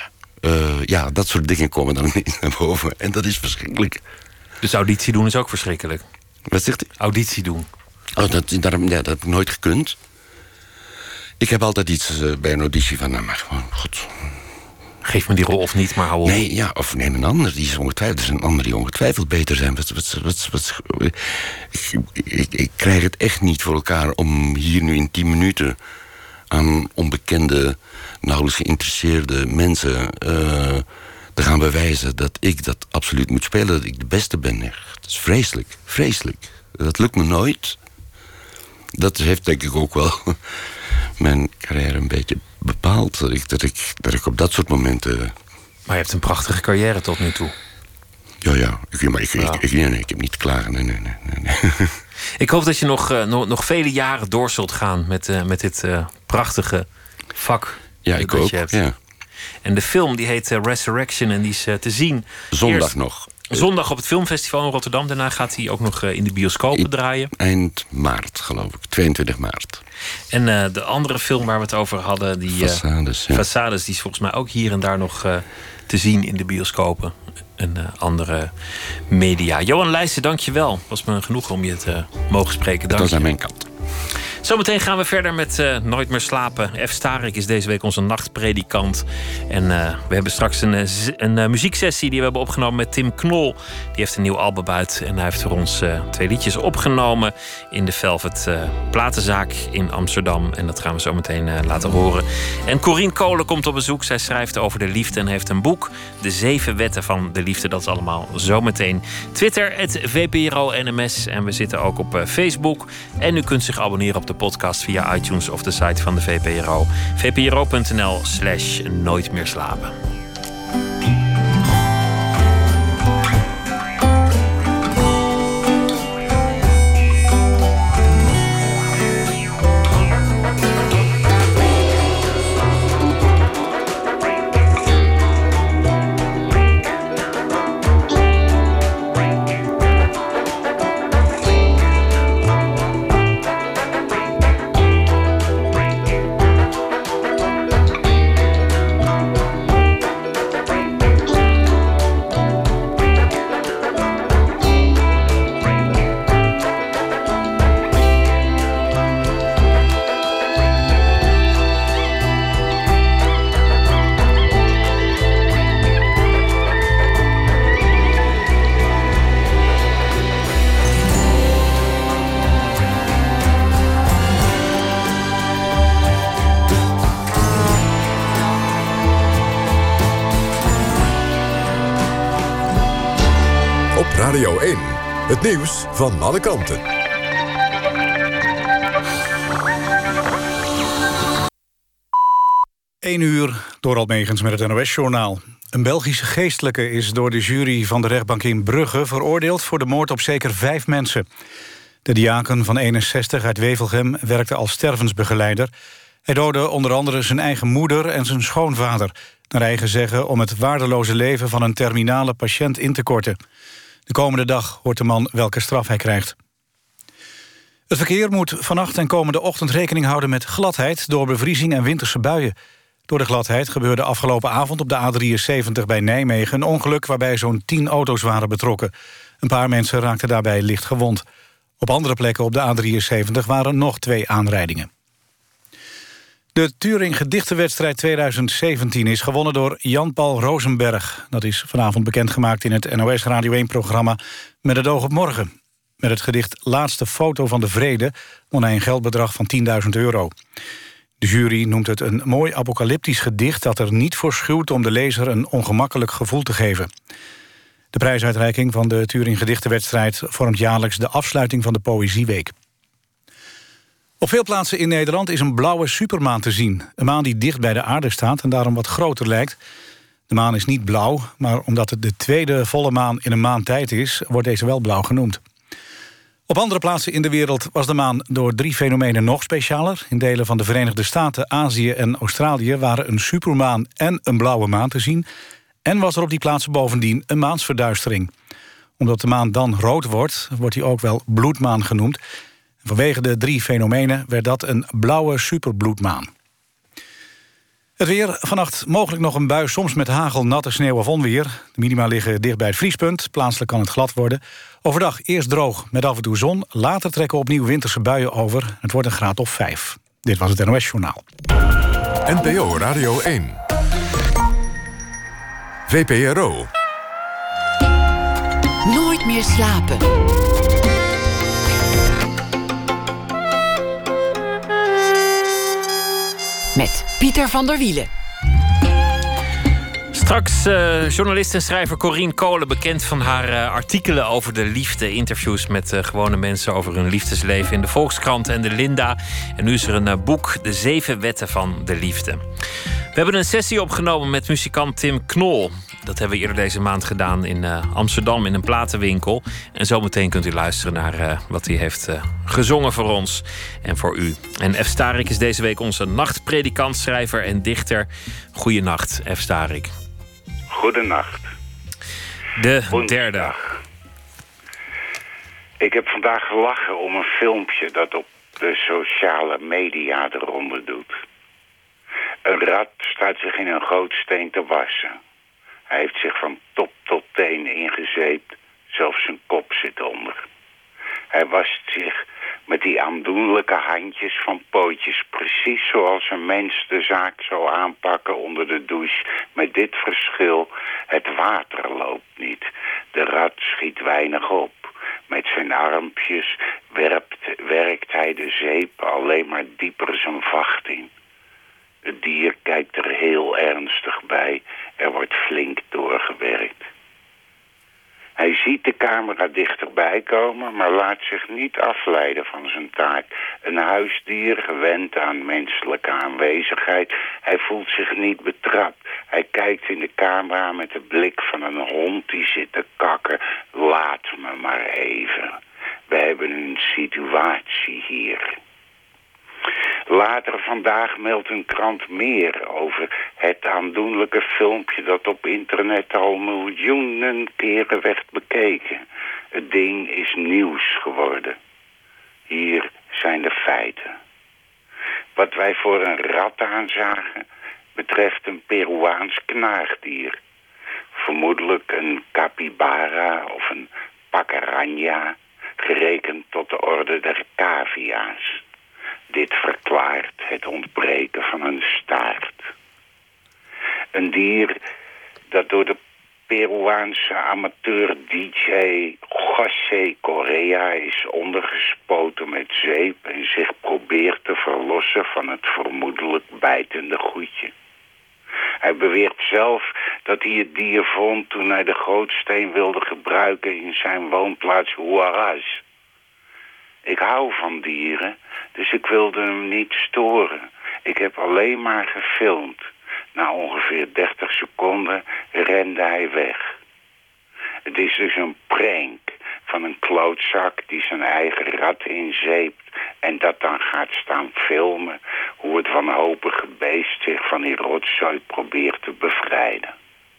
Uh, ja, dat soort dingen komen dan niet naar boven. En dat is verschrikkelijk. Dus auditie doen is ook verschrikkelijk? Wat zegt u? Auditie doen. Oh, dat, daarom, ja, dat heb ik nooit gekund. Ik heb altijd iets uh, bij een auditie van... Nou, maar gewoon, god. Geef me die rol of niet, maar hou op. Nee, ja, of neem een ander. Die is ongetwijfeld, er is een ander die ongetwijfeld beter zijn. Wat, wat, wat, wat, ik, ik, ik krijg het echt niet voor elkaar om hier nu in tien minuten... aan onbekende, nauwelijks geïnteresseerde mensen... Uh, te gaan bewijzen dat ik dat absoluut moet spelen. Dat ik de beste ben. Dat is vreselijk, vreselijk. Dat lukt me nooit. Dat heeft denk ik ook wel mijn carrière een beetje bepaald. Dat ik, dat ik, dat ik op dat soort momenten... Maar je hebt een prachtige carrière tot nu toe. Ja, ja. Ik, maar ik, ja. Ik, ik, nee, nee, ik heb niet te klagen. Nee, nee, nee, nee. Ik hoop dat je nog, uh, nog, nog vele jaren door zult gaan met, uh, met dit uh, prachtige vak. Ja, ik dat ook. Je hebt. Ja. En de film die heet uh, Resurrection en die is uh, te zien. Zondag Eerst, nog. Zondag op het Filmfestival in Rotterdam. Daarna gaat hij ook nog uh, in de bioscopen I, draaien. Eind maart, geloof ik. tweeëntwintig maart. En uh, de andere film waar we het over hadden... Die, uh, Façades, ja. Façades, die is volgens mij ook hier en daar nog uh, te zien in de bioscopen. En uh, andere media. Johan Leijsen, dank je wel. Het was me genoeg om je te uh, mogen spreken. Dank dat was aan je. mijn kant. Zometeen gaan we verder met uh, Nooit meer slapen. F. Starik is deze week onze nachtpredikant. En uh, we hebben straks een, een uh, muzieksessie die we hebben opgenomen met Tim Knol. Die heeft een nieuw album uit. En hij heeft voor ons uh, twee liedjes opgenomen in de Velvet uh, platenzaak in Amsterdam. En dat gaan we zo meteen uh, laten horen. En Corien Kolen komt op bezoek. Zij schrijft over de liefde en heeft een boek. De zeven wetten van de liefde. Dat is allemaal zometeen. Twitter, het V P R O N M S. En we zitten ook op uh, Facebook. En u kunt zich abonneren op de podcast via iTunes of de site van de V P R O. v p r o punt n l slash nooit meer slapen. Radio één, het nieuws van alle kanten. één uur, Dorald Megens met het N O S-journaal. Een Belgische geestelijke is door de jury van de rechtbank in Brugge veroordeeld voor de moord op zeker vijf mensen. De diaken van eenenzestig uit Wevelgem werkte als stervensbegeleider. Hij doodde onder andere zijn eigen moeder en zijn schoonvader, naar eigen zeggen om het waardeloze leven van een terminale patiënt in te korten. De komende dag hoort de man welke straf hij krijgt. Het verkeer moet vannacht en komende ochtend rekening houden met gladheid door bevriezing en winterse buien. Door de gladheid gebeurde afgelopen avond op de A drieënzeventig bij Nijmegen een ongeluk waarbij zo'n tien auto's waren betrokken. Een paar mensen raakten daarbij licht gewond. Op andere plekken op de A drieënzeventig waren nog twee aanrijdingen. De Turing Gedichtenwedstrijd tweeduizend zeventien is gewonnen door Jan-Paul Rosenberg. Dat is vanavond bekendgemaakt in het N O S Radio één-programma Met het oog op morgen. Met het gedicht Laatste foto van de vrede won hij een geldbedrag van tienduizend euro. De jury noemt het een mooi apocalyptisch gedicht dat er niet voor schuwt om de lezer een ongemakkelijk gevoel te geven. De prijsuitreiking van de Turing Gedichtenwedstrijd vormt jaarlijks de afsluiting van de Poëzieweek. Op veel plaatsen in Nederland is een blauwe supermaan te zien. Een maan die dicht bij de aarde staat en daarom wat groter lijkt. De maan is niet blauw, maar omdat het de tweede volle maan in een maantijd is, wordt deze wel blauw genoemd. Op andere plaatsen in de wereld was de maan door drie fenomenen nog specialer. In delen van de Verenigde Staten, Azië en Australië waren een supermaan en een blauwe maan te zien. En was er op die plaatsen bovendien een maansverduistering. Omdat de maan dan rood wordt, wordt hij ook wel bloedmaan genoemd. Vanwege de drie fenomenen werd dat een blauwe superbloedmaan. Het weer, vannacht mogelijk nog een bui, soms met hagel, natte sneeuw of onweer. De minima liggen dicht bij het vriespunt, plaatselijk kan het glad worden. Overdag eerst droog, met af en toe zon. Later trekken opnieuw winterse buien over. Het wordt een graad of vijf. Dit was het N O S-journaal. N P O Radio één. V P R O. Nooit meer slapen. Met Pieter van der Wielen. Straks uh, journalist en schrijver Corien Kolen, bekend van haar uh, artikelen over de liefde. Interviews met uh, gewone mensen over hun liefdesleven in de Volkskrant en de Linda. En nu is er een uh, boek, De Zeven Wetten van de Liefde. We hebben een sessie opgenomen met muzikant Tim Knol. Dat hebben we eerder deze maand gedaan in uh, Amsterdam in een platenwinkel. En zometeen kunt u luisteren naar uh, wat hij heeft uh, gezongen voor ons en voor u. En F. Starik is deze week onze nachtpredikant, schrijver en dichter. Goeienacht, F. Starik. Goedenacht. De Woensdag. derde. Ik heb vandaag gelachen om een filmpje dat op de sociale media eronder doet. Een rat staat zich in een gootsteen te wassen. Hij heeft zich van top tot teen ingezeept, zelfs zijn kop zit onder. Hij wast zich met die aandoenlijke handjes van pootjes, precies zoals een mens de zaak zou aanpakken onder de douche. Met dit verschil, het water loopt niet. De rat schiet weinig op. Met zijn armpjes werpt, werkt hij de zeep alleen maar dieper zijn vacht in. Het dier kijkt er heel ernstig bij. Er wordt flink doorgewerkt. Hij ziet de camera dichterbij komen, maar laat zich niet afleiden van zijn taak. Een huisdier gewend aan menselijke aanwezigheid. Hij voelt zich niet betrapt. Hij kijkt in de camera met de blik van een hond die zit te kakken. Laat me maar even. We hebben een situatie hier. Later vandaag meldt een krant meer over het aandoenlijke filmpje dat op internet al miljoenen keren werd bekeken. Het ding is nieuws geworden. Hier zijn de feiten. Wat wij voor een rat aanzagen betreft een Peruaans knaagdier. Vermoedelijk een capybara of een pacaranja, gerekend tot de orde der cavia's. Dit verklaart het ontbreken van een staart. Een dier dat door de Peruaanse amateur-D J José Correa is ondergespoten met zeep en zich probeert te verlossen van het vermoedelijk bijtende goedje. Hij beweert zelf dat hij het dier vond toen hij de gootsteen wilde gebruiken in zijn woonplaats Huaraz. Ik hou van dieren, dus ik wilde hem niet storen. Ik heb alleen maar gefilmd. Na ongeveer dertig seconden rende hij weg. Het is dus een prank van een klootzak die zijn eigen rat inzeept en dat dan gaat staan filmen hoe het wanhopige beest zich van die rotzooi probeert te bevrijden.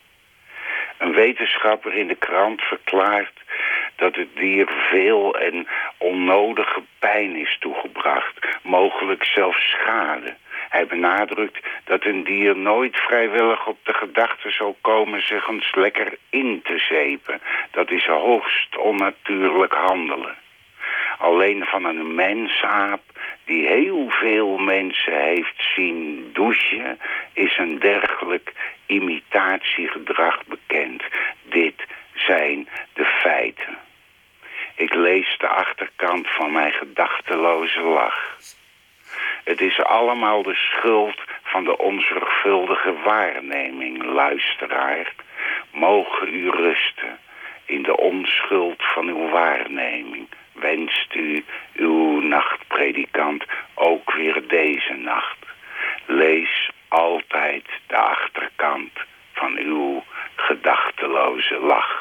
Een wetenschapper in de krant verklaart dat het dier veel en onnodige pijn is toegebracht, mogelijk zelfs schade. Hij benadrukt dat een dier nooit vrijwillig op de gedachte zal komen zich eens lekker in te zeepen. Dat is hoogst onnatuurlijk handelen. Alleen van een mensaap die heel veel mensen heeft zien douchen is een dergelijk imitatiegedrag bekend. Dit zijn de feiten. Ik lees de achterkant van mijn gedachteloze lach. Het is allemaal de schuld van de onzorgvuldige waarneming, luisteraar. Mogen u rusten in de onschuld van uw waarneming. Wenst u uw nachtpredikant ook weer deze nacht. Lees altijd de achterkant van uw gedachteloze lach.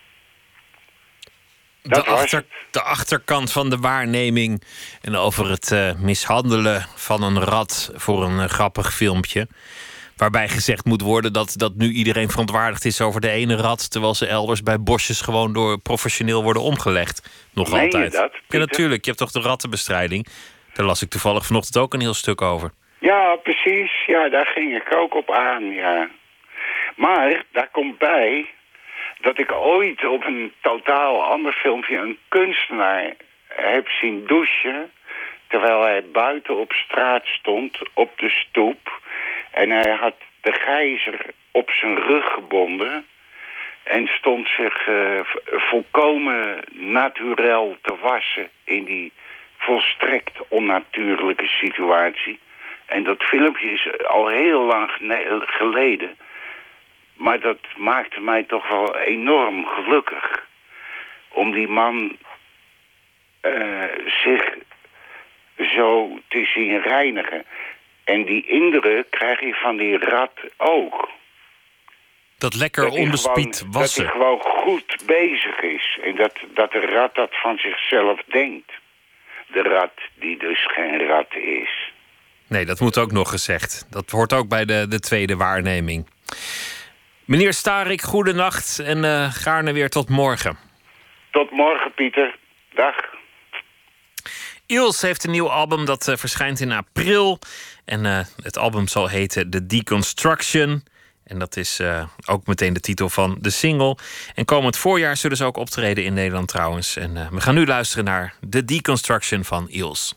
De, achter, de achterkant van de waarneming en over het uh, mishandelen van een rat voor een uh, grappig filmpje. Waarbij gezegd moet worden dat, dat nu iedereen verontwaardigd is over de ene rat, terwijl ze elders bij bosjes gewoon door professioneel worden omgelegd. Nog altijd. Je dat, ja, natuurlijk. Je hebt toch de rattenbestrijding. Daar las ik toevallig vanochtend ook een heel stuk over. Ja, precies. Ja, daar ging ik ook op aan, ja. Maar daar komt bij dat ik ooit op een totaal ander filmpje een kunstenaar heb zien douchen, terwijl hij buiten op straat stond, op de stoep. En hij had de gijzer op zijn rug gebonden en stond zich uh, volkomen naturel te wassen in die volstrekt onnatuurlijke situatie. En dat filmpje is al heel lang geleden. Maar dat maakte mij toch wel enorm gelukkig. Om die man uh, zich zo te zien reinigen. En die indruk krijg je van die rat ook. Dat lekker dat onbespied gewoon, wassen. Dat hij gewoon goed bezig is. En dat, dat de rat dat van zichzelf denkt. De rat die dus geen rat is. Nee, dat moet ook nog gezegd. Dat hoort ook bij de, de tweede waarneming. Meneer Starik, goedenacht en uh, gaarne weer tot morgen. Tot morgen, Pieter. Dag. Eels heeft een nieuw album dat uh, verschijnt in april. En uh, het album zal heten The Deconstruction. En dat is uh, ook meteen de titel van de single. En komend voorjaar zullen ze ook optreden in Nederland trouwens. En uh, we gaan nu luisteren naar The Deconstruction van Eels.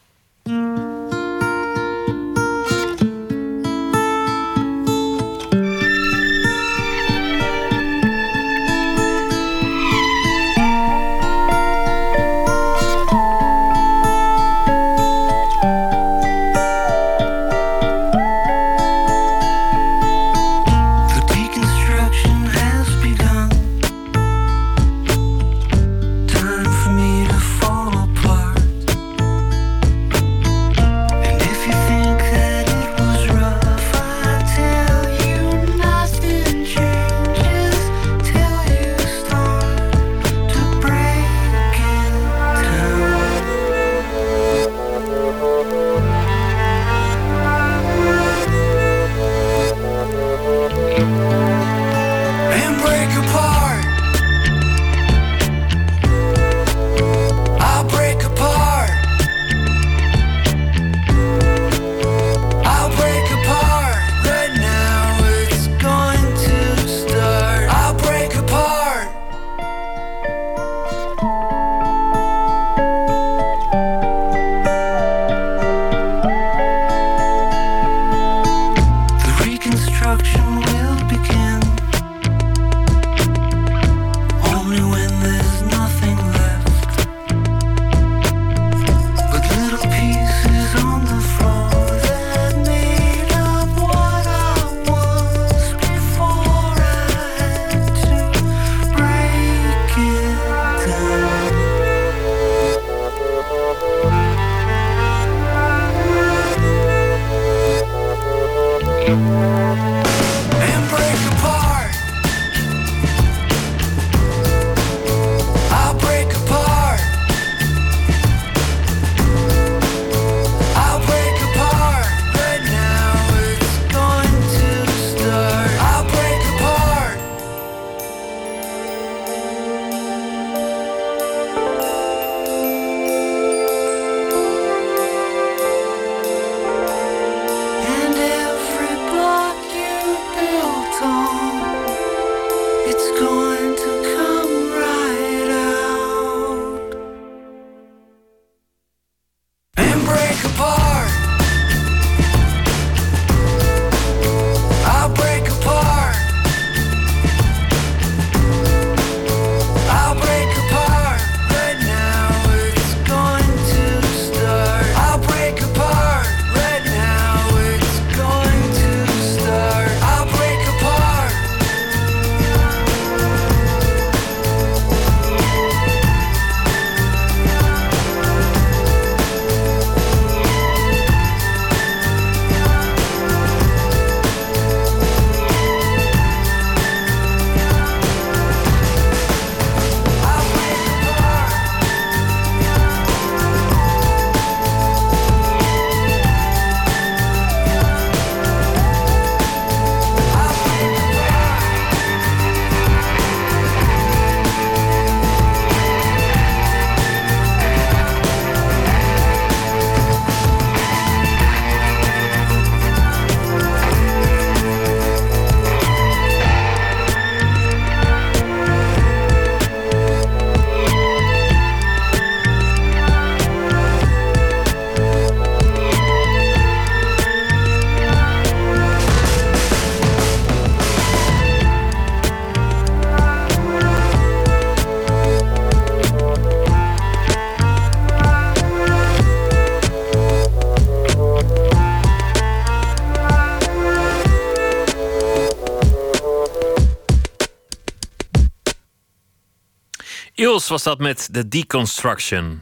And everybody Beatles was dat met The Deconstruction.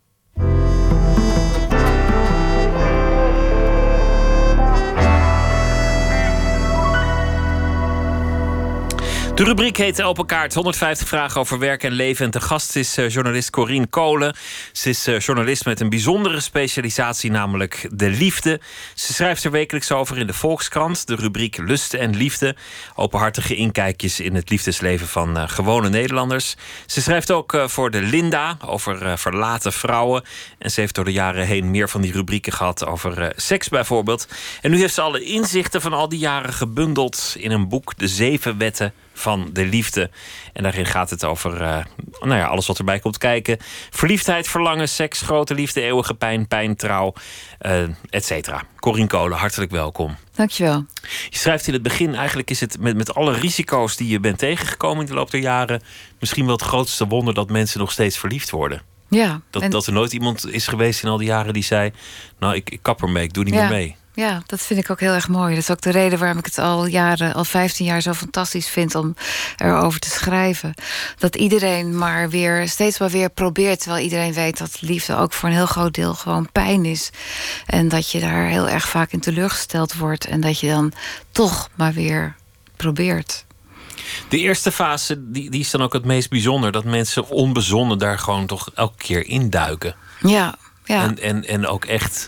De rubriek heet Open Kaart. honderdvijftig vragen over werk en leven. En te gast is uh, journalist Corien Kolen. Ze is uh, journalist met een bijzondere specialisatie, namelijk de liefde. Ze schrijft er wekelijks over in de Volkskrant. De rubriek Lust en Liefde. Openhartige inkijkjes in het liefdesleven van uh, gewone Nederlanders. Ze schrijft ook uh, voor de Linda over uh, verlaten vrouwen. En ze heeft door de jaren heen meer van die rubrieken gehad over uh, seks bijvoorbeeld. En nu heeft ze alle inzichten van al die jaren gebundeld in een boek, De Zeven Wetten van de Liefde. En daarin gaat het over uh, nou ja, alles wat erbij komt kijken. Verliefdheid, verlangen, seks, grote liefde, eeuwige pijn, pijn, trouw, uh, et cetera. Corien Kolen, hartelijk welkom. Dankjewel. Je schrijft in het begin, eigenlijk is het met, met alle risico's die je bent tegengekomen in de loop der jaren, misschien wel het grootste wonder dat mensen nog steeds verliefd worden. Ja. Dat, en... dat er nooit iemand is geweest in al die jaren die zei, nou, ik, ik kap ermee, ik doe niet ja. meer mee. Ja, dat vind ik ook heel erg mooi. Dat is ook de reden waarom ik het al jaren, al vijftien jaar zo fantastisch vind om erover te schrijven. Dat iedereen maar weer, steeds maar weer probeert, terwijl iedereen weet dat liefde ook voor een heel groot deel gewoon pijn is. En dat je daar heel erg vaak in teleurgesteld wordt en dat je dan toch maar weer probeert. De eerste fase, die, die is dan ook het meest bijzonder. Dat mensen onbezonnen daar gewoon toch elke keer induiken. Ja, ja. En, en, en ook echt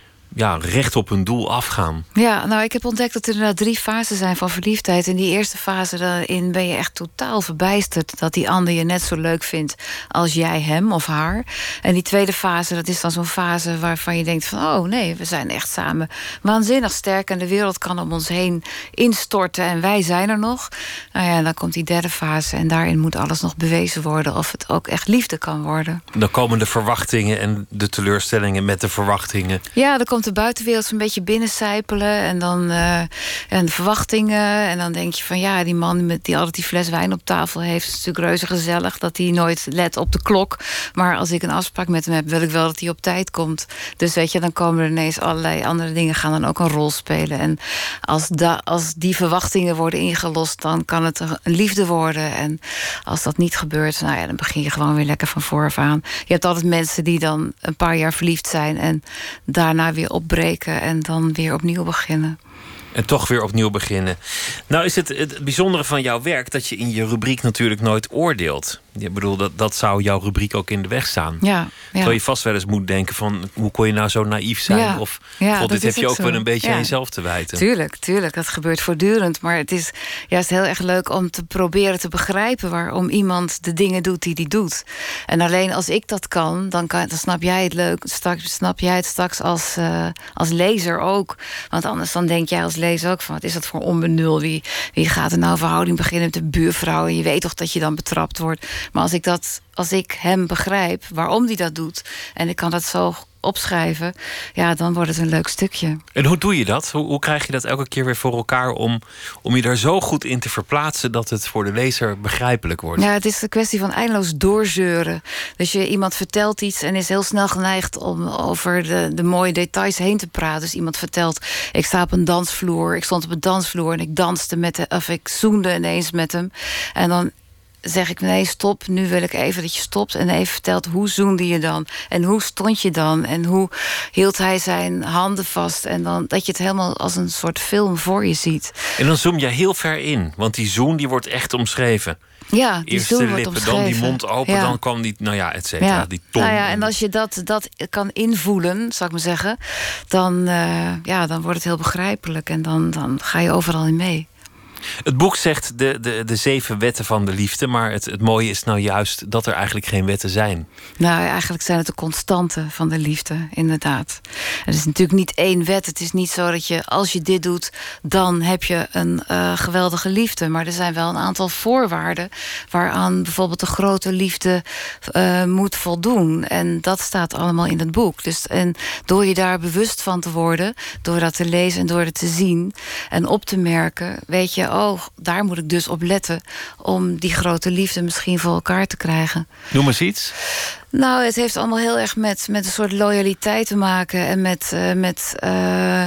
ja, recht op hun doel afgaan. Ja, nou, ik heb ontdekt dat er inderdaad drie fasen zijn van verliefdheid. In die eerste fase daarin ben je echt totaal verbijsterd dat die ander je net zo leuk vindt als jij hem of haar. En die tweede fase, dat is dan zo'n fase waarvan je denkt van, oh nee, we zijn echt samen waanzinnig sterk en de wereld kan om ons heen instorten en wij zijn er nog. Nou ja, dan komt die derde fase en daarin moet alles nog bewezen worden of het ook echt liefde kan worden. Dan komen de verwachtingen en de teleurstellingen met de verwachtingen. Ja, dan komt de buitenwereld zo'n beetje binnencijpelen en dan uh, en de verwachtingen. En dan denk je van ja, die man met die altijd die fles wijn op tafel heeft, is natuurlijk reuze gezellig dat hij nooit let op de klok. Maar als ik een afspraak met hem heb, wil ik wel dat hij op tijd komt. Dus weet je, dan komen er ineens allerlei andere dingen gaan dan ook een rol spelen. En als, da, als die verwachtingen worden ingelost, dan kan het een liefde worden. En als dat niet gebeurt, nou ja, dan begin je gewoon weer lekker van vooraf aan. Je hebt altijd mensen die dan een paar jaar verliefd zijn en daarna weer opbreken en dan weer opnieuw beginnen. En toch weer opnieuw beginnen. Nou is het het bijzondere van jouw werk dat je in je rubriek natuurlijk nooit oordeelt. Ik bedoel, dat, dat zou jouw rubriek ook in de weg staan. Ja, ja. Terwijl je vast wel eens moet denken van, hoe kon je nou zo naïef zijn? Ja, of ja, God, dit heb je ook zo. wel een beetje ja. aan jezelf te wijten. Tuurlijk, tuurlijk. Dat gebeurt voortdurend. Maar het is juist heel erg leuk om te proberen te begrijpen waarom iemand de dingen doet die die doet. En alleen als ik dat kan, dan, kan, dan snap jij het leuk. Straks snap jij het straks als, uh, als lezer ook. Want anders dan denk jij als lezer ook van, wat is dat voor onbenul? Wie, wie gaat er nou een verhouding beginnen met de buurvrouw? En je weet toch dat je dan betrapt wordt. Maar als ik dat, als ik hem begrijp waarom hij dat doet en ik kan dat zo opschrijven, ja, dan wordt het een leuk stukje. En hoe doe je dat? Hoe, hoe krijg je dat elke keer weer voor elkaar om, om je daar zo goed in te verplaatsen dat het voor de lezer begrijpelijk wordt? Ja, het is een kwestie van eindeloos doorzeuren. Dus je, iemand vertelt iets en is heel snel geneigd om over de, de mooie details heen te praten. Dus iemand vertelt, ik sta op een dansvloer, ik stond op een dansvloer en ik danste met de, of ik zoende ineens met hem. En dan zeg ik, nee, stop, nu wil ik even dat je stopt en even vertelt, hoe zoende je dan? En hoe stond je dan? En hoe hield hij zijn handen vast? En dan dat je het helemaal als een soort film voor je ziet. En dan zoom je heel ver in, want die zoen die wordt echt omschreven. Ja, die Eerst de wordt lippen, omschreven. dan die mond open, ja. dan kwam die, nou ja, et cetera, Ja. die tong. Nou ja, en als je dat, dat kan invoelen, zou ik maar zeggen, dan, uh, ja, dan wordt het heel begrijpelijk en dan, dan ga je overal in mee. Het boek zegt de, de, de zeven wetten van de liefde, maar het, het mooie is nou juist dat er eigenlijk geen wetten zijn. Nou, eigenlijk zijn het de constanten van de liefde, inderdaad. Het is natuurlijk niet één wet. Het is niet zo dat je, als je dit doet, dan heb je een uh, geweldige liefde. Maar er zijn wel een aantal voorwaarden waaraan bijvoorbeeld de grote liefde uh, moet voldoen. En dat staat allemaal in het boek. Dus, en door je daar bewust van te worden, door dat te lezen en door het te zien en op te merken, weet je oh, daar moet ik dus op letten om die grote liefde misschien voor elkaar te krijgen. Noem eens iets. Nou, het heeft allemaal heel erg met, met een soort loyaliteit te maken. En met, uh, met uh,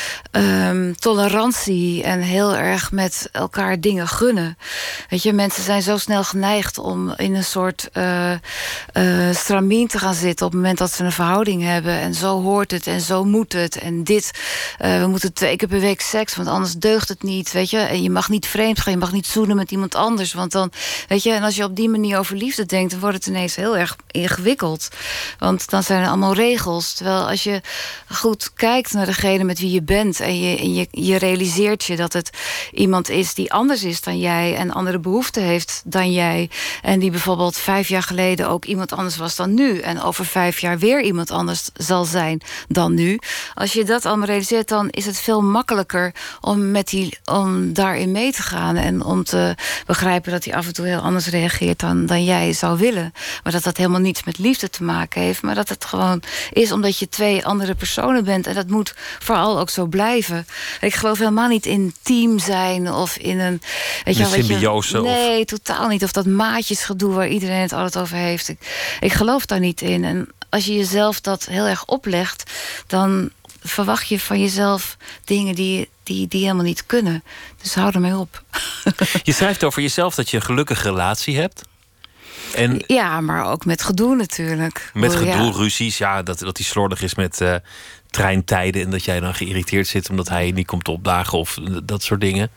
um, tolerantie. En heel erg met elkaar dingen gunnen. Weet je, mensen zijn zo snel geneigd om in een soort uh, uh, stramien te gaan zitten op het moment dat ze een verhouding hebben. En zo hoort het en zo moet het. En dit, uh, we moeten twee keer per week seks, want anders deugt het niet. Weet je, en je mag niet vreemd gaan, je mag niet zoenen met iemand anders. Want dan, weet je, en als je op die manier over liefde denkt, dan wordt het ineens heel erg ingewikkeld. Ingewikkeld. Want dan zijn er allemaal regels. Terwijl als je goed kijkt naar degene met wie je bent en je, en je, je realiseert je dat het iemand is die anders is dan jij en andere behoeften heeft dan jij. En die bijvoorbeeld vijf jaar geleden ook iemand anders was dan nu. En over vijf jaar weer iemand anders zal zijn dan nu. Als je dat allemaal realiseert, dan is het veel makkelijker om, met die, om daarin mee te gaan. En om te begrijpen dat hij af en toe heel anders reageert dan, dan jij zou willen. Maar dat dat helemaal niets met liefde te maken heeft, maar dat het gewoon is omdat je twee andere personen bent. En dat moet vooral ook zo blijven. Ik geloof helemaal niet in team zijn of in een, weet je wel, symbiose. Nee, of... totaal niet. Of dat maatjesgedoe waar iedereen het altijd over heeft. Ik, ik geloof daar niet in. En als je jezelf dat heel erg oplegt, dan verwacht je van jezelf dingen die, die, die helemaal niet kunnen. Dus hou ermee op. Je schrijft over jezelf dat je een gelukkige relatie hebt. En ja, maar ook met gedoe natuurlijk. Met gedoe, ja. ruzies, ja, dat, dat hij slordig is met uh, treintijden en dat jij dan geïrriteerd zit omdat hij niet komt opdagen of dat soort dingen.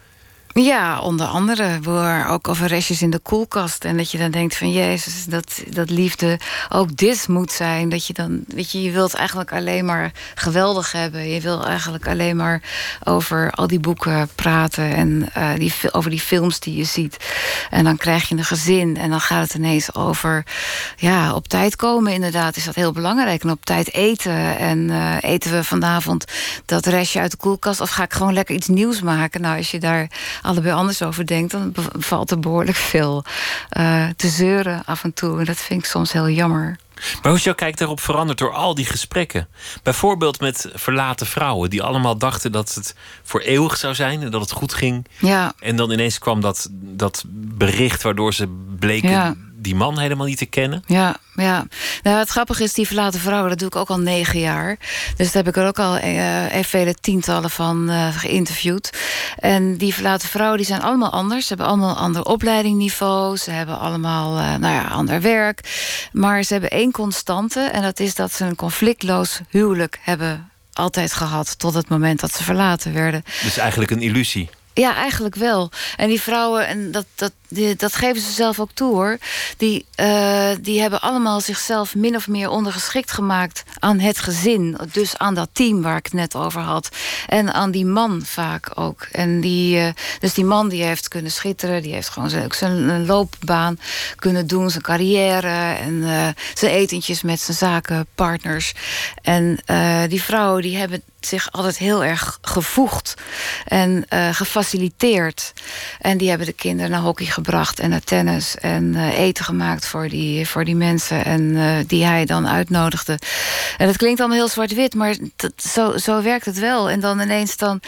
Ja, onder andere. We ook over restjes in de koelkast. En dat je dan denkt van Jezus, dat, dat liefde ook dit moet zijn. Dat je dan, weet je, je wilt eigenlijk alleen maar geweldig hebben. Je wil eigenlijk alleen maar over al die boeken praten. En uh, die, over die films die je ziet. En dan krijg je een gezin. En dan gaat het ineens over, ja, op tijd komen inderdaad. Is dat heel belangrijk. En op tijd eten. En uh, eten we vanavond dat restje uit de koelkast? Of ga ik gewoon lekker iets nieuws maken? Nou, als je daar allebei anders over denkt, dan valt er behoorlijk veel uh, te zeuren af en toe. En dat vind ik soms heel jammer. Maar hoe is jouw kijk daarop veranderd door al die gesprekken? Bijvoorbeeld met verlaten vrouwen die allemaal dachten dat het voor eeuwig zou zijn en dat het goed ging. Ja. En dan ineens kwam dat, dat bericht waardoor ze bleken ja. die man helemaal niet te kennen. Ja, ja. Nou, het grappige is, die verlaten vrouwen, dat doe ik ook al negen jaar. Dus daar heb ik er ook al uh, vele tientallen van uh, geïnterviewd. En die verlaten vrouwen, die zijn allemaal anders. Ze hebben allemaal een ander opleidingniveau. Ze hebben allemaal uh, nou ja, ander werk. Maar ze hebben één constante. En dat is dat ze een conflictloos huwelijk hebben altijd gehad. Tot het moment dat ze verlaten werden. Dus eigenlijk een illusie. Ja, eigenlijk wel. En die vrouwen, en dat, dat, die, dat geven ze zelf ook toe hoor. Die, uh, die hebben allemaal zichzelf min of meer ondergeschikt gemaakt aan het gezin. Dus aan dat team waar ik het net over had. En aan die man vaak ook. En die, uh, dus die man die heeft kunnen schitteren. Die heeft gewoon zijn, zijn loopbaan kunnen doen. Zijn carrière. En uh, zijn etentjes met zijn zakenpartners. En uh, die vrouwen die hebben zich altijd heel erg gevoegd en uh, gefaciliteerd. En die hebben de kinderen naar hockey gebracht en naar tennis en uh, eten gemaakt voor die, voor die mensen en uh, die hij dan uitnodigde. En dat klinkt allemaal heel zwart-wit, maar dat, zo, zo werkt het wel. En dan ineens dan,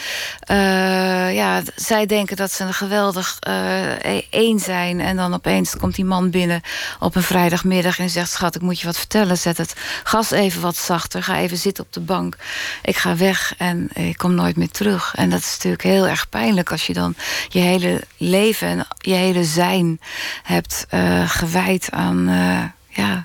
uh, ja, zij denken dat ze een geweldig uh, één zijn en dan opeens komt die man binnen op een vrijdagmiddag en zegt, schat, ik moet je wat vertellen, zet het gas even wat zachter, ga even zitten op de bank, ik ga weg en ik kom nooit meer terug. En dat is natuurlijk heel erg pijnlijk als je dan je hele leven en je hele zijn hebt uh, gewijd aan uh, ja,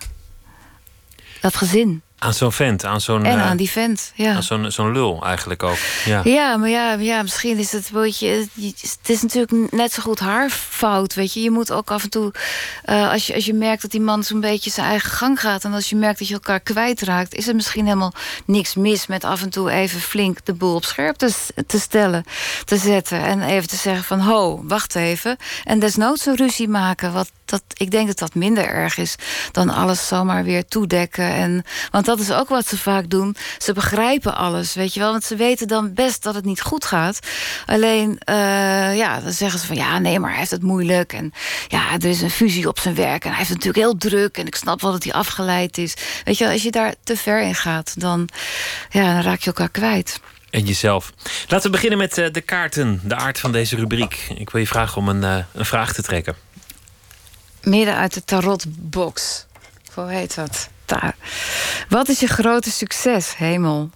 dat gezin. Aan zo'n vent, aan zo'n... En aan die vent, ja. Aan zo'n, zo'n lul eigenlijk ook. Ja, ja maar ja, ja, misschien is het een beetje... Het is natuurlijk net zo goed haar fout, weet je. Je moet ook af en toe... Uh, als, je, als je merkt dat die man zo'n beetje zijn eigen gang gaat... en als je merkt dat je elkaar kwijtraakt... is er misschien helemaal niks mis met af en toe even flink de boel op scherp te, te stellen, te zetten. En even te zeggen van, ho, wacht even. En desnoods een ruzie maken, wat... Dat, ik denk dat dat minder erg is dan alles zomaar weer toedekken. En, want dat is ook wat ze vaak doen. Ze begrijpen alles, weet je wel. Want ze weten dan best dat het niet goed gaat. Alleen, uh, ja, dan zeggen ze van... ja, nee, maar hij heeft het moeilijk. En ja, er is een fusie op zijn werk. En hij heeft het natuurlijk heel druk. En ik snap wel dat hij afgeleid is. Weet je wel, als je daar te ver in gaat... dan, ja, dan raak je elkaar kwijt. En jezelf. Laten we beginnen met uh, de kaarten, de aard van deze rubriek. Ik wil je vragen om een, uh, een vraag te trekken. Midden uit de tarotbox. Hoe heet dat? Ta- Wat is je grote succes, hemel?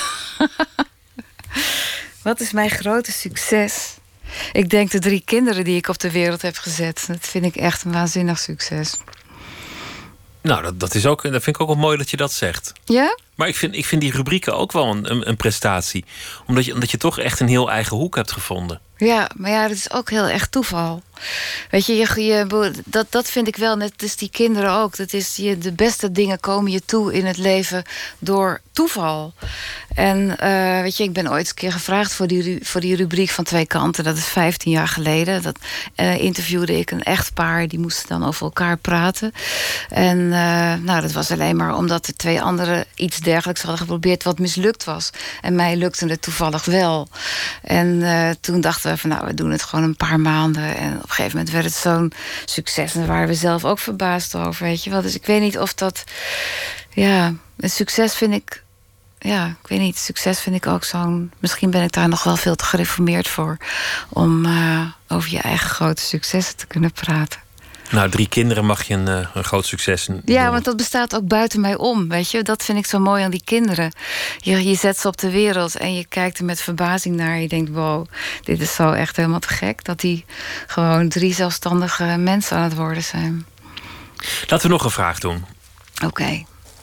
Wat is mijn grote succes? Ik denk de drie kinderen die ik op de wereld heb gezet. Dat vind ik echt een waanzinnig succes. Nou, dat, dat, is ook, dat vind ik ook wel mooi dat je dat zegt. Ja? Maar ik vind, ik vind die rubrieken ook wel een, een, een prestatie. Omdat je, omdat je toch echt een heel eigen hoek hebt gevonden. Ja, maar ja, dat is ook heel erg toeval. Weet je, je, je dat, dat vind ik wel, net als die kinderen ook. Dat is, je, de beste dingen komen je toe in het leven door toeval. En uh, weet je, ik ben ooit eens een keer gevraagd voor die, voor die rubriek van Twee Kanten. Dat is vijftien jaar geleden. Dat uh, interviewde ik een echtpaar. Die moesten dan over elkaar praten. En uh, nou, dat was alleen maar omdat de twee anderen iets dergelijks hadden geprobeerd wat mislukt was. En mij lukte het toevallig wel. En uh, toen dachten we van nou, we doen het gewoon een paar maanden. En op een gegeven moment werd het zo'n succes. En daar waren we zelf ook verbaasd over, weet je wel. Dus ik weet niet of dat... Ja, een succes vind ik... Ja, ik weet niet. Succes vind ik ook zo'n... Misschien ben ik daar nog wel veel te gereformeerd voor... om uh, over je eigen grote successen te kunnen praten. Nou, drie kinderen mag je een, uh, een groot succes noemen. Ja, want dat bestaat ook buiten mij om, weet je. Dat vind ik zo mooi aan die kinderen. Je, je zet ze op de wereld en je kijkt er met verbazing naar. Je denkt, wow, dit is zo echt helemaal te gek... dat die gewoon drie zelfstandige mensen aan het worden zijn. Laten we nog een vraag doen. Oké. Okay.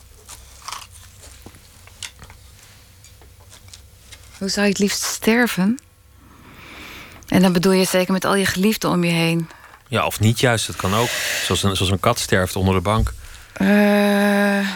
Hoe zou je het liefst sterven? En dan bedoel je zeker met al je geliefden om je heen... Ja, of niet juist, dat kan ook. Zoals een, zoals een kat sterft onder de bank. Uh,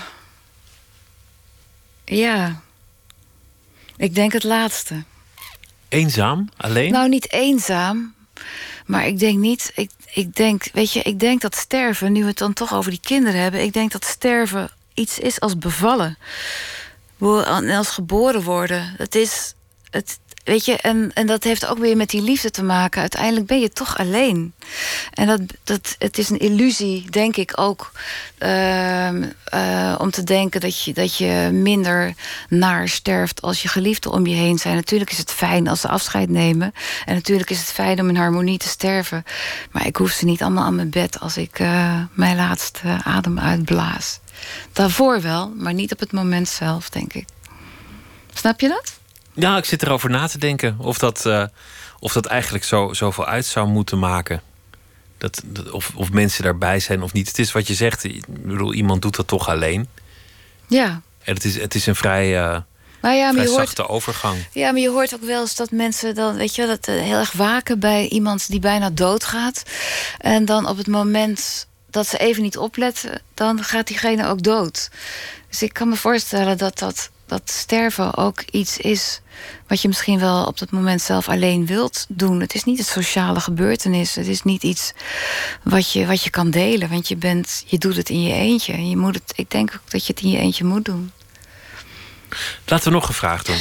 ja. Ik denk het laatste. Eenzaam? Alleen? Nou, niet eenzaam. Maar ik denk niet... Ik, ik denk, weet je, ik denk dat sterven... Nu we het dan toch over die kinderen hebben... Ik denk dat sterven iets is als bevallen. Als geboren worden. Het is... Het, Weet je, en, en dat heeft ook weer met die liefde te maken. Uiteindelijk ben je toch alleen. En dat, dat, het is een illusie, denk ik ook... Uh, uh, om te denken dat je, dat je minder naar sterft... als je geliefden om je heen zijn. Natuurlijk is het fijn als ze afscheid nemen. En natuurlijk is het fijn om in harmonie te sterven. Maar ik hoef ze niet allemaal aan mijn bed... als ik uh, mijn laatste adem uitblaas. Daarvoor wel, maar niet op het moment zelf, denk ik. Snap je dat? Ja, ik zit erover na te denken of dat, uh, of dat eigenlijk zo, zoveel uit zou moeten maken. Dat, dat, of, of mensen daarbij zijn of niet. Het is wat je zegt, ik bedoel, iemand doet dat toch alleen. Ja. En het is, het is een vrij, uh, maar ja, maar vrij je hoort, zachte overgang. Ja, maar je hoort ook wel eens dat mensen dan, weet je, dat uh, heel erg waken bij iemand die bijna doodgaat. En dan op het moment dat ze even niet opletten, dan gaat diegene ook dood. Dus ik kan me voorstellen dat dat... dat sterven ook iets is wat je misschien wel op dat moment zelf alleen wilt doen. Het is niet een sociale gebeurtenis. Het is niet iets wat je, wat je kan delen. Want je, bent, je doet het in je eentje. Je moet het, ik denk ook dat je het in je eentje moet doen. Laten we nog een vraag doen.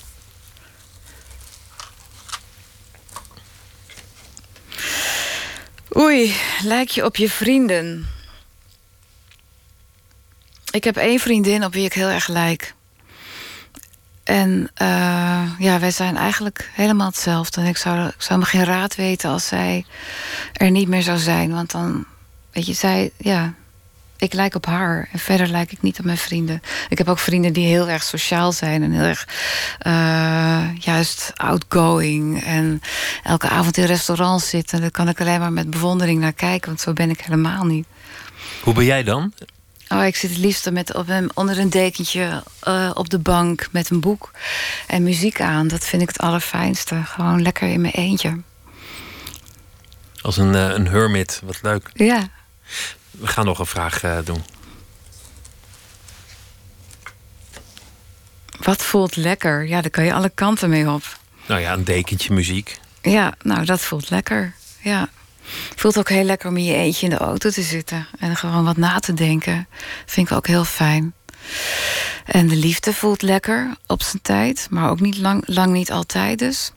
Oei, lijk je op je vrienden? Ik heb één vriendin op wie ik heel erg lijk. En uh, ja, wij zijn eigenlijk helemaal hetzelfde. En ik zou, ik zou me geen raad weten als zij er niet meer zou zijn. Want dan, weet je, zij, ja, ik lijk op haar. En verder lijk ik niet op mijn vrienden. Ik heb ook vrienden die heel erg sociaal zijn. En heel erg uh, juist outgoing. En elke avond in restaurants zitten. Daar kan ik alleen maar met bewondering naar kijken. Want zo ben ik helemaal niet. Hoe ben jij dan? Oh, ik zit het liefst met, op een, onder een dekentje uh, op de bank met een boek en muziek aan. Dat vind ik het allerfijnste. Gewoon lekker in mijn eentje. Als een, uh, een hermit, wat leuk. Ja. We gaan nog een vraag uh, doen. Wat voelt lekker? Ja, daar kan je alle kanten mee op. Nou ja, een dekentje muziek. Ja, nou, dat voelt lekker. Ja. Het voelt ook heel lekker om in je eentje in de auto te zitten. En gewoon wat na te denken. Vind ik ook heel fijn. En de liefde voelt lekker op zijn tijd. Maar ook niet lang, lang niet altijd dus.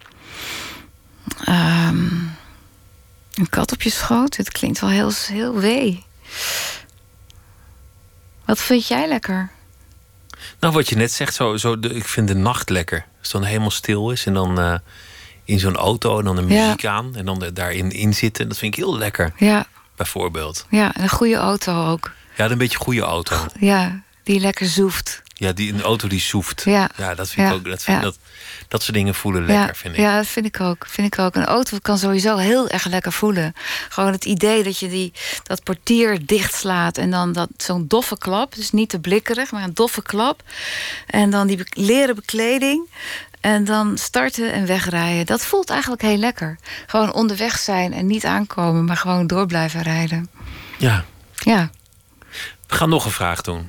Um, een kat op je schoot. Het klinkt wel heel, heel wee. Wat vind jij lekker? Nou, wat je net zegt, zo, zo de, ik vind de nacht lekker. Als het dan helemaal stil is en dan uh, in zo'n auto en dan de muziek ja. aan en dan de, daarin in zitten. Dat vind ik heel lekker. Ja. Bijvoorbeeld. Ja, en een goede auto ook. Ja, een beetje goede auto. Ja, die lekker zoeft. Ja, die, een auto die soeft. Ja, ja dat vind ja. ik ook. Dat, vind, ja. dat, dat soort dingen voelen lekker, ja, vind ik. Ja, dat vind ik ook. Vind ik ook. Een auto kan sowieso heel erg lekker voelen. Gewoon het idee dat je die, dat portier dichtslaat en dan dat, zo'n doffe klap. Dus niet te blikkerig, maar een doffe klap. En dan die leren bekleding. En dan starten en wegrijden. Dat voelt eigenlijk heel lekker. Gewoon onderweg zijn en niet aankomen, maar gewoon door blijven rijden. Ja. Ja. We gaan nog een vraag doen.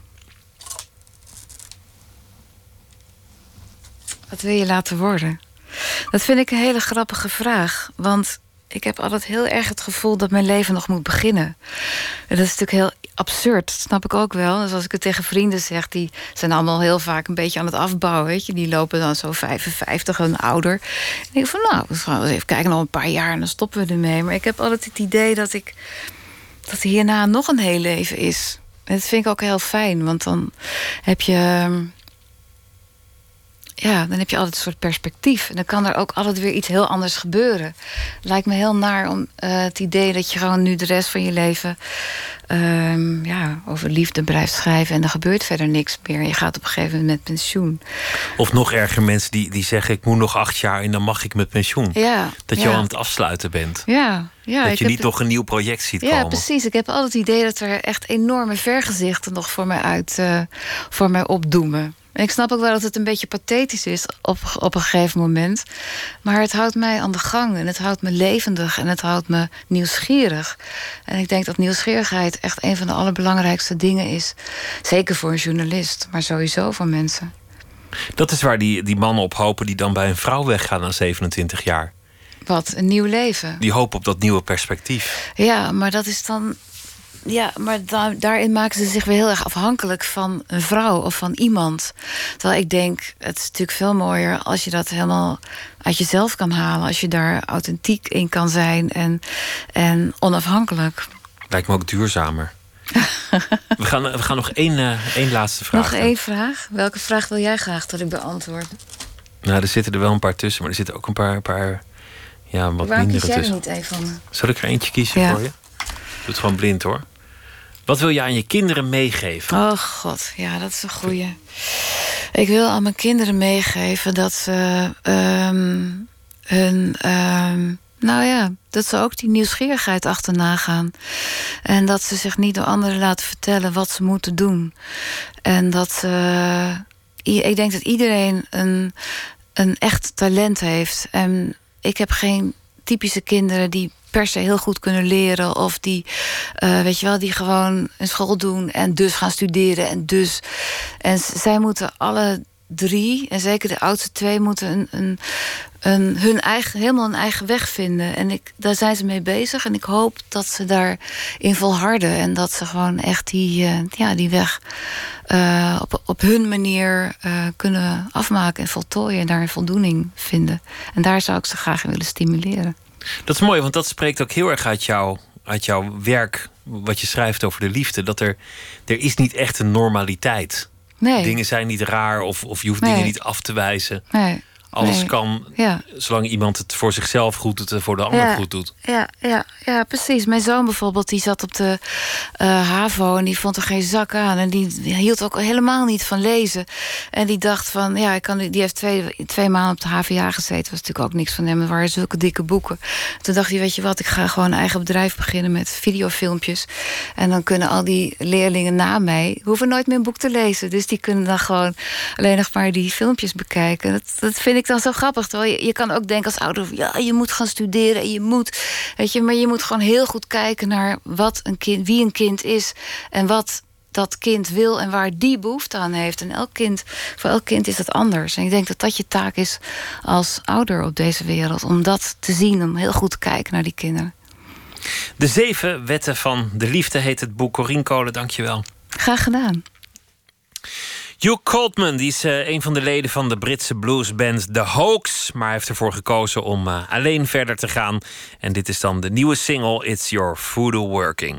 Wat wil je laten worden? Dat vind ik een hele grappige vraag. Want ik heb altijd heel erg het gevoel dat mijn leven nog moet beginnen. En dat is natuurlijk heel absurd, dat snap ik ook wel. Dus als ik het tegen vrienden zeg, die zijn allemaal heel vaak een beetje aan het afbouwen. Weet je? Die lopen dan zo vijfenvijftig en ouder. En ik denk van nou, we gaan eens even kijken, nog een paar jaar en dan stoppen we ermee. Maar ik heb altijd het idee dat ik dat hierna nog een heel leven is. En dat vind ik ook heel fijn, want dan heb je... Ja, dan heb je altijd een soort perspectief. En dan kan er ook altijd weer iets heel anders gebeuren. Lijkt me heel naar om uh, het idee dat je gewoon nu de rest van je leven... Um, ja, over liefde blijft schrijven en er gebeurt verder niks meer. Je gaat op een gegeven moment met pensioen. Of nog erger, mensen die, die zeggen... ik moet nog acht jaar en dan mag ik met pensioen. Ja, dat je ja. al aan het afsluiten bent. Ja, ja, dat ik je niet heb... nog een nieuw project ziet ja, komen. Ja, precies. Ik heb altijd het idee dat er echt enorme vergezichten... nog voor mij, uit, uh, voor mij opdoemen. En ik snap ook wel dat het een beetje pathetisch is op, op een gegeven moment. Maar het houdt mij aan de gang en het houdt me levendig en het houdt me nieuwsgierig. En ik denk dat nieuwsgierigheid echt een van de allerbelangrijkste dingen is. Zeker voor een journalist, maar sowieso voor mensen. Dat is waar die, die mannen op hopen die dan bij een vrouw weggaan na zevenentwintig jaar. Wat, een nieuw leven? Die hopen op dat nieuwe perspectief. Ja, maar dat is dan... Ja, maar da- daarin maken ze zich weer heel erg afhankelijk van een vrouw of van iemand. Terwijl ik denk, het is natuurlijk veel mooier als je dat helemaal uit jezelf kan halen. Als je daar authentiek in kan zijn en, en onafhankelijk. Lijkt me ook duurzamer. we, gaan, we gaan nog één, uh, één laatste vraag. Nog één vraag? Welke vraag wil jij graag dat ik beantwoord? Nou, er zitten er wel een paar tussen, maar er zitten ook een paar, paar ja, wat Waarom mindere kies jij tussen. er niet één van me? Zal ik er eentje kiezen ja. voor je? Doe het gewoon blind, hoor. Wat wil je aan je kinderen meegeven? Oh god, ja, dat is een goeie. Ik wil aan mijn kinderen meegeven dat ze um, hun... Um, nou ja, dat ze ook die nieuwsgierigheid achterna gaan. En dat ze zich niet door anderen laten vertellen wat ze moeten doen. En dat ze... Ik denk dat iedereen een, een echt talent heeft. En ik heb geen typische kinderen die per se heel goed kunnen leren. Of die, uh, weet je wel, die gewoon een school doen en dus gaan studeren. En dus. En zij moeten alle drie, en zeker de oudste twee, moeten een, een, een, hun eigen, helemaal een eigen weg vinden. En ik, daar zijn ze mee bezig. En ik hoop dat ze daarin volharden. En dat ze gewoon echt die, uh, ja, die weg uh, op, op hun manier uh, kunnen afmaken en voltooien. En daar een voldoening vinden. En daar zou ik ze graag in willen stimuleren. Dat is mooi, want dat spreekt ook heel erg uit, jou, uit jouw werk, wat je schrijft over de liefde. Dat er, er is niet echt een normaliteit. Nee. Dingen zijn niet raar of, of je hoeft nee. dingen niet af te wijzen. Nee. Alles nee. kan, ja. zolang iemand het voor zichzelf goed doet en voor de ander ja. goed doet. Ja, ja, ja, precies. Mijn zoon bijvoorbeeld, die zat op de uh, HAVO en die vond er geen zak aan. En die hield ook helemaal niet van lezen. En die dacht van, ja, ik kan, die heeft twee, twee maanden op de H V A gezeten. Was natuurlijk ook niks van hem. Er waren zulke dikke boeken. Toen dacht hij, weet je wat, ik ga gewoon een eigen bedrijf beginnen met videofilmpjes. En dan kunnen al die leerlingen na mij, hoeven nooit meer een boek te lezen. Dus die kunnen dan gewoon alleen nog maar die filmpjes bekijken. Dat, dat vind ik dan zo grappig. Terwijl je, je kan ook denken als ouder, ja, je moet gaan studeren en je moet, weet je, maar je moet gewoon heel goed kijken naar wat een kind, wie een kind is en wat dat kind wil en waar die behoefte aan heeft. En elk kind, voor elk kind is dat anders. En ik denk dat dat je taak is als ouder op deze wereld, om dat te zien, om heel goed te kijken naar die kinderen. De zeven wetten van de liefde heet het boek. Corien Kolen, dank je wel. Graag gedaan. Hugh Coltman, die is uh, een van de leden van de Britse bluesband The Hoax, maar hij heeft ervoor gekozen om uh, alleen verder te gaan. En dit is dan de nieuwe single It's Your Voodoo Working.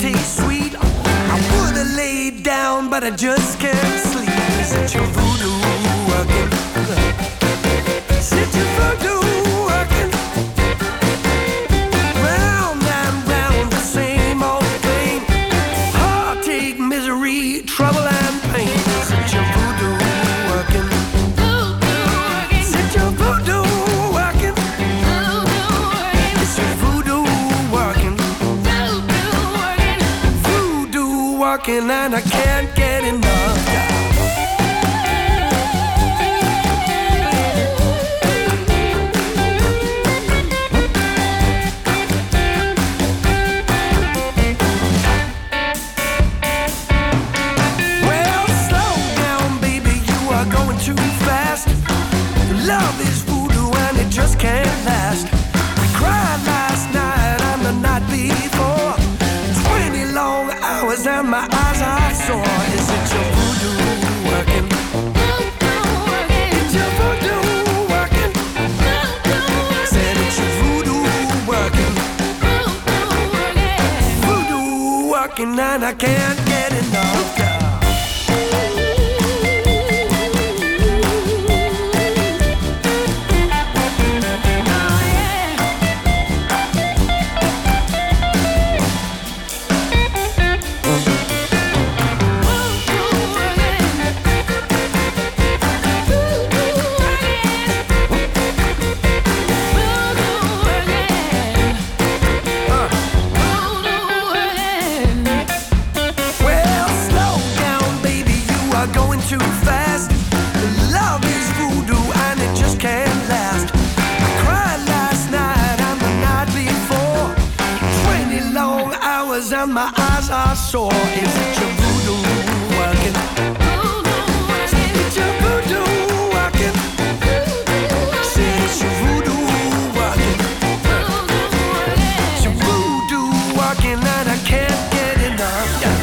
taste sweet. I would have laid down, but I just can't sleep. Is it your voodoo working? Is it your voodoo working? Round and round the same old thing. Heartache, misery, trouble and pain. Is it your voodoo working? Is it your voodoo working? Is your voodoo working? Voodoo working and I can't get enough. Love is voodoo and it just can't last. I cried last night and the night before. Twenty long hours and my eyes are sore. Is it your voodoo working? Is your voodoo working? Said it's your voodoo working. Voodoo working and I can't get enough, girl. And my eyes are sore. Is it your voodoo working? Is your voodoo working? Say it's your voodoo working. It's your voodoo working and I can't get enough. Yeah.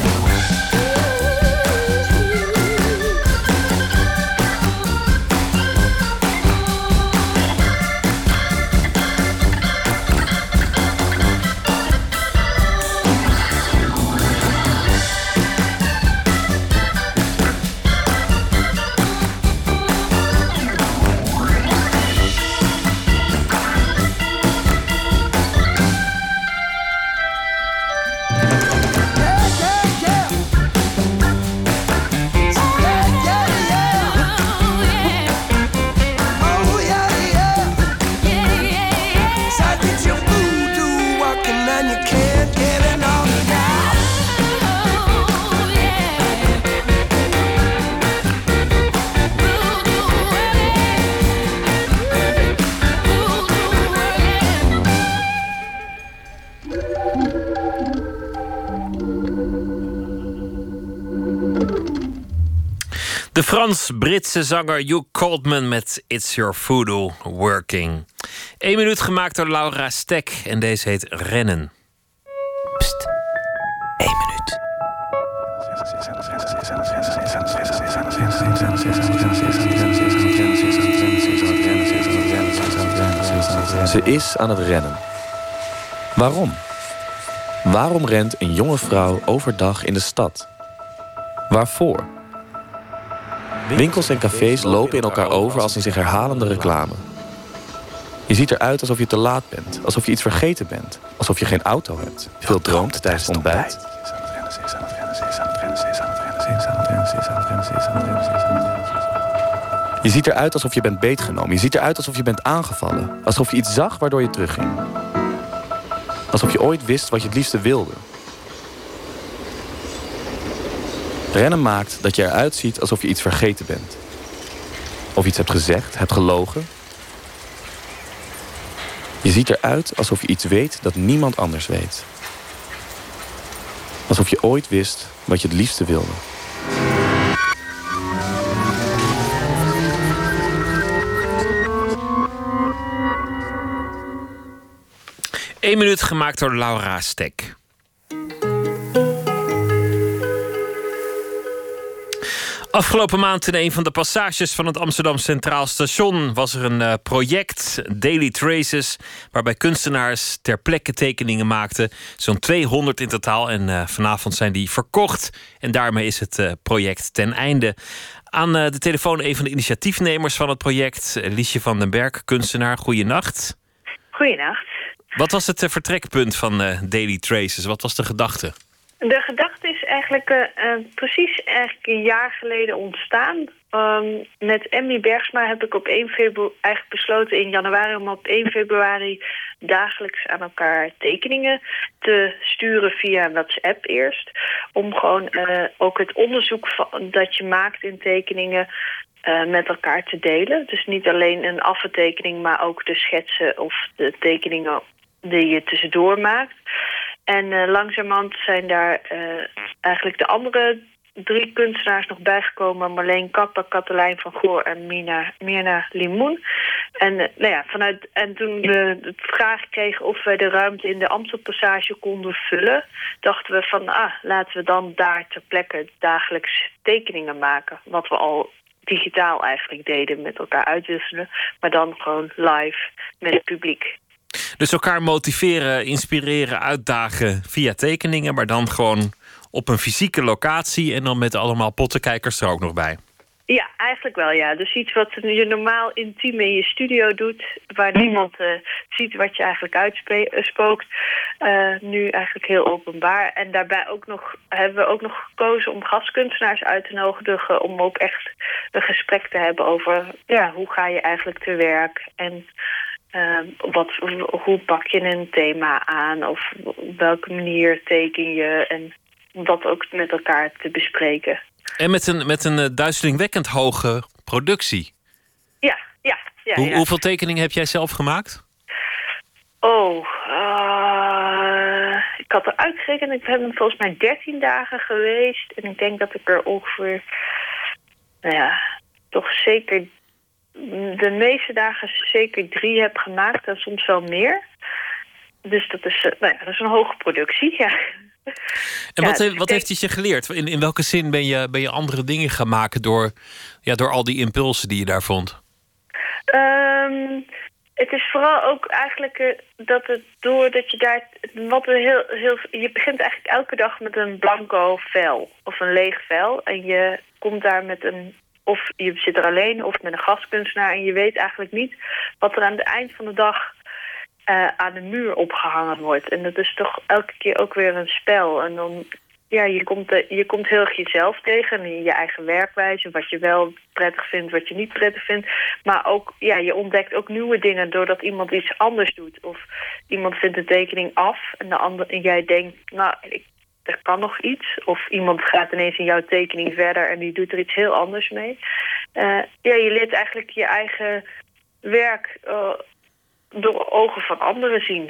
De Frans-Britse zanger Hugh Coltman met It's Your Voodoo Working. Eén minuut gemaakt door Laura Stek en deze heet Rennen. Pst, één minuut. Ze is aan het rennen. Waarom? Waarom rent een jonge vrouw overdag in de stad? Waarvoor? Winkels en cafés lopen in elkaar over als in zich herhalende reclame. Je ziet eruit alsof je te laat bent, alsof je iets vergeten bent, alsof je geen auto hebt, veel droomt tijdens het ontbijt. Je ziet eruit alsof je bent beetgenomen, je ziet eruit alsof je bent aangevallen, alsof je iets zag waardoor je terugging. Alsof je ooit wist wat je het liefste wilde. Rennen maakt dat je eruit ziet alsof je iets vergeten bent. Of iets hebt gezegd, hebt gelogen. Je ziet eruit alsof je iets weet dat niemand anders weet. Alsof je ooit wist wat je het liefste wilde. Eén minuut gemaakt door Laura Stek. Afgelopen maand in een van de passages van het Amsterdam Centraal Station was er een uh, project, Daily Traces, waarbij kunstenaars ter plekke tekeningen maakten. Zo'n tweehonderd in totaal en uh, vanavond zijn die verkocht. En daarmee is het uh, project ten einde. Aan uh, de telefoon een van de initiatiefnemers van het project, Liesje van den Berg, kunstenaar. Goeienacht. Goeienacht. Wat was het uh, vertrekpunt van uh, Daily Traces? Wat was de gedachte? De gedachte is eigenlijk uh, uh, precies eigenlijk een jaar geleden ontstaan. Um, met Emmy Bergsma heb ik op één februari eigenlijk besloten in januari om op één februari dagelijks aan elkaar tekeningen te sturen via WhatsApp eerst. Om gewoon uh, ook het onderzoek van, dat je maakt in tekeningen uh, met elkaar te delen. Dus niet alleen een aftekening, maar ook de schetsen of de tekeningen die je tussendoor maakt. En uh, langzamerhand zijn daar uh, eigenlijk de andere drie kunstenaars nog bijgekomen. Marleen Kappa, Katelijn van Goor en Mina, Mirna Limoen. En, uh, nou ja, vanuit, en toen we de vraag kregen of wij de ruimte in de Amstelpassage konden vullen, dachten we van, ah, laten we dan daar ter plekke dagelijks tekeningen maken. Wat we al digitaal eigenlijk deden, met elkaar uitwisselen. Maar dan gewoon live met het publiek. Dus elkaar motiveren, inspireren, uitdagen via tekeningen, maar dan gewoon op een fysieke locatie en dan met allemaal pottenkijkers er ook nog bij. Ja, eigenlijk wel, ja. Dus iets wat je normaal intiem in je studio doet, waar niemand uh, ziet wat je eigenlijk uitspookt. Uh, nu eigenlijk heel openbaar. En daarbij ook nog, hebben we ook nog gekozen om gastkunstenaars uit te nodigen, om ook echt een gesprek te hebben over, ja, hoe ga je eigenlijk te werk en Uh, wat, hoe pak je een thema aan of op welke manier teken je en om dat ook met elkaar te bespreken. En met een, met een uh, duizelingwekkend hoge productie. Ja, ja. ja, Hoe, ja. Hoeveel tekeningen heb jij zelf gemaakt? Oh, uh, ik had er uitgerekend. Ik heb hem volgens mij dertien dagen geweest. En ik denk dat ik er ongeveer, nou ja, toch zeker de meeste dagen zeker drie heb gemaakt en soms wel meer. Dus dat is, nou ja, dat is een hoge productie, ja. En ja, wat, dus heeft, wat denk... heeft het je geleerd? In, in welke zin ben je, ben je andere dingen gaan maken door, ja, door al die impulsen die je daar vond? Um, het is vooral ook eigenlijk uh, dat het doordat je daar, wat er heel, heel, je begint eigenlijk elke dag met een blanco vel of een leeg vel en je komt daar met een, of je zit er alleen of met een gastkunstenaar en je weet eigenlijk niet wat er aan het eind van de dag uh, aan de muur opgehangen wordt. En dat is toch elke keer ook weer een spel. En dan, ja, je komt, uh, je komt heel erg jezelf tegen in je eigen werkwijze, wat je wel prettig vindt, wat je niet prettig vindt. Maar ook, ja, je ontdekt ook nieuwe dingen doordat iemand iets anders doet. Of iemand vindt de tekening af en, de ander, en jij denkt, nou, ik er kan nog iets. Of iemand gaat ineens in jouw tekening verder en die doet er iets heel anders mee. Uh, ja, je leert eigenlijk je eigen werk uh, door ogen van anderen zien.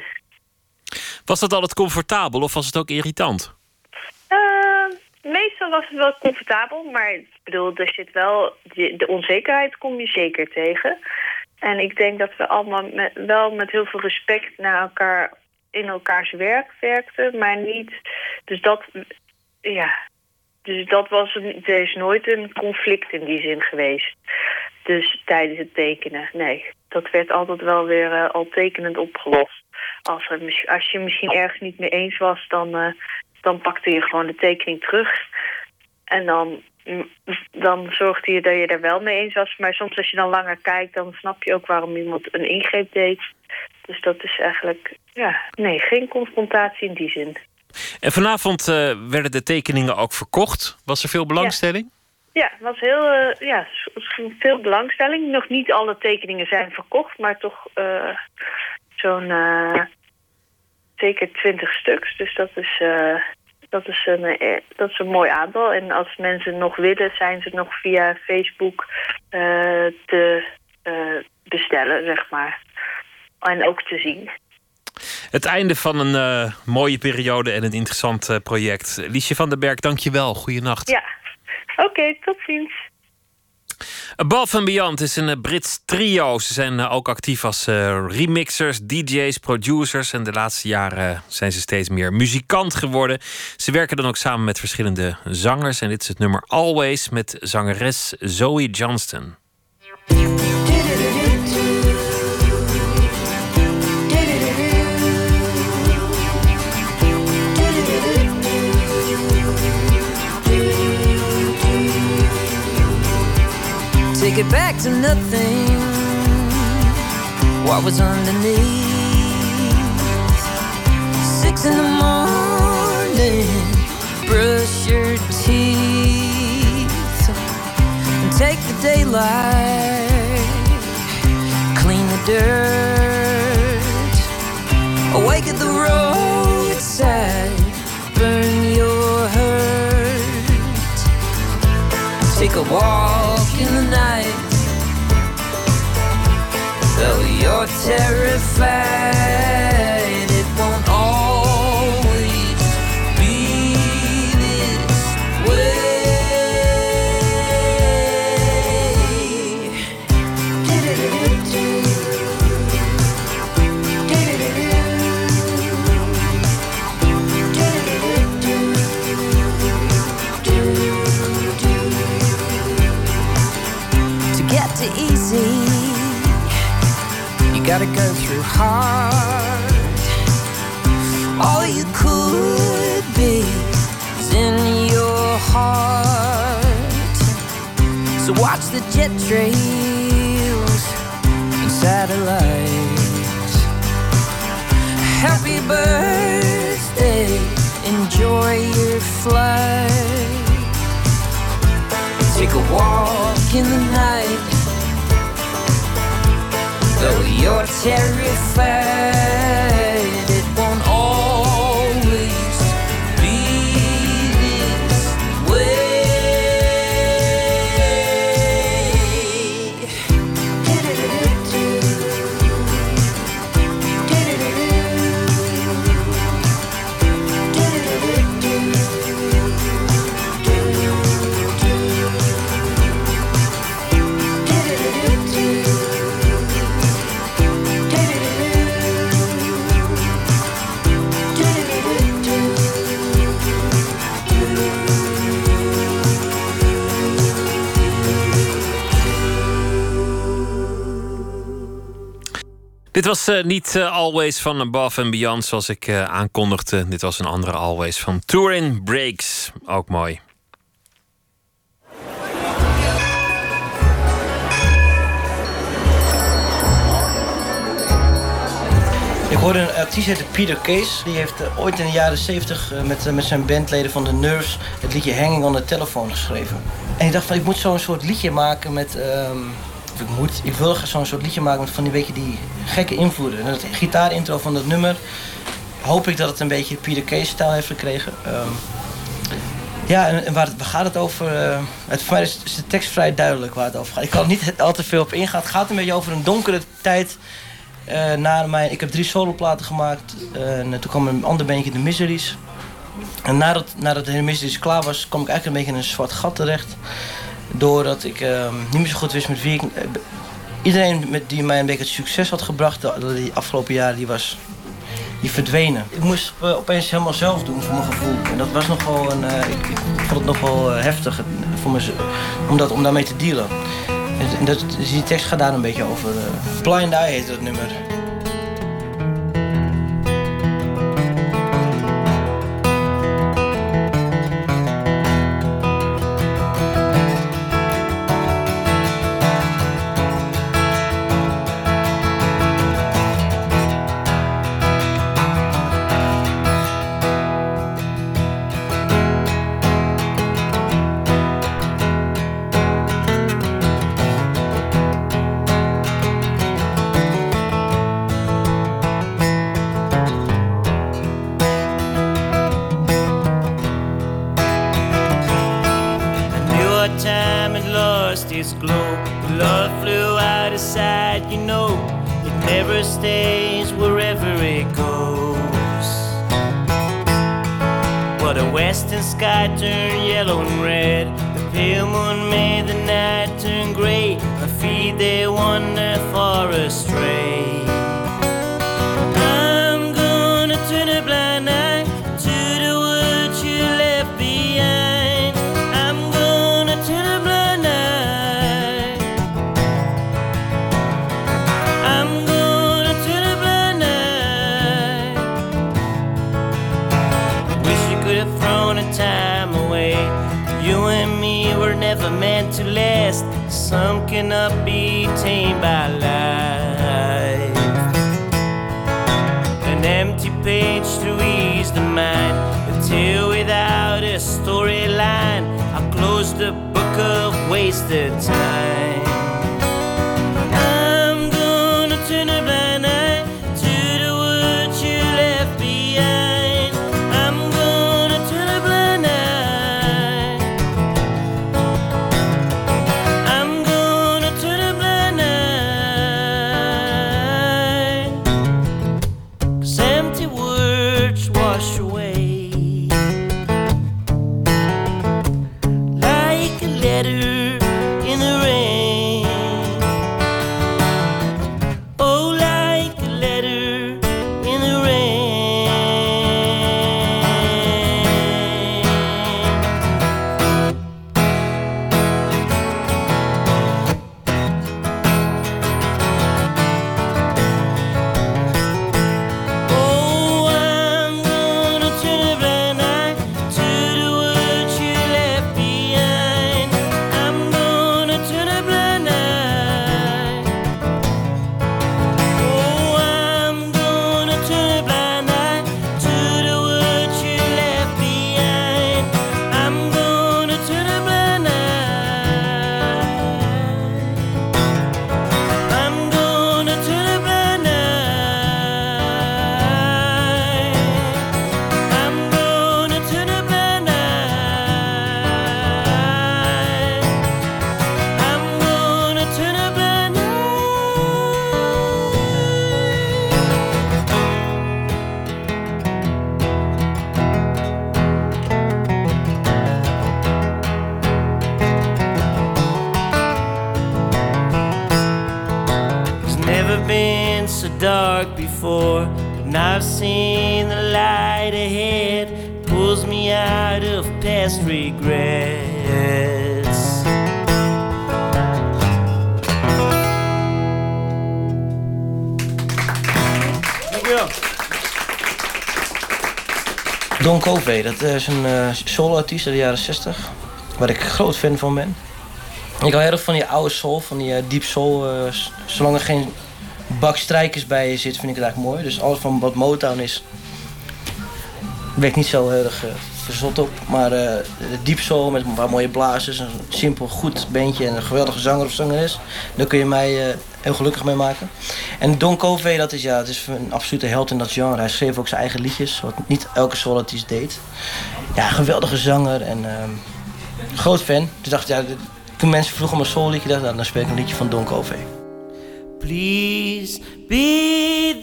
Was dat altijd comfortabel of was het ook irritant? Uh, meestal was het wel comfortabel, maar ik bedoel, er zit wel, de onzekerheid kom je zeker tegen. En ik denk dat we allemaal met, wel met heel veel respect naar elkaar in elkaars werk werkten, maar niet. Dus dat, ja, dus dat was een, er is nooit een conflict in die zin geweest. Dus tijdens het tekenen, nee, dat werd altijd wel weer uh, al tekenend opgelost. Als, er, als je misschien ergens niet mee eens was, dan, uh, dan pakte je gewoon de tekening terug. En dan, dan zorgde je dat je er wel mee eens was. Maar soms als je dan langer kijkt, dan snap je ook waarom iemand een ingreep deed. Dus dat is eigenlijk, ja, nee, geen confrontatie in die zin. En vanavond uh, werden de tekeningen ook verkocht. Was er veel belangstelling? Ja, ja, was heel, uh, ja, veel belangstelling. Nog niet alle tekeningen zijn verkocht, maar toch uh, zo'n uh, zeker twintig stuks. Dus dat is, uh, dat, is een, uh, dat is een mooi aantal. En als mensen nog willen, zijn ze nog via Facebook uh, te uh, bestellen, zeg maar. En ook te zien. Het einde van een uh, mooie periode en een interessant uh, project. Liesje van den Berg, dank je wel. Goeienacht. Ja, oké, okay, tot ziens. Above and Beyond is een Brits trio. Ze zijn ook actief als uh, remixers, D J's, producers. En de laatste jaren zijn ze steeds meer muzikant geworden. Ze werken dan ook samen met verschillende zangers. En dit is het nummer Always met zangeres Zoe Johnston. Take it back to nothing. What was underneath? Six in the morning. Brush your teeth and take the daylight. Clean the dirt. Awake at the roadside. Burn your hurt. Take a walk in the night. Though you're terrified, it won't always be this way. To get to easy, you gotta go through hard. All you could be is in your heart. So watch the jet trails and satellites. Happy birthday, enjoy your flight. Take a walk in the night. Though you're terrified, it won't always be this Dit was uh, niet uh, Always van Above and Beyond zoals ik uh, aankondigde. Dit was een andere Always van Turin Breaks. Ook mooi. Ik hoorde een artiest heette Peter Case. Die heeft uh, ooit in de jaren zeventig uh, met, uh, met zijn bandleden van The Nerves het liedje Hanging on the Telephone geschreven. En ik dacht van ik moet zo'n soort liedje maken met... Um, of ik moet, ik wil zo'n soort liedje maken met van die beetje die gekke invloeden. En dat gitaarintro van dat nummer hoop ik dat het een beetje Peter Case-stijl heeft gekregen. Um, ja, en, en waar, het, waar gaat het over? Uh, het, voor mij is, is de tekst vrij duidelijk waar het over gaat. Ik kan er niet al te veel op ingaan. Het gaat een beetje over een donkere tijd. Uh, na mijn, ik heb drie soloplaten gemaakt. Uh, en toen kwam een ander bandje, de Miseries. En nadat, nadat de Miseries klaar was, kwam ik eigenlijk een beetje in een zwart gat terecht. Doordat ik uh, niet meer zo goed wist met wie ik... Uh, iedereen met die mij een beetje het succes had gebracht de, die afgelopen jaren, die was die verdwenen. Ik moest uh, opeens helemaal zelf doen voor mijn gevoel. En dat was nogal een... Uh, ik, ik vond het nogal uh, heftig voor me, om, dat, om daarmee te dealen. En, en dat, dus die tekst gaat daar een beetje over. Uh, Blind Eye heet dat nummer. its glow. Love flew out of sight, you know. It never stays wherever it goes. Well, the western sky turned yellow and red. The pale moon made the night turn gray. My feet they wander far astray. I'm gonna turn a blind eye to the words you left behind. I'm gonna turn a blind eye. I'm gonna turn a blind eye. Wish you could have thrown a time away. You and me were never meant to last. Some cannot be tamed by life. An empty page to ease the mind. A tale without a storyline. I'll close the book of wasted time. I'm gonna turn a blind eye to the words you left behind. I'm gonna turn a blind eye. I'm gonna turn a blind eye. 'Cause empty words wash away like a letter in the rain. Oh, like a letter in the rain. Oh, I'm gonna turn a blind eye to the words you left behind. I'm gonna turn a blind eye. Oh, I'm gonna turn a blind eye to the words you left behind. I'm gonna turn a blind eye. I'm gonna turn a blind eye. I'm gonna turn a blind eye. I'm gonna turn a blind It's never been so dark before, but now I've seen the light ahead. Pulls me out of past regrets. Dankjewel. Don Covey, dat is een uh, solo-artiest uit de jaren zestig. Waar ik groot fan van ben. Ik hou erg van die oude soul, van die uh, deep soul. Uh, s- zolang er geen bak strijkers bij zit, vind ik het eigenlijk mooi. Dus alles van wat Motown is, ben ik niet zo heel erg uh, verzot op. Maar uh, de deep soul met een paar mooie blazers, een simpel goed bandje en een geweldige zanger of zangeres, daar kun je mij uh, heel gelukkig mee maken. En Don Covey, dat is, ja, dat is een absolute held in dat genre. Hij schreef ook zijn eigen liedjes, wat niet elke soul-artiest deed. Ja, geweldige zanger en uh, groot fan. Dus dacht, ja, toen mensen vroegen om een soul-liedje, dacht ik, dan speel ik een liedje van Don Covey. Please be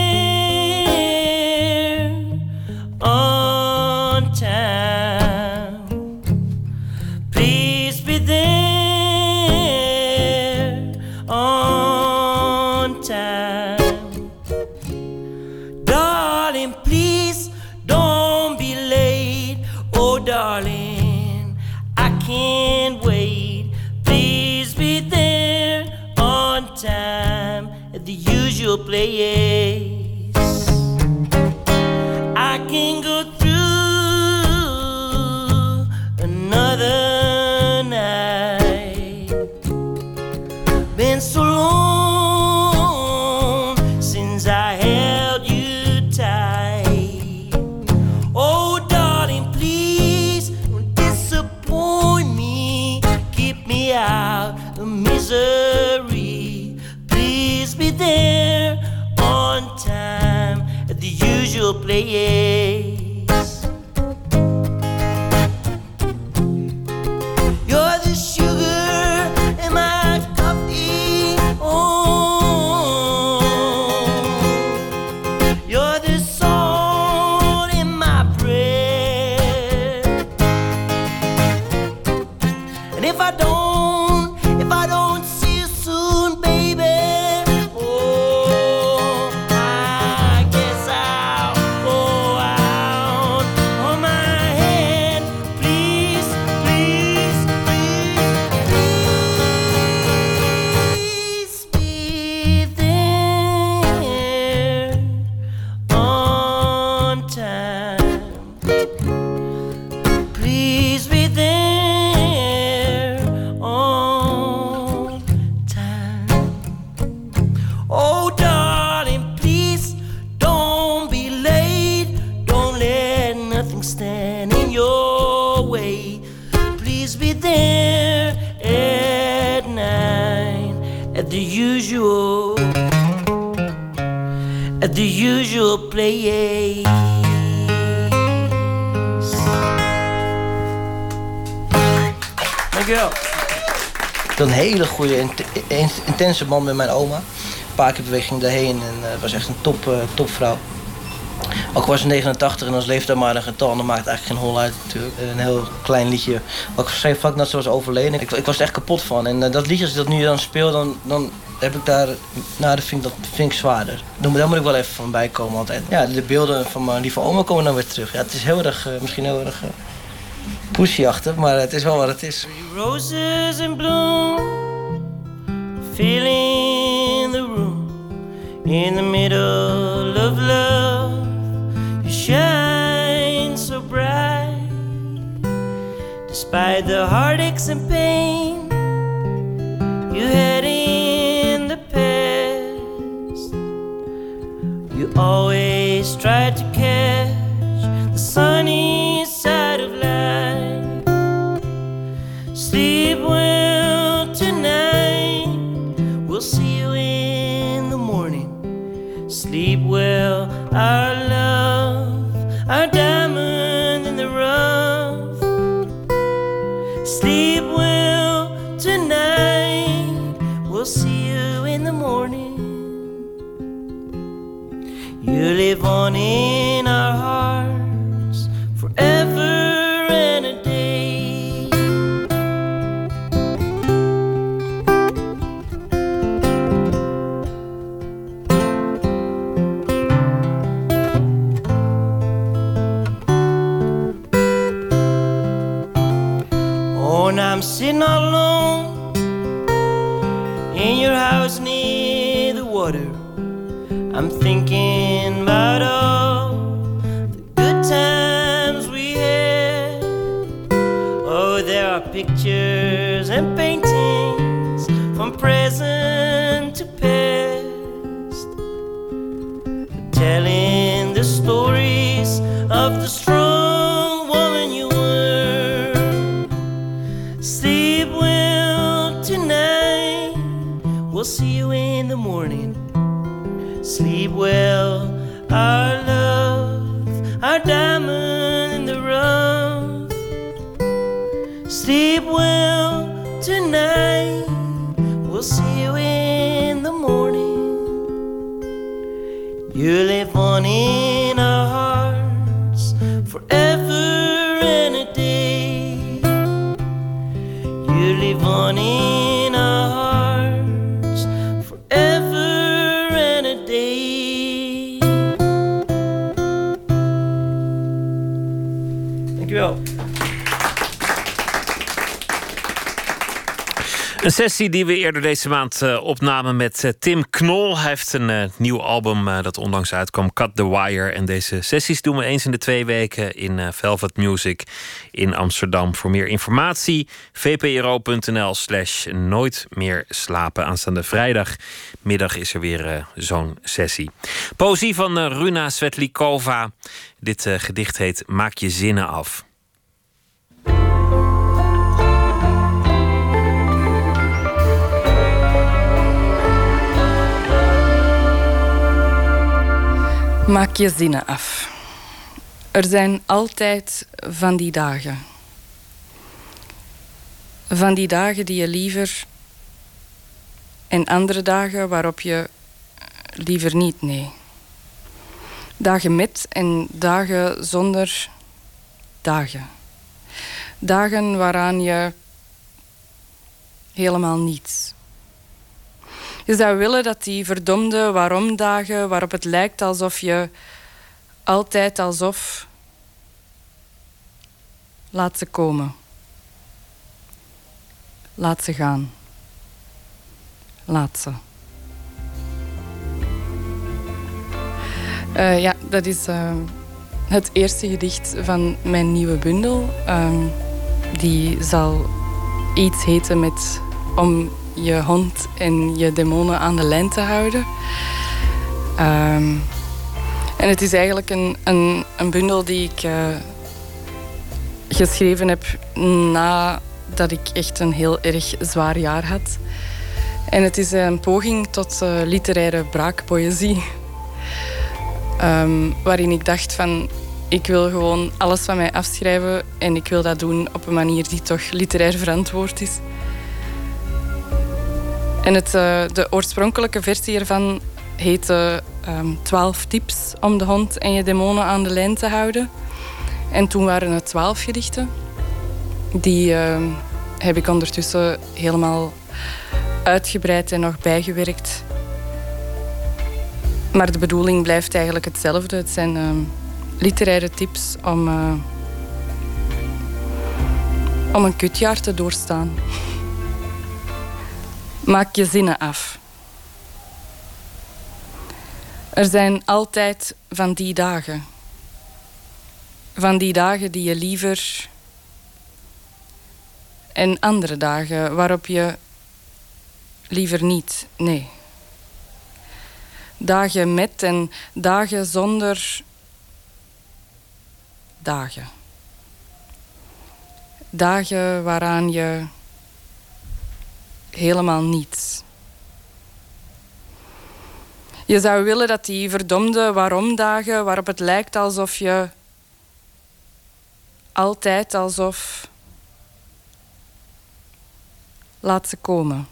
there on time. Please be there on time. Darling, please don't be late. Oh, darling, I can't wait. Please be there on time at the usual place. I can go through another night. Been so long since I held you tight. Oh, darling, please don't disappoint me. Keep me out of misery. Please be there on time. there at nine at the usual, at the usual place. Dankjewel. Ik had een hele goede, int- intense band met mijn oma. Een paar keer beweging daarheen en uh, het was echt een top, uh, topvrouw. Ook was ze negenentachtig en als leeftijd maar een getal, dan maakt het eigenlijk geen hol uit natuurlijk. Een heel klein liedje. Wat ik schreef vlak nadat ze was overleden. Ik, ik was er echt kapot van. En uh, dat liedje, als ik dat nu dan speel, dan, dan heb ik daar... Nou, dat vind ik, dat vind ik zwaarder. Daar moet ik wel even van bij komen altijd. Ja, de beelden van mijn lieve oma komen dan weer terug. Ja, het is heel erg, uh, misschien heel erg... Uh, pushy-achtig, maar het is wel wat het is. Roses in bloom, filling the room. In the middle of love, you shine so bright. Despite the heartaches and pain you had in the past, you always tried to catch the sunny side of life. Sleep well tonight, we'll see you in the morning. Sleep well, our love, our diamond in the rough. Sleep well tonight, we'll see you in the morning. You live on in our hearts forever and a day. Oh, and I'm sitting all alone in your house near the water. I'm thinking about all the good times we had. Oh, there are pictures and paintings from present to past, telling the stories of the strong woman you were. Sleep well tonight, we'll see you in the morning. Sleep well, our love, our diamond in the rough. Sleep well tonight, we'll see you in the morning. You live on in our hearts forever and a day. You live on in our hearts forever and a day. Dankjewel. Een sessie die we eerder deze maand uh, opnamen met uh, Tim Knol. Hij heeft een uh, nieuw album uh, dat onlangs uitkwam, Cut the Wire. En deze sessies doen we eens in de twee weken in uh, Velvet Music in Amsterdam. Voor meer informatie vpro.nl slash nooit meer slapen. Aanstaande vrijdagmiddag is er weer uh, zo'n sessie. Poëzie van uh, Runa Svetlikova. Dit uh, gedicht heet Maak je zinnen af. Maak je zinnen af. Er zijn altijd van die dagen. Van die dagen die je liever... En andere dagen waarop je liever niet, nee. Dagen met en dagen zonder dagen. Dagen waaraan je helemaal niets. Je zou willen dat die verdomde waarom-dagen, waarop het lijkt alsof je altijd alsof... Laat ze komen. Laat ze gaan. Laat ze. Uh, ja, dat is uh, het eerste gedicht van mijn nieuwe bundel. Uh, die zal iets heten met... om je hond en je demonen aan de lijn te houden. Um, en het is eigenlijk een, een, een bundel die ik uh, geschreven heb na dat ik echt een heel erg zwaar jaar had. En het is een poging tot uh, literaire braakpoëzie. Um, waarin ik dacht van, ik wil gewoon alles van mij afschrijven en ik wil dat doen op een manier die toch literair verantwoord is. En het, uh, de oorspronkelijke versie ervan heette um, twaalf tips om de hond en je demonen aan de lijn te houden. En toen waren het twaalf gedichten. Die uh, heb ik ondertussen helemaal uitgebreid en nog bijgewerkt. Maar de bedoeling blijft eigenlijk hetzelfde. Het zijn uh, literaire tips om, uh, om een kutjaar te doorstaan. Maak je zinnen af. Er zijn altijd van die dagen. Van die dagen die je liever... En andere dagen waarop je liever niet, nee. Dagen met en dagen zonder dagen. Dagen waaraan je helemaal niets. Je zou willen dat die verdomde waarom-dagen, waarop het lijkt alsof je altijd alsof... Laat ze komen.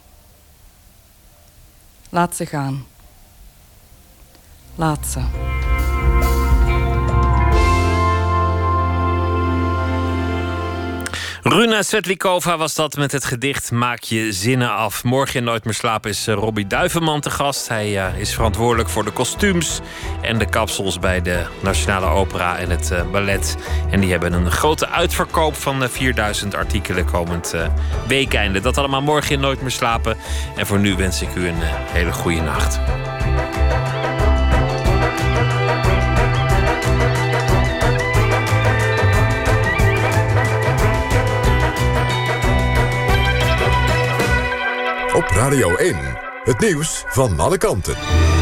Laat ze gaan. Laat ze. Runa Svetlikova was dat met het gedicht Maak je zinnen af. Morgen in Nooit meer slapen is Robbie Duivenman te gast. Hij uh, is verantwoordelijk voor de kostuums en de kapsels bij de Nationale Opera en het uh, ballet. En die hebben een grote uitverkoop van uh, vierduizend artikelen komend uh, weekeinde. Dat allemaal morgen in Nooit meer slapen. En voor nu wens ik u een uh, hele goede nacht. Op Radio één, het nieuws van alle kanten.